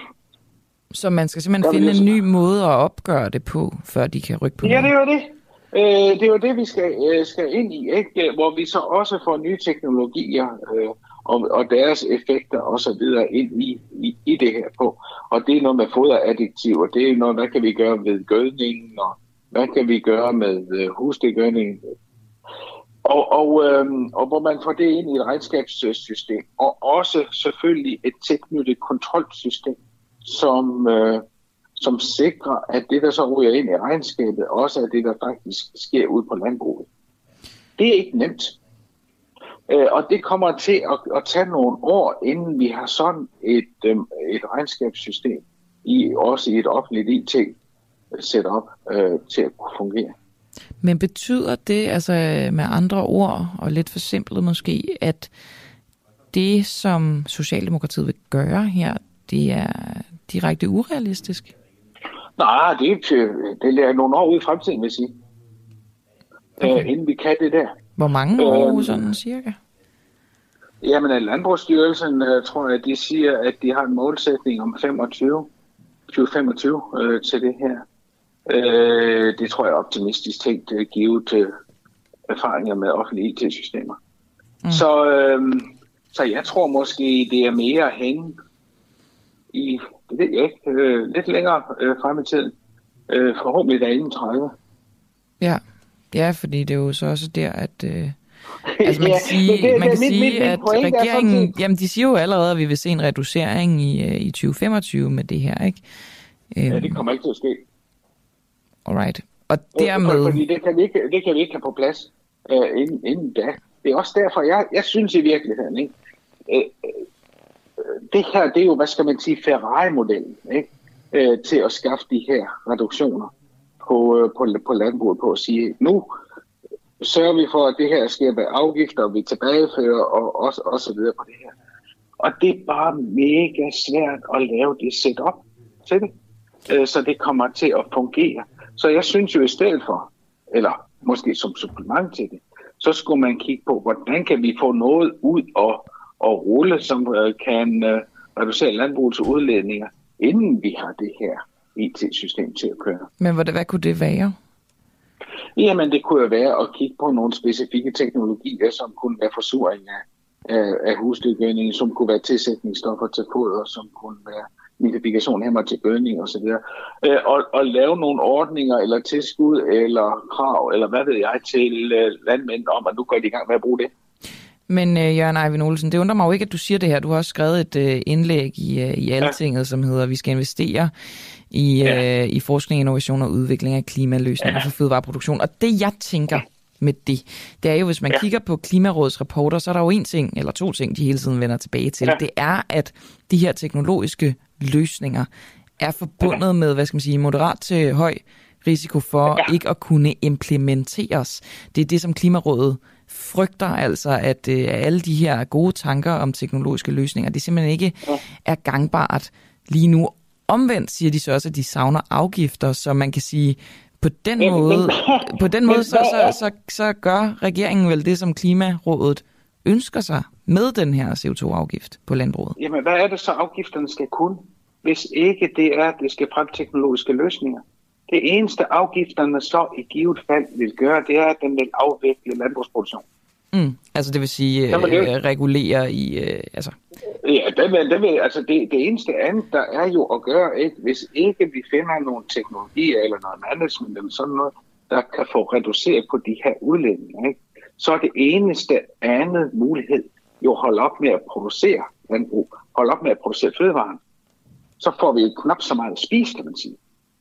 så man skal simpelthen finde en ny måde at opgøre det på, før de kan rykke på ja, det er jo det. Øh, det er jo det, vi skal, øh, skal ind i, ikke? Hvor vi så også får nye teknologier øh, og, og deres effekter og så videre ind i, i, i det her på. Og det er noget med foderadditiv, og det er noget, hvad kan vi gøre ved gødningen, og hvad kan vi gøre med øh, husdyrgødningen. Og, og, øhm, og hvor man får det ind i et regnskabssystem, og også selvfølgelig et tilknyttet kontrolsystem, som, øh, som sikrer, at det, der så ryger ind i regnskabet, også er det, der faktisk sker ude på landbruget. Det er ikke nemt. Øh, og det kommer til at, at tage nogle år, inden vi har sådan et, øh, et regnskabssystem, i, også i et offentligt I T-setup, øh, til at kunne fungere. Men betyder det, altså med andre ord, og lidt forsimplet måske, at det, som Socialdemokratiet vil gøre her, det er direkte urealistisk? Nej, det er ikke. Det er nogle år ude i fremtiden, vil jeg sige. Okay. Øh, inden vi kan det der. Hvor mange år øh, sådan cirka? Jamen, Landbrugsstyrelsen, øh, tror jeg, de siger, at de har en målsætning om femogtyve, tyve femogtyve øh, til det her. Øh, det tror jeg er optimistisk tænkt, uh, givet til erfaringer med offentlige I T-systemer. Mm. Så, øh, så jeg tror måske, det er mere hænge i, det ved jeg ikke, øh, lidt længere øh, frem i tiden. Øh, forhåbentlig derinde tredive. Ja. ja, fordi det er jo så også der, at... Øh, altså man kan sige, ja, det, man kan det, sige mit, mit, at regeringen... Jamen, de siger jo allerede, at vi vil se en reducering i, i tyve femogtyve med det her, ikke? Ja, det kommer ikke til at ske. Alright. Og dermed... Fordi det kan vi ikke, det kan vi ikke have på plads uh, inden, inden da. Det er også derfor, jeg, jeg synes i virkeligheden, ikke? Uh, det her, det er jo, hvad skal man sige, Ferrari-modellen, ikke? Uh, til at skaffe de her reduktioner på, uh, på, på landbruget, på at sige, nu sørger vi for, at det her sker med afgifter, og vi tilbagefører, og, og, og så videre på det her. Og det er bare mega svært at lave det setup til det, uh, så det kommer til at fungere. Så jeg synes jo i stedet for, eller måske som supplement til det, så skulle man kigge på, hvordan kan vi få noget ud og, og rulle, som øh, kan øh, reducere landbrugets udledninger, inden vi har det her I T-system til at køre. Men hvad, hvad kunne det være? Jamen det kunne jo være at kigge på nogle specifikke teknologier, som kunne være forsuring af, af, af husdyrgødning, som kunne være tilsætningsstoffer til foder, som kunne være nitrifikation hæmmer til gødning osv. Øh, og, og lave nogle ordninger eller tilskud eller krav, eller hvad ved jeg, til øh, landmænd om, at nu går de i gang med at bruge det. Men øh, Jørgen Ejvind Olsen, det undrer mig jo ikke, at du siger det her. Du har også skrevet et øh, indlæg i, øh, i Altinget, ja. Som hedder, vi skal investere i, ja. øh, i forskning, innovation og udvikling af klimaløsninger ja. For fødevareproduktion. Og det jeg tænker med det, det er jo, hvis man ja. Kigger på Klimarådets rapporter, så er der jo en ting, eller to ting, de hele tiden vender tilbage til. Ja. Det er, at de her teknologiske løsninger er forbundet ja. Med, hvad skal man sige, moderat til høj risiko for ja. Ikke at kunne implementeres. Det er det, som Klimarådet frygter, altså at øh, alle de her gode tanker om teknologiske løsninger, det simpelthen ikke ja. Er gangbart lige nu. Omvendt siger de så også, at de savner afgifter, så man kan sige, på den ja, måde, men, på den måde så, så, så, så gør regeringen vel det, som Klimarådet ønsker sig med den her C O to afgift på landbruget. Jamen, hvad er det så, afgifterne skal kunne, hvis ikke det er, at det skal frem teknologiske løsninger? Det eneste afgifterne så i givet fald vil gøre, det er, at den vil afvikle landbrugsproduktion. Mm, altså det vil sige øh, regulere i... Øh, altså. Ja, det, vil, det, vil, altså det, det eneste andet, der er jo at gøre, ikke, hvis ikke vi finder nogle teknologier eller noget management eller sådan noget, der kan få reduceret på de her udledninger, ikke, så er det eneste andet mulighed jo holde op med at producere landbrug, holde op med at producere fødevaren. Så får vi knap så meget at spise, kan man sige.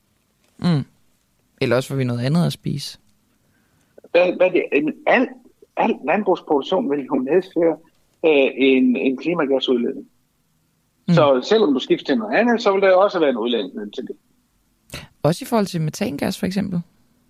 Mm. Eller også får vi noget andet at spise. Hvad, hvad det, al, al landbrugsproduktion vil jo medføre øh, en, en klimagasudledning. Mm. Så selvom du skifter til noget andet, så vil der også være en udledning til det. Også i forhold til metangas for eksempel?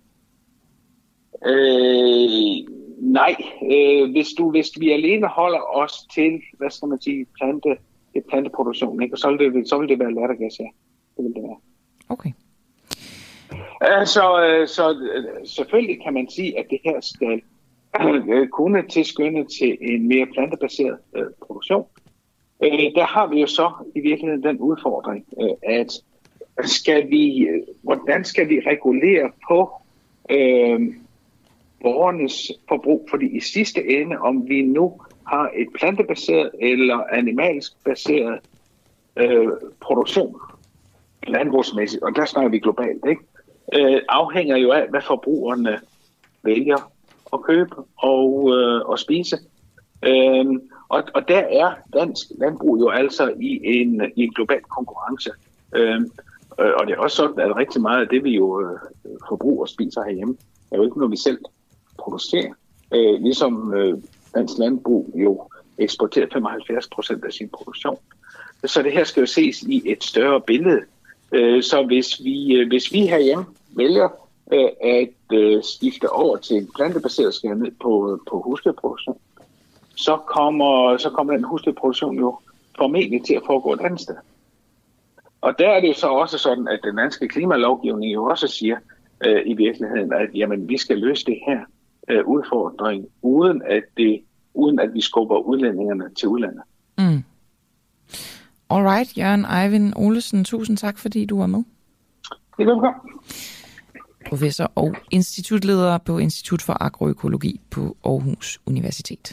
Øh, nej. Øh, hvis, du, hvis vi alene holder os til, hvad skal man sige, plante, planteproduktion, ikke? Så, vil det, så vil det være lattergas, ja. Det vil det være. Okay. Altså, så selvfølgelig kan man sige, at det her skal kunne tilskynde til en mere plantebaseret øh, produktion. Øh, der har vi jo så i virkeligheden den udfordring, øh, at skal vi, hvordan skal vi regulere på øh, borgernes forbrug? Fordi i sidste ende, om vi nu har et plantebaseret eller animalsk baseret øh, produktion, landbrugsmæssigt, og der snakker vi globalt, ikke? Øh, afhænger jo af, hvad forbrugerne vælger at købe og, øh, og spise. Øh, og, og der er dansk landbrug jo altså i en, i en global konkurrence. Øh, og det er også sådan, at rigtig meget af det, vi jo øh, forbruger og spiser herhjemme, er jo ikke noget, vi selv producerer. Øh, ligesom øh, dansk landbrug jo eksporterer femoghalvfjerds procent af sin produktion. Så det her skal jo ses i et større billede. Øh, så hvis vi, øh, hvis vi herhjemme vælger øh, at øh, skifte over til en plantebaseret skær ned på, på husdyrproduktion, så kommer, så kommer den husdyrproduktion jo formentlig til at foregå et andet sted. Og der er det jo så også sådan, at den danske klimalovgivning jo også siger øh, i virkeligheden, at jamen, vi skal løse det her øh, udfordring, uden at, det, uden at vi skubber udlændingerne til udlandet. Mm. Alright, Jørgen Ejvind Olesen, tusind tak, fordi du var med. Det er velkommen. Professor og institutleder på Institut for Agroøkologi på Aarhus Universitet.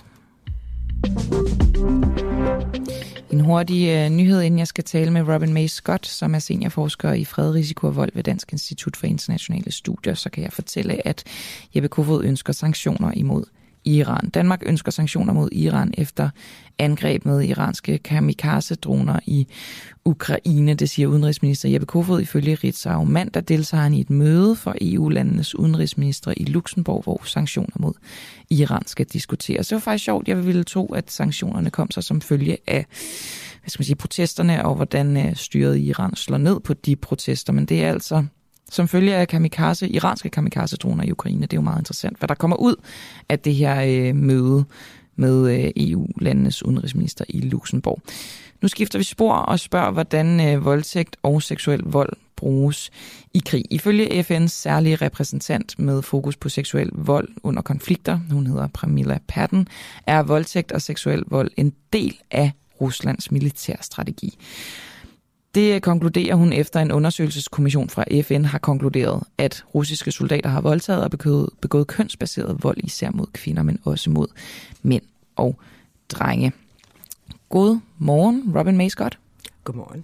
En hurtig øh, nyhed, inden jeg skal tale med Robin May Scott, som er seniorforsker i fred, risiko og vold ved Dansk Institut for Internationale Studier, så kan jeg fortælle, at Jeppe Kofod ønsker sanktioner imod Iran. Danmark ønsker sanktioner mod Iran efter angreb med iranske kamikaze-droner i Ukraine, det siger udenrigsminister Jeppe Kofod ifølge Ritzau. Mandag deltager han i et møde for E U-landenes udenrigsministre i Luxembourg, hvor sanktioner mod Iran skal diskuteres. Det var faktisk sjovt. Jeg ville tro, at sanktionerne kom sig som følge af hvad skal man sige, protesterne og hvordan styret i Iran slår ned på de protester, men det er altså som følge af kamikaze, iranske kamikaze-droner i Ukraine. Det er jo meget interessant, hvad der kommer ud af det her øh, møde med øh, E U-landenes udenrigsminister i Luxembourg. Nu skifter vi spor og spørger, hvordan øh, voldtægt og seksuel vold bruges i krig. Ifølge F N's særlige repræsentant med fokus på seksuel vold under konflikter, hun hedder Pramila Patten, er voldtægt og seksuel vold en del af Ruslands militærstrategi. Det konkluderer hun efter en undersøgelseskommission fra F N har konkluderet, at russiske soldater har voldtaget og begået, begået kønsbaseret vold, især mod kvinder, men også mod mænd og drenge. God morgen, Robin May Scott. Godmorgen.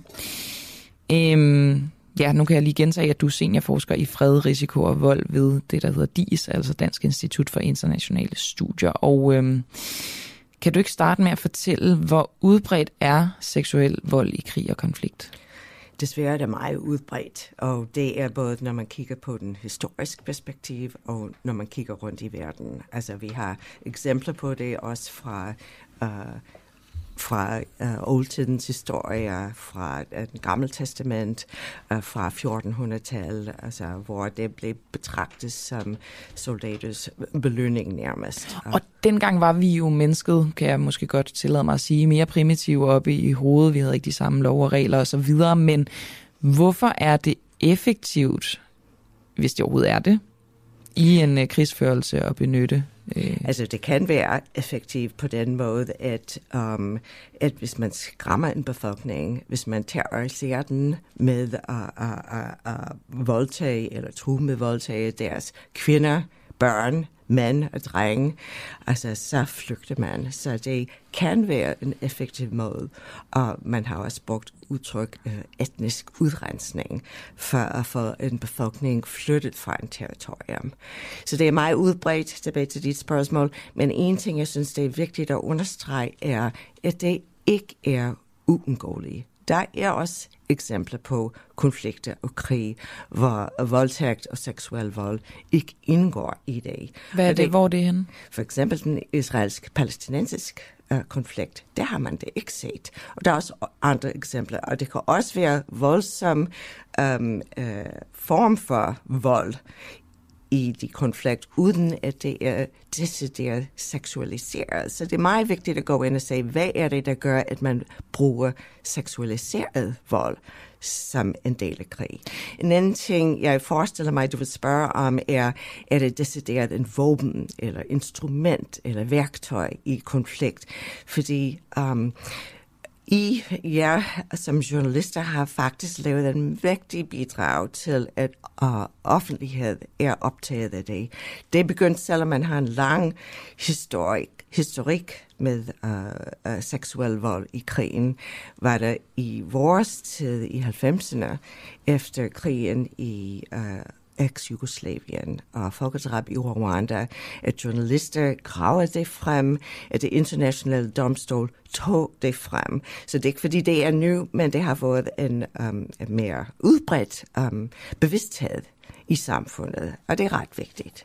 Øhm, ja, nu kan jeg lige gentage, at du er seniorforsker i fred, risiko og vold ved det, der hedder D I S, altså Dansk Institut for Internationale Studier. Og øhm, kan du ikke starte med at fortælle, hvor udbredt er seksuel vold i krig og konflikt? Desværre er det meget udbredt, og det er både, når man kigger på den historiske perspektiv, og når man kigger rundt i verden. Altså, vi har eksempler på det også fra uh, fra uh, oldtidens historier, fra uh, den gamle testament, uh, fra fjortenhundredetallet, altså, hvor det blev betragtet som soldaters belønning nærmest. Og dengang var vi jo mennesket, kan jeg måske godt tillade mig at sige, mere primitive oppe i hovedet. Vi havde ikke de samme lov og regler og så videre, men hvorfor er det effektivt, hvis det overhovedet er det, i en uh, krigsførelse at benytte? Øh. Altså det kan være effektivt på den måde, at, um, at hvis man skræmmer en befolkning, hvis man terroriserer den med at uh, uh, uh, voldtage eller true med voldtage deres kvinder, børn, mænd og drenge, altså så flygter man. Så det kan være en effektiv måde, og man har også brugt udtryk øh, etnisk udrensning for at få en befolkning flyttet fra en territorium. Så det er meget udbredt tilbage til dit spørgsmål, men en ting, jeg synes, det er vigtigt at understrege, er, at det ikke er uundgåeligt. Der er også eksempler på konflikter og krig, hvor voldtægt og seksuel vold ikke indgår i det. Hvad er det, det hvor det er henne? For eksempel den israelsk-palæstinensiske uh, konflikt, der har man det ikke set. Og der er også andre eksempler, og det kan også være voldsom um, uh, form for vold i de konflikt, uden at det er decideret seksualiseret. Så det er meget vigtigt at gå ind og se, hvad er det, der gør, at man bruger seksualiseret vold som en del af krig. En anden ting, jeg forestiller mig, du vil spørge om, er, er det decideret en våben, eller instrument, eller værktøj i konflikt? Fordi um, I, ja, som journalister har faktisk lavet en vigtig bidrag til, at uh, offentlighed er optaget af det. Det er begyndt, selvom man har en lang historik historik med uh, uh, seksuel vold i krigen, var der i vores tid i halvfemserne, efter krigen i uh, eks-Jugoslavien og folkedrab i Rwanda, at journalister gravede det frem, at det internationale domstol tog det frem. Så det er ikke fordi det er nu, men det har været en um, mere udbredt um, bevidsthed i samfundet, og det er ret vigtigt.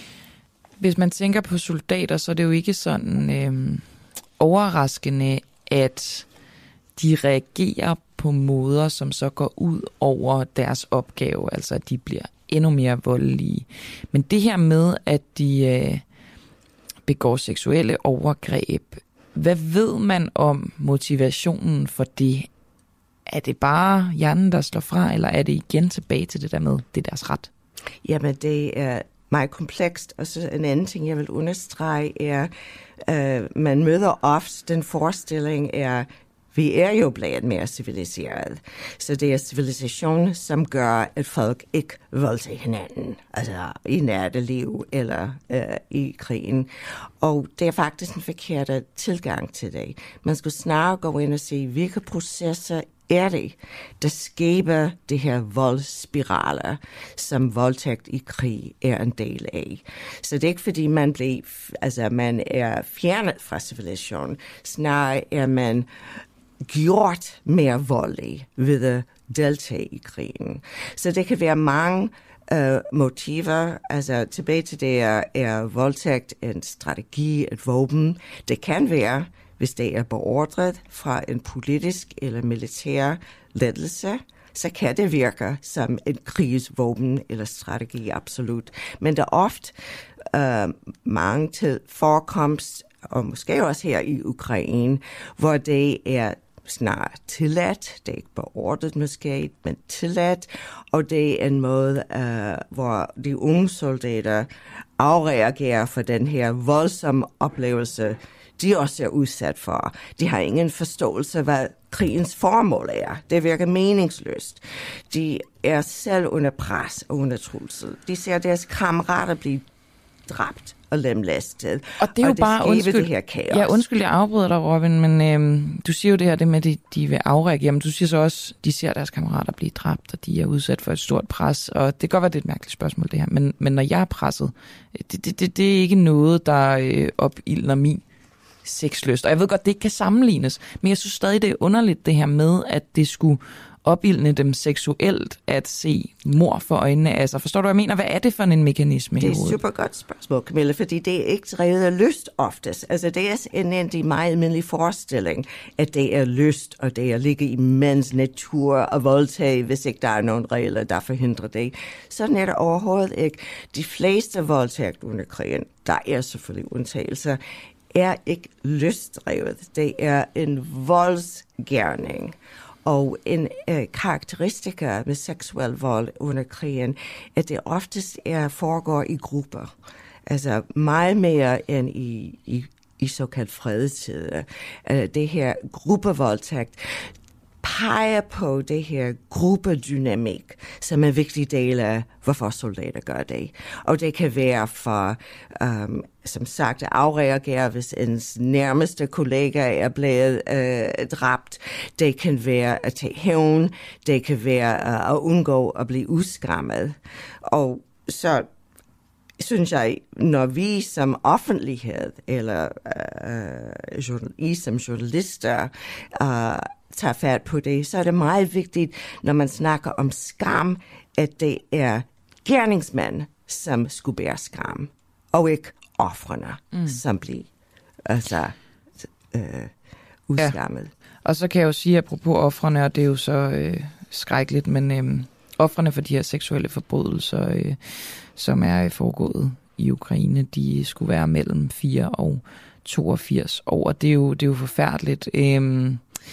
Hvis man tænker på soldater, så er det jo ikke sådan øh, overraskende, at de reagerer på måder, som så går ud over deres opgave, altså at de bliver endnu mere voldelige. Men det her med, at de øh, begår seksuelle overgreb, hvad ved man om motivationen for det? Er det bare hjernen, der slår fra, eller er det igen tilbage til det der med, det er deres ret? Jamen, det er meget komplekst, og så en anden ting, jeg vil understrege, er, øh, man møder ofte den forestilling, er, vi er jo blevet mere civiliseret. Så det er civilisation, som gør, at folk ikke voldtager hinanden, altså i natteliv eller øh, i krigen. Og det er faktisk en forkert tilgang til det. Man skulle snarere gå ind og se, hvilke processer er det, der skaber det her voldsspiraler, som voldtægt i krig er en del af. Så det er ikke fordi, man, bliver, altså, man er fjernet fra civilisation. Snarere er man gjort mere voldelig ved at deltage i krigen. Så det kan være mange uh, motiver. Altså tilbage til det er, er voldtægt en strategi, et våben. Det kan være, hvis det er beordret fra en politisk eller militær ledelse, så kan det virke som en krigsvåben eller strategi, absolut. Men der er ofte uh, mange til forekomst, og måske også her i Ukraine, hvor det er snart tilladt, det er ikke beordret måske, men tilladt, og det er en måde, uh, hvor de unge soldater afreagerer for den her voldsomme oplevelse, de også er udsat for. De har ingen forståelse af, hvad krigens formål er. Det virker meningsløst. De er selv under pres og under trussel. De ser deres kammerater blive dræbt og lemlæstet. Og det er jo og det bare, undskyld, det her kaos. Ja, undskyld, jeg afbryder dig, Robin, men øhm, du siger jo det her, det med, at de, de vil afreagere, men du siger så også, de ser deres kammerater blive dræbt, og de er udsat for et stort pres, og det kan godt være, det er et mærkeligt spørgsmål, det her, men, men når jeg er presset, det, det, det, det er ikke noget, der øh, opildner min sexlyst. Og jeg ved godt, det ikke kan sammenlignes, men jeg synes stadig, det er underligt det her med, at det skulle opildne dem seksuelt at se mor for øjnene. Altså, forstår du, hvad jeg mener? Hvad er det for en mekanisme? Det er et super godt spørgsmål, Camilla, fordi det er ikke drevet af lyst oftest. Altså, det er en af de meget almindelige forestilling, at det er lyst, og det er at ligge i mænds natur og voldtage, hvis ikke der er nogen regler, der forhindrer det. Sådan er det overhovedet ikke. De fleste voldtægt under krigen, der er selvfølgelig undtagelser, er ikke lystdrevet. Det er en voldsgerning. Og en øh, karakteristiker med seksuel vold under krigen, at det oftest er, foregår i grupper. Altså meget mere end i, i, i såkaldt fredstider. Uh, det her gruppevoldtægt peger på det her gruppedynamik, som er en vigtig del af, hvorfor soldater gør det. Og det kan være for, um, som sagt, at afreagere, hvis ens nærmeste kollega er blevet uh, dræbt. Det kan være at tage hævn. Det kan være uh, at undgå at blive udskammet. Og så synes jeg, når vi som offentlighed, eller uh, I som journalister, uh, tager fat på det, så er det meget vigtigt, når man snakker om skam, at det er gerningsmænd, som skulle bære skam, og ikke ofrene, mm. som bliver altså, øh, udskammet. Ja. Og så kan jeg jo sige, apropos ofrene, og det er jo så øh, skrækkeligt, men øh, ofrene for de her seksuelle forbrydelser, øh, som er foregået i Ukraine, de skulle være mellem fire og toogfirs år, og det er jo, det er jo forfærdeligt. Øh,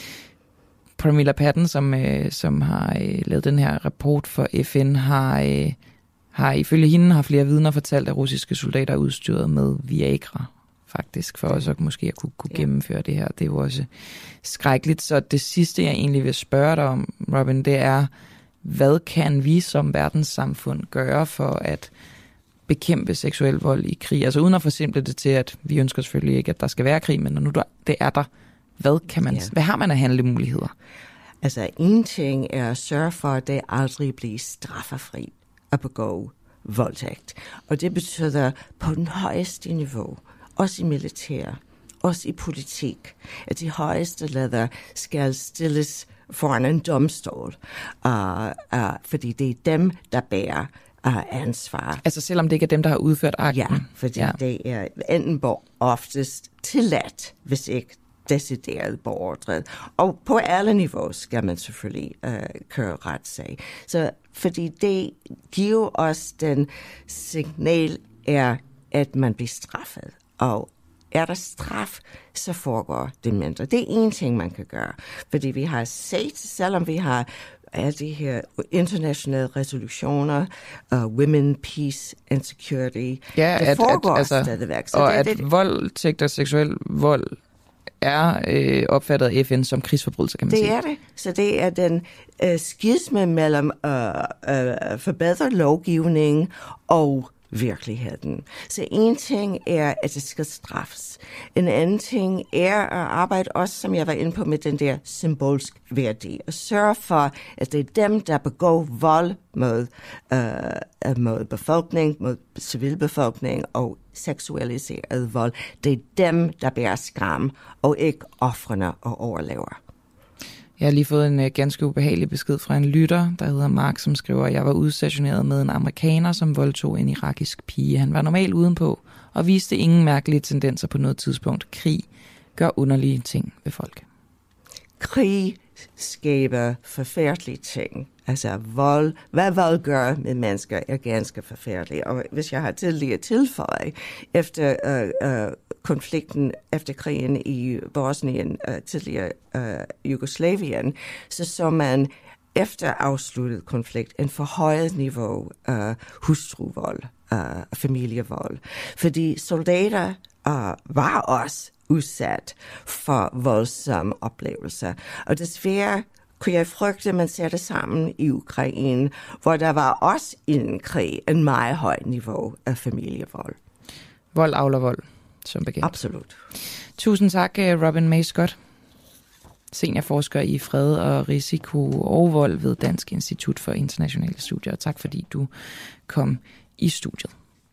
Pramila Patten, som, øh, som har øh, lavet den her rapport for F N, har, øh, har ifølge hende har flere vidner fortalt, at russiske soldater er udstyret med Viagra, faktisk, for også at måske at kunne, kunne ja. gennemføre det her. Det er jo også skrækkeligt. Så det sidste, jeg egentlig vil spørge dig om, Robin, det er, hvad kan vi som verdenssamfund gøre for at bekæmpe seksuel vold i krig? Altså uden at forsimple det til, at vi ønsker selvfølgelig ikke, at der skal være krig, men når nu der, det er der, hvad, kan man, ja. hvad har man af handlemuligheder? Altså en ting er at sørge for, at det aldrig bliver straffefri at begå voldtægt. Og det betyder på den højeste niveau, også i militær, også i politik, at de højeste ledere skal stilles foran en domstol, uh, uh, fordi det er dem, der bærer uh, ansvar. Altså selvom det ikke er dem, der har udført akten? Ja, fordi ja. det er enten oftest tilladt, hvis ikke decideret beordret. Og på alle niveauer skal man selvfølgelig uh, køre retssag. Så fordi det giver os den signal, er, at man bliver straffet. Og er der straf, så foregår det mindre. Det er en ting, man kan gøre. Fordi vi har set, selvom vi har alle de her internationale resolutioner, uh, women, peace and security, ja, det at, foregår at, altså, stadigvæk. Så og det, at det, voldtægt og seksuel vold er øh, opfattet af F N som krigsforbrydelser, kan man det sige. Det er det. Så det er den øh, skisme mellem øh, øh, forbedret lovgivning og virkeligheden. Så en ting er, at det skal straffes. En anden ting er at arbejde også, som jeg var inde på, med den der symbolsk værdi. At sørge for, at det er dem, der begår vold mod, øh, mod befolkning, mod civilbefolkning og seksualiseret vold. Det er dem, der bærer skam, og ikke ofrene og overlever. Jeg har lige fået en uh, ganske ubehagelig besked fra en lytter, der hedder Mark, som skriver, at jeg var udstationeret med en amerikaner, som voldtog en irakisk pige. Han var normalt udenpå og viste ingen mærkelige tendenser på noget tidspunkt. Krig gør underlige ting ved folk. Krig skaber forfærdelige ting. Altså vold, hvad vold gør med mennesker, er ganske forfærdeligt. Og hvis jeg har tidligere tilføje, efter øh, øh, konflikten, efter krigen i Bosnien, øh, tidligere øh, Jugoslavien, så så man efter afsluttet konflikt en forhøjet niveau af øh, hustruvold, øh, familievold. Fordi soldater øh, var også udsat for voldsomme oplevelser. Og desværre kunne jeg frygte, at man ser det sammen i Ukraine, hvor der var også i en krig en meget højt niveau af familievold. Vold avler vold, som bekendt. Absolut. Tusind tak, Robin May Scott, seniorforsker i fred og risiko og vold ved Dansk Institut for Internationale Studier. Tak fordi du kom i studiet.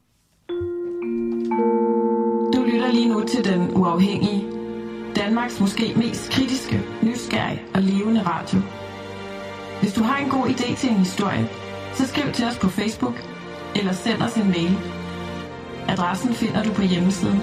Du lytter lige nu til Den Uafhængige, Danmarks måske mest kritiske, nysgerrige og levende radio. Hvis du har en god idé til en historie, så skriv til os på Facebook eller send os en mail. Adressen finder du på hjemmesiden.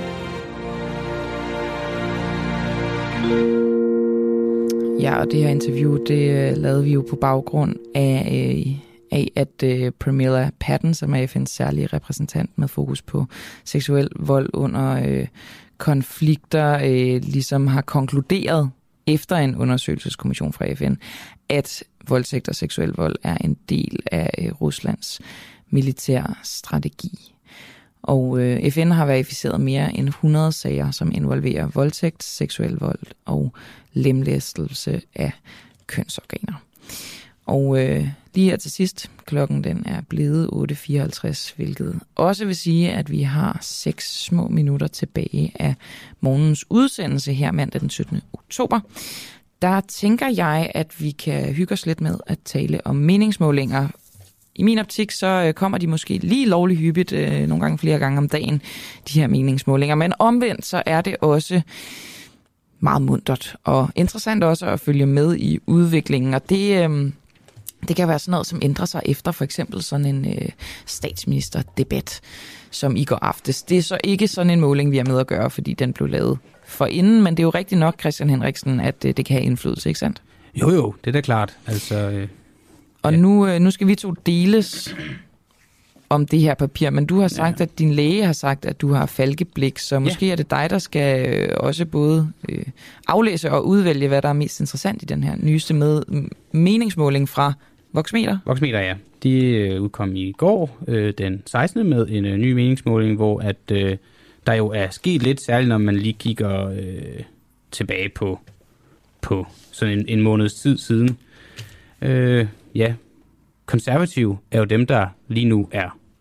Ja, og det her interview, det lavede vi jo på baggrund af, af at uh, Pramila Patten, som er F N's særlige repræsentant med fokus på seksuel vold under uh, konflikter, uh, ligesom har konkluderet efter en undersøgelseskommission fra F N, at voldtægt og seksuel vold er en del af uh, Ruslands militære strategi. Og øh, F N har verificeret mere end hundrede sager, som involverer voldtægt, seksuel vold og lemlæstelse af kønsorganer. Og øh, lige her til sidst, klokken den er blevet otte fireoghalvtreds, hvilket også vil sige, at vi har seks små minutter tilbage af morgens udsendelse her mandag den syttende oktober. Der tænker jeg, at vi kan hygge os lidt med at tale om meningsmålinger. I min optik, så kommer de måske lige lovligt hyppigt, øh, nogle gange flere gange om dagen, de her meningsmålinger. Men omvendt, så er det også meget muntert og interessant også at følge med i udviklingen. Og det, øh, det kan være sådan noget, som ændrer sig efter for eksempel sådan en øh, statsministerdebat, som i går aftes. Det er så ikke sådan en måling, vi er med at gøre, fordi den blev lavet for inden. Men det er jo rigtigt nok, Christian Henriksen, at øh, det kan have indflydelse, ikke sandt? Jo jo, det er da klart. Altså... Øh Og ja. nu, nu skal vi to deles om det her papir, men du har sagt, ja. at din læge har sagt, at du har falkeblik, så måske ja. er det dig, der skal også både øh, aflæse og udvælge, hvad der er mest interessant i den her nyeste med meningsmåling fra Voxmeter. Voxmeter, ja. De øh, udkom i går, øh, den sekstende med en øh, ny meningsmåling, hvor at, øh, der jo er sket lidt, særligt når man lige kigger øh, tilbage på, på sådan en, en måneds tid siden. Øh, Ja, konservative er jo dem, der lige nu er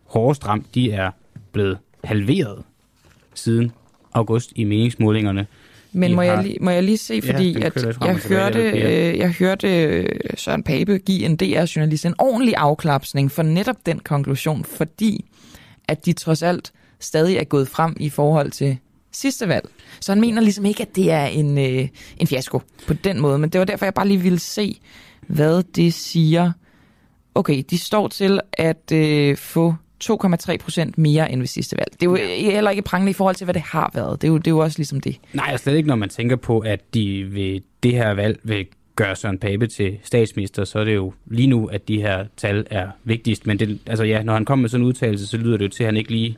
hårdest ramt, de er blevet halveret siden august i meningsmålingerne. Men må, har... jeg lige, må jeg lige se, fordi ja, at jeg, hørte, øh, jeg hørte Søren Pape give en D R-journalist en ordentlig afklapsning for netop den konklusion, fordi at de trods alt stadig er gået frem i forhold til sidste valg. Så han mener ligesom ikke, at det er en, øh, en fiasko på den måde, men det var derfor, jeg bare lige ville se, hvad det siger. Okay, de står til at øh, få to komma tre procent mere end ved sidste valg. Det er jo ja. heller ikke prangende i forhold til, hvad det har været. Det er jo, det er jo også ligesom det. Nej, slet ikke, når man tænker på, at de ved det her valg vil gøre Søren Pape til statsminister, så er det jo lige nu, at de her tal er vigtigst. Men det, altså ja, når han kommer med sådan en udtalelse, så lyder det jo til, at han ikke lige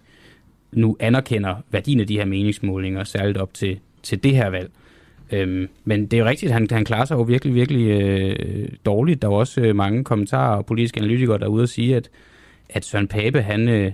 nu anerkender værdien af de her meningsmålinger, særligt op til, til det her valg. Øhm, men det er jo rigtigt, han, han klarer sig jo virkelig, virkelig øh, dårligt. Der er også øh, mange kommentarer og politiske analytikere, der er ude og sige, at at Søren Pape, han, øh,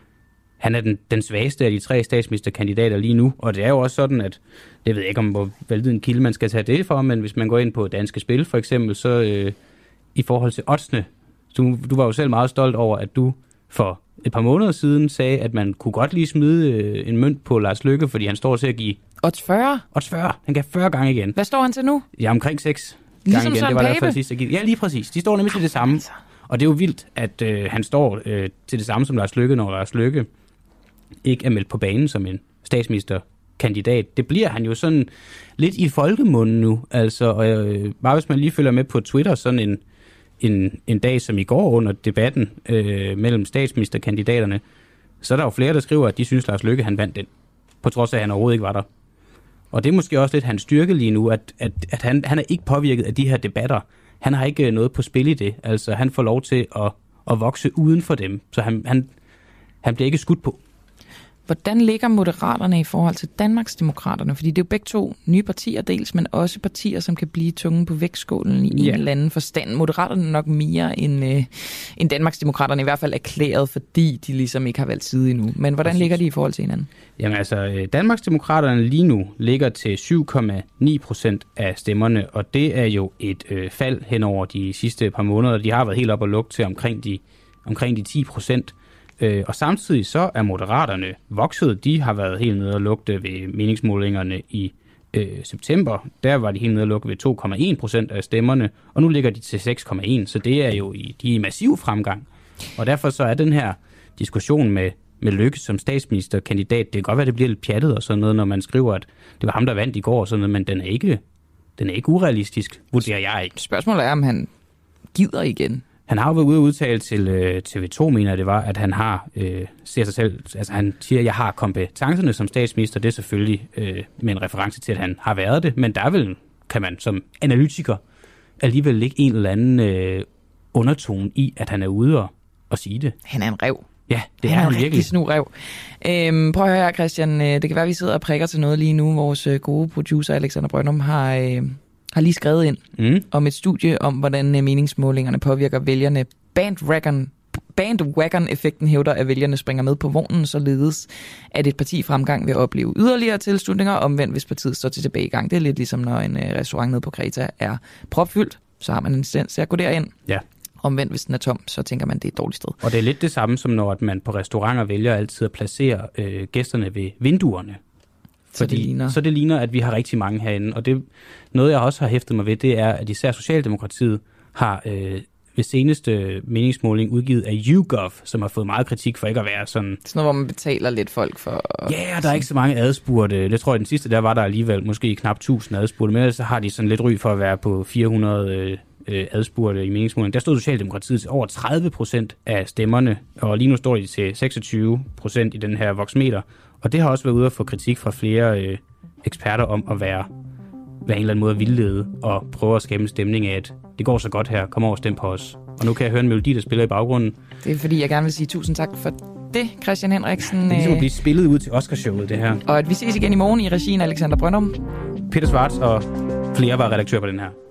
han er den, den svageste af de tre statsministerkandidater lige nu. Og det er jo også sådan, at jeg ved ikke, om hvor vældig en kilde man skal tage det for, men hvis man går ind på Danske Spil for eksempel, så øh, i forhold til oddsene, du, du var jo selv meget stolt over, at du for et par måneder siden sagde, at man kunne godt lige smide øh, en mønt på Lars Løkke, fordi han står til at give... Odds fyrre? Odds fyrre. Han gav fyrre gange igen. Hvad står han til nu? Ja, omkring seks ligesom gange igen. Søren Det var Pape? derfor det sidste, jeg gik. Ja, lige præcis. De står nemlig til det samme. Og det er jo vildt, at øh, han står øh, til det samme som Lars Løkke, når Lars Løkke ikke er meldt på banen som en statsministerkandidat. Det bliver han jo sådan lidt i folkemunden nu. Altså, og, øh, bare hvis man lige følger med på Twitter, sådan en, en, en dag som i går under debatten øh, mellem statsministerkandidaterne, så er der jo flere, der skriver, at de synes, Lars Løkke han vandt den, på trods af, at han overhovedet ikke var der. Og det er måske også lidt hans styrke lige nu, at, at, at han, han er ikke påvirket af de her debatter. Han har ikke noget på spil i det. Altså, han får lov til at, at vokse uden for dem. Så han, han, han bliver ikke skudt på. Hvordan ligger Moderaterne i forhold til Danmarksdemokraterne? Fordi det er jo begge to nye partier dels, men også partier, som kan blive tunge på vægtskålen i ja. en eller anden forstand. Moderaterne nok mere end, øh, end Danmarksdemokraterne, i hvert fald erklæret, fordi de ligesom ikke har valgt side endnu. Men hvordan Præcis. ligger de i forhold til hinanden? Jamen altså, Danmarksdemokraterne lige nu ligger til syv komma ni procent af stemmerne, og det er jo et øh, fald hen over de sidste par måneder. De har været helt op og lukke til omkring de, omkring de ti procent. Øh, og samtidig så er Moderaterne vokset. De har været helt nede og lugte ved meningsmålingerne i øh, september. Der var de helt nede og lugte ved to komma en procent af stemmerne, og nu ligger de til seks komma en, så det er jo i, de er i massiv fremgang. Og derfor så er den her diskussion med, med Løkke som statsministerkandidat, det kan godt være, det bliver lidt pjattet og sådan noget, når man skriver, at det var ham, der vandt i går og sådan noget, men den er ikke, den er ikke urealistisk, vurderer jeg ikke. Spørgsmålet er, om han gider igen. Han har jo været ude og udtale til øh, T V to, mener det var, at han har, øh, ser sig selv, altså han siger, at jeg har kompetencerne som statsminister. Det er selvfølgelig øh, med en reference til, at han har været det, men der vil, kan man som analytiker alligevel ligge en eller anden øh, undertone i, at han er ude og, og sige det. Han er en rev. Ja, det han er han virkelig. virkelig. Snu rev. Øhm, prøv at høre her, Christian. Det kan være, at vi sidder og prikker til noget lige nu. Vores gode producer, Alexander Brøndum, har... Øh, har lige skrevet ind mm. om et studie om, hvordan meningsmålingerne påvirker vælgerne. Bandwagon, bandwagon-effekten hævder, at vælgerne springer med på vognen, således at et parti fremgang vil opleve yderligere tilslutninger, omvendt hvis partiet står til tilbagegang. Det er lidt ligesom, når en restaurant nede på Kreta er propfyldt, så har man en tendens til at gå derind. Ja. Omvendt hvis den er tom, så tænker man, det er et dårligt sted. Og det er lidt det samme, som når man på restauranter vælger altid at placere øh, gæsterne ved vinduerne. Så det, ligner. så det ligner, at vi har rigtig mange herinde. Og det, noget, jeg også har hæftet mig ved, det er, at især Socialdemokratiet har øh, ved seneste meningsmåling udgivet af YouGov, som har fået meget kritik for ikke at være sådan... Sådan noget, hvor man betaler lidt folk for... Ja, yeah, der er ikke så mange adspurgte. Det tror jeg, den sidste der var der alligevel måske knap tusind adspurgte, men ellers så har de sådan lidt ry for at være på fire hundrede øh, adspurte i meningsmålingen. Der stod Socialdemokratiet til over tredive procent af stemmerne, og lige nu står de til seksogtyve procent i den her voksmeter. Og det har også været ude at få kritik fra flere øh, eksperter om at være, være en eller anden måde at vildlede og prøve at skabe en stemning af, at det går så godt her, kom over og stem på os. Og nu kan jeg høre en melodi, der spiller i baggrunden. Det er fordi, jeg gerne vil sige tusind tak for det, Christian Henriksen. Det er ligesom at blive spillet ud til Oscarshowet, det her. Og at vi ses igen i morgen i regien Alexander Brøndum. Peter Schwartz og flere var redaktør på den her.